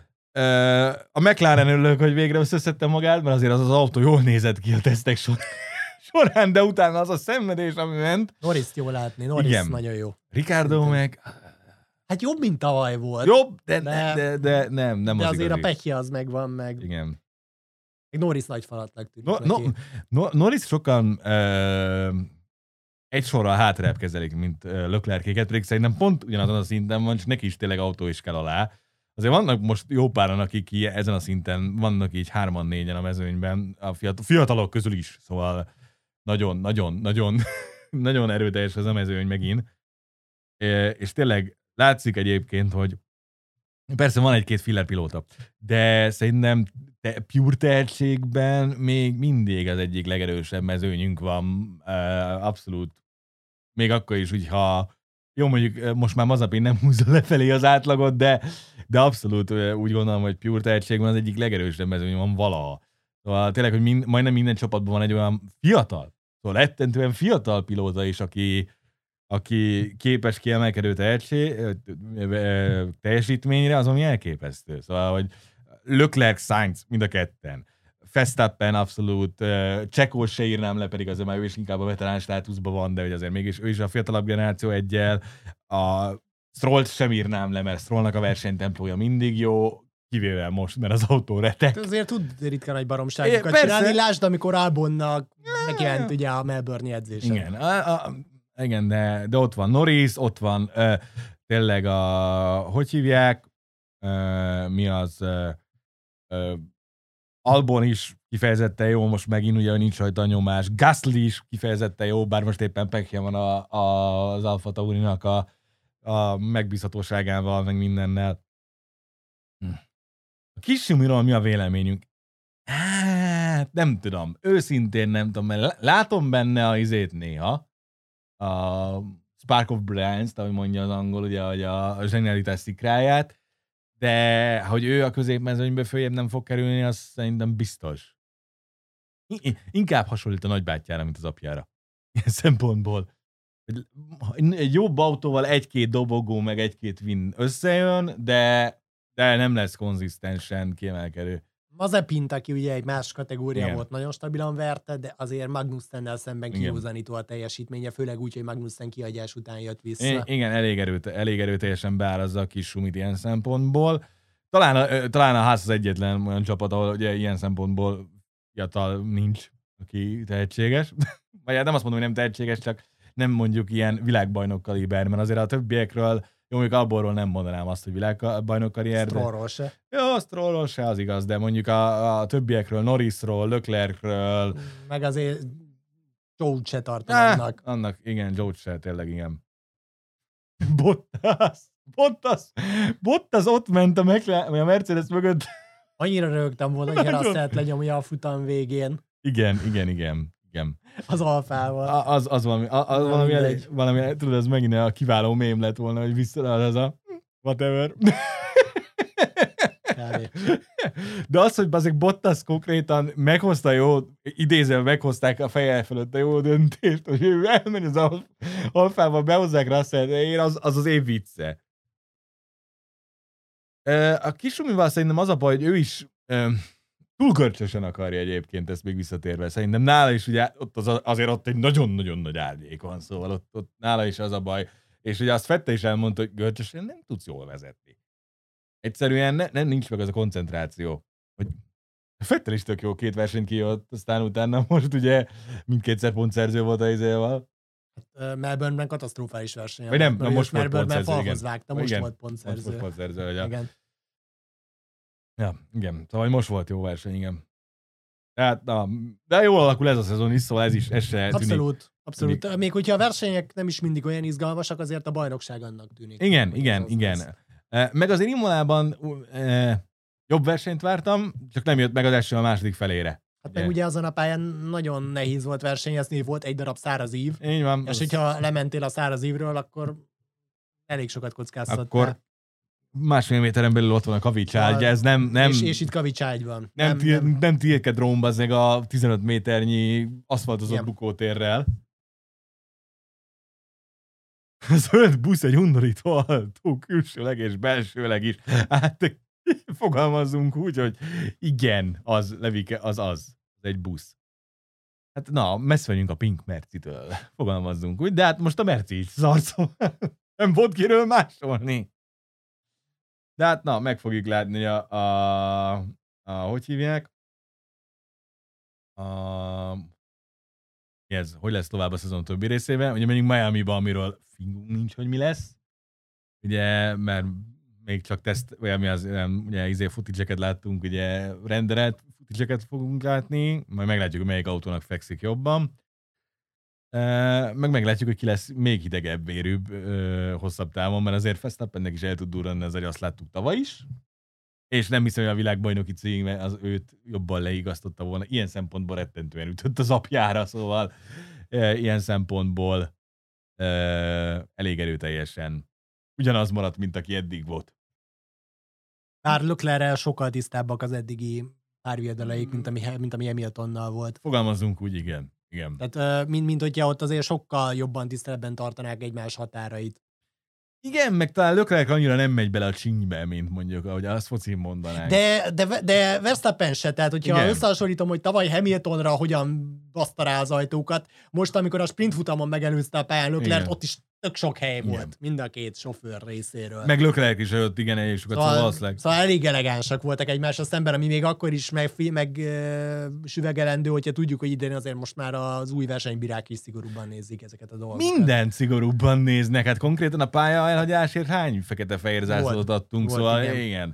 A McLaren örülök, hogy végre összeszedte magát, mert azért az autó jól nézett ki a tesztek során, de utána az a szenvedés, ami ment. Norris-t jól látni, Norris nagyon jó. Ricardo meg... Hát jobb, mint tavaly volt. Jobb, de nem de az azért igazi. A pekje az megvan meg. Igen. Meg Norris nagy falatnak tűnik Norris sokan egy sorral hátrább kezelik, mint Leclerc-éket, pedig szerintem pont ugyanazon a szinten van, és neki is tényleg autó is kell alá. Azért vannak most jó páran, akik ezen a szinten vannak így 3-4-en a mezőnyben, a fiatalok közül is, szóval nagyon erőteljes ez a mezőny megint. És tényleg látszik egyébként, hogy persze van egy-két filler pilóta, de szerintem pure tehetségben még mindig az egyik legerősebb mezőnyünk van, abszolút. Még akkor is, hogyha jó, mondjuk most már Mazepin nem húzza lefelé az átlagot, de abszolút úgy gondolom, hogy pure tehetségben az egyik legerősebb mezőny van valaha. Szóval tényleg, hogy majdnem minden csapatban van egy olyan fiatal, szóval rettentően fiatal pilóta is, aki képes kiemelkedő teljesítményre, az ami elképesztő. Szóval, hogy Leclerc, Sainz mind a ketten. Verstappen abszolút, Checo se írnám le, pedig azért már ő is inkább a veterán státuszban van, de hogy azért mégis ő is a fiatalabb generáció egyel. A Strollt sem írnám le, mert Strollnak a versenytemplója mindig jó, kivéve most, mert az autó retek. Azért tud ritkán egy baromságokat csinálni. Lásd, amikor Albonnak megjelent ugye a Melbourne-i edzésen. Igen, de ott van Norris, ott van tényleg hogy hívják, mi az, Albon is kifejezetten jó, most megint ugye nincs rajta a nyomás, Gasly is kifejezetten jó, bár most éppen pekje van az Alfa Taurinak a megbízhatóságával, meg mindennel. A Kis-Yumiról mi a véleményünk? Hát, nem tudom, őszintén nem tudom, mert látom benne a izét néha, a Spark of Brilliance-t, ahogy mondja az angol, ugye, hogy a zsenialitás szikráját, de hogy ő a középmezőnyből följebb nem fog kerülni, az szerintem biztos. Inkább hasonlít a nagybátyjára, mint az apjára. Ilyen szempontból. Egy jobb autóval egy-két dobogó, meg egy-két win összejön, de nem lesz konzisztensen kiemelkedő. Mazepint, aki ugye egy más kategória volt, nagyon stabilan verte, de azért Magnussennel szemben kiúzanító a teljesítménye, főleg úgy, hogy Magnussen kihagyás után jött vissza. Igen, elég erőteljesen beárazza a kis Sumit ilyen szempontból. Talán a ház az egyetlen olyan csapat, ahol ugye ilyen szempontból fiatal nincs, aki tehetséges. Vagy hát nem azt mondom, hogy nem tehetséges, csak nem mondjuk ilyen világbajnok kaliber, mert azért a többiekről, jó, mondjuk abborról nem mondanám azt, hogy világbajnok karrier. Strollról se. Jó, Strollról se, az igaz, de mondjuk a többiekről, Norrisról, Leclercről. Meg azért George se tartom annak, igen, George se, tényleg, igen. Bottas ott ment a Mercedes mögött. Annyira rögtem volna, hogy Russellt lenyomja a futam végén. Igen. Az Alfával. Az valami, tudod, ez megint a kiváló mém lett volna, hogy visszaad ez a whatever. De az, hogy azért Bottas konkrétan meghozta meghozták a feje fölött a jó döntést, hogy ő elmegy az Alfával, behozzák Russellt, az év vicce. A Kisumival szerintem az a baj, hogy ő is túl görcsösen akarja egyébként, ezt még visszatérve. Szerintem nála is ugye azért ott egy nagyon-nagyon nagy árnyék van, szóval ott nála is az a baj. És ugye azt Vettel is elmondta, hogy görcsösen nem tudsz jól vezetni. Egyszerűen nincs meg az a koncentráció. Hogy Vettel is tök jó 2 versenyt kijött, aztán utána most ugye mindkétszer pontszerző volt a izéval. Melbourne-ben katasztrofális verseny. Vagy nem, most volt Melbourne-ben pontszerző, falhoz vágta, most volt pontszerző. Most pontszerző, igen. Ja, igen. Szóval most volt jó verseny, igen. Tehát, de jól alakul ez a szezon is, szóval ez se Abszolút. Tűnik. Még hogyha a versenyek nem is mindig olyan izgalmasak, azért a bajnokság annak tűnik. Igen. Meg azért Imolában jobb versenyt vártam, csak nem jött meg az első a második felére. Hát meg ugye azon a pályán nagyon nehéz volt versenyezni, volt egy darab száraz ív. Így van. És hogyha lementél a száraz ívről, akkor elég sokat kockáztattál. Akkor 1,5 méteren belül ott van a kavicságy, ez nem... És itt kavicságy van. Nem tilked rombazeg a 15 méternyi aszfaltozott bukótérrel. A zöld busz egy undorító autó, külsőleg és belsőleg is. Hát fogalmazzunk úgy, hogy igen, az Levike, az egy busz. Hát na, messze vagyunk a Pink Mercitől, fogalmazzunk úgy, de hát most a Merci is szarszol. Nem volt kiről másolni. De hát na, meg fogjuk látni hogy hívják? Hogy lesz tovább a szezon többi részében. Ugye menjünk Miami-ba, amiről fingunk nincs, hogy mi lesz. Ugye, mert még csak ugye footage-eket láttunk, ugye renderelt footage-eket fogunk látni, majd meglátjuk, hogy melyik autónak fekszik jobban. Meg meglátjuk, hogy ki lesz még hidegebb vérűbb hosszabb távon, mert azért Verstappennek is el tud durranni, azért azt láttuk tavaly is. És nem hiszem, hogy a világbajnoki cég az őt jobban leigasztotta volna. Ilyen szempontból rettentően ütött az apjára, szóval ilyen szempontból elég erőteljesen ugyanaz maradt, mint aki eddig volt. Bár Leclerc-rel sokkal tisztábbak az eddigi párviadalaik, mint ami Hamiltonnal volt. Fogalmazzunk úgy, igen. Tehát mint hogyha ott azért sokkal jobban tiszteletben tartanák egymás határait. Igen, meg talán Leclerc annyira nem megy bele a csínybe, mint mondjuk, ahogy azt focin mondanánk. De Verstappen se, tehát hogyha összehasonlítom, hogy tavaly Hamiltonra hogyan baszta rá az ajtókat, most, amikor a sprintfutamon megelőzte a pályán Leclerc, ott is tök sok hely volt mind a két sofőr részéről. Meg Leclerc is jött, igen, elég sokat, szóval elég elegánsak voltak egymásra szemben, ami még akkor is meg süvegelendő, hogyha tudjuk, hogy idén azért most már az új versenybírák is szigorúbban nézik ezeket a dolgokat. Mindent szigorúbban néznek, hát konkrétan a pálya elhagyásért hány fekete-fehér zászlót adtunk, szóval igen.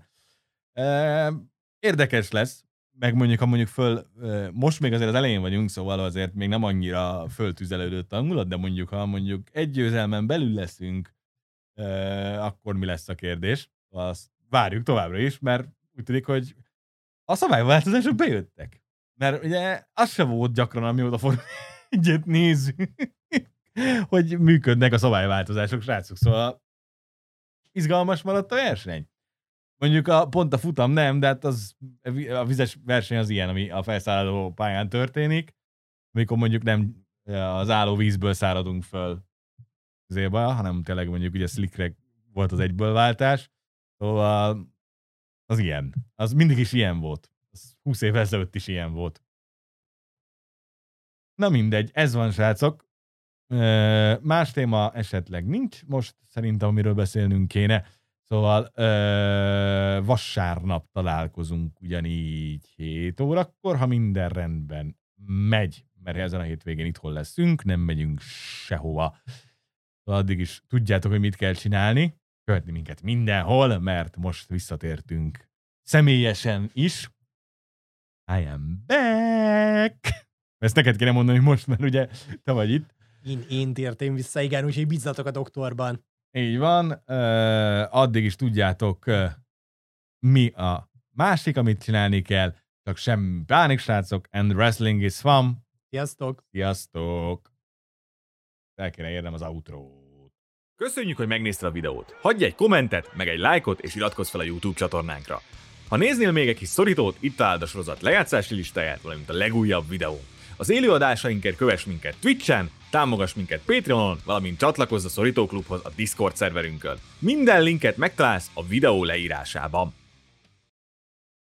Érdekes lesz, meg mondjuk, ha mondjuk most még azért az elején vagyunk, szóval azért még nem annyira föltüzelődött a hangulat, de mondjuk, ha mondjuk egy győzelmen belül leszünk, akkor mi lesz a kérdés? Azt várjuk továbbra is, mert úgy tűnik, hogy a szabályváltozások bejöttek. Mert ugye az se volt gyakran, amióta Forma 1-et nézzük, hogy működnek a szabályváltozások, srácok, szóval izgalmas maradt a verseny. Mondjuk pont a futam nem, de hát a vizes verseny az ilyen, ami a felszálló pályán történik, amikor mondjuk nem az álló vízből száradunk föl zéba, hanem tényleg mondjuk ugye slickre volt az egyből váltás, szóval az ilyen. Az mindig is ilyen volt 20 év ezelőtt is ilyen volt. Na mindegy, ez van, srácok. Más téma esetleg nincs most, szerintem, amiről beszélnünk kéne. Szóval vasárnap találkozunk ugyanígy 7 órakor, ha minden rendben megy, mert ezen a hétvégén itthon leszünk, nem megyünk sehova. Addig is tudjátok, hogy mit kell csinálni. Követni minket mindenhol, mert most visszatértünk személyesen is. I am back! Ezt neked kéne mondani most, mert ugye te vagy itt. Én tértem vissza, igen, úgyhogy bízzatok a doktorban. Így van. Addig is tudjátok, mi a másik, amit csinálni kell. Csak semmi pánik, srácok. And wrestling is fun. Sziasztok! Sziasztok! El kéne érnem az outrót. Köszönjük, hogy megnézted a videót. Hagyj egy kommentet, meg egy lájkot, és iratkozz fel a YouTube csatornánkra. Ha néznél még egy kis szorítót, itt találd a sorozat lejátszási listáját, valamint a legújabb videó. Az élőadásainkért kövess minket Twitchen, támogass minket Patreonon, valamint csatlakozz a Szorítóklubhoz a Discord szerverünkön. Minden linket megtalálsz a videó leírásában.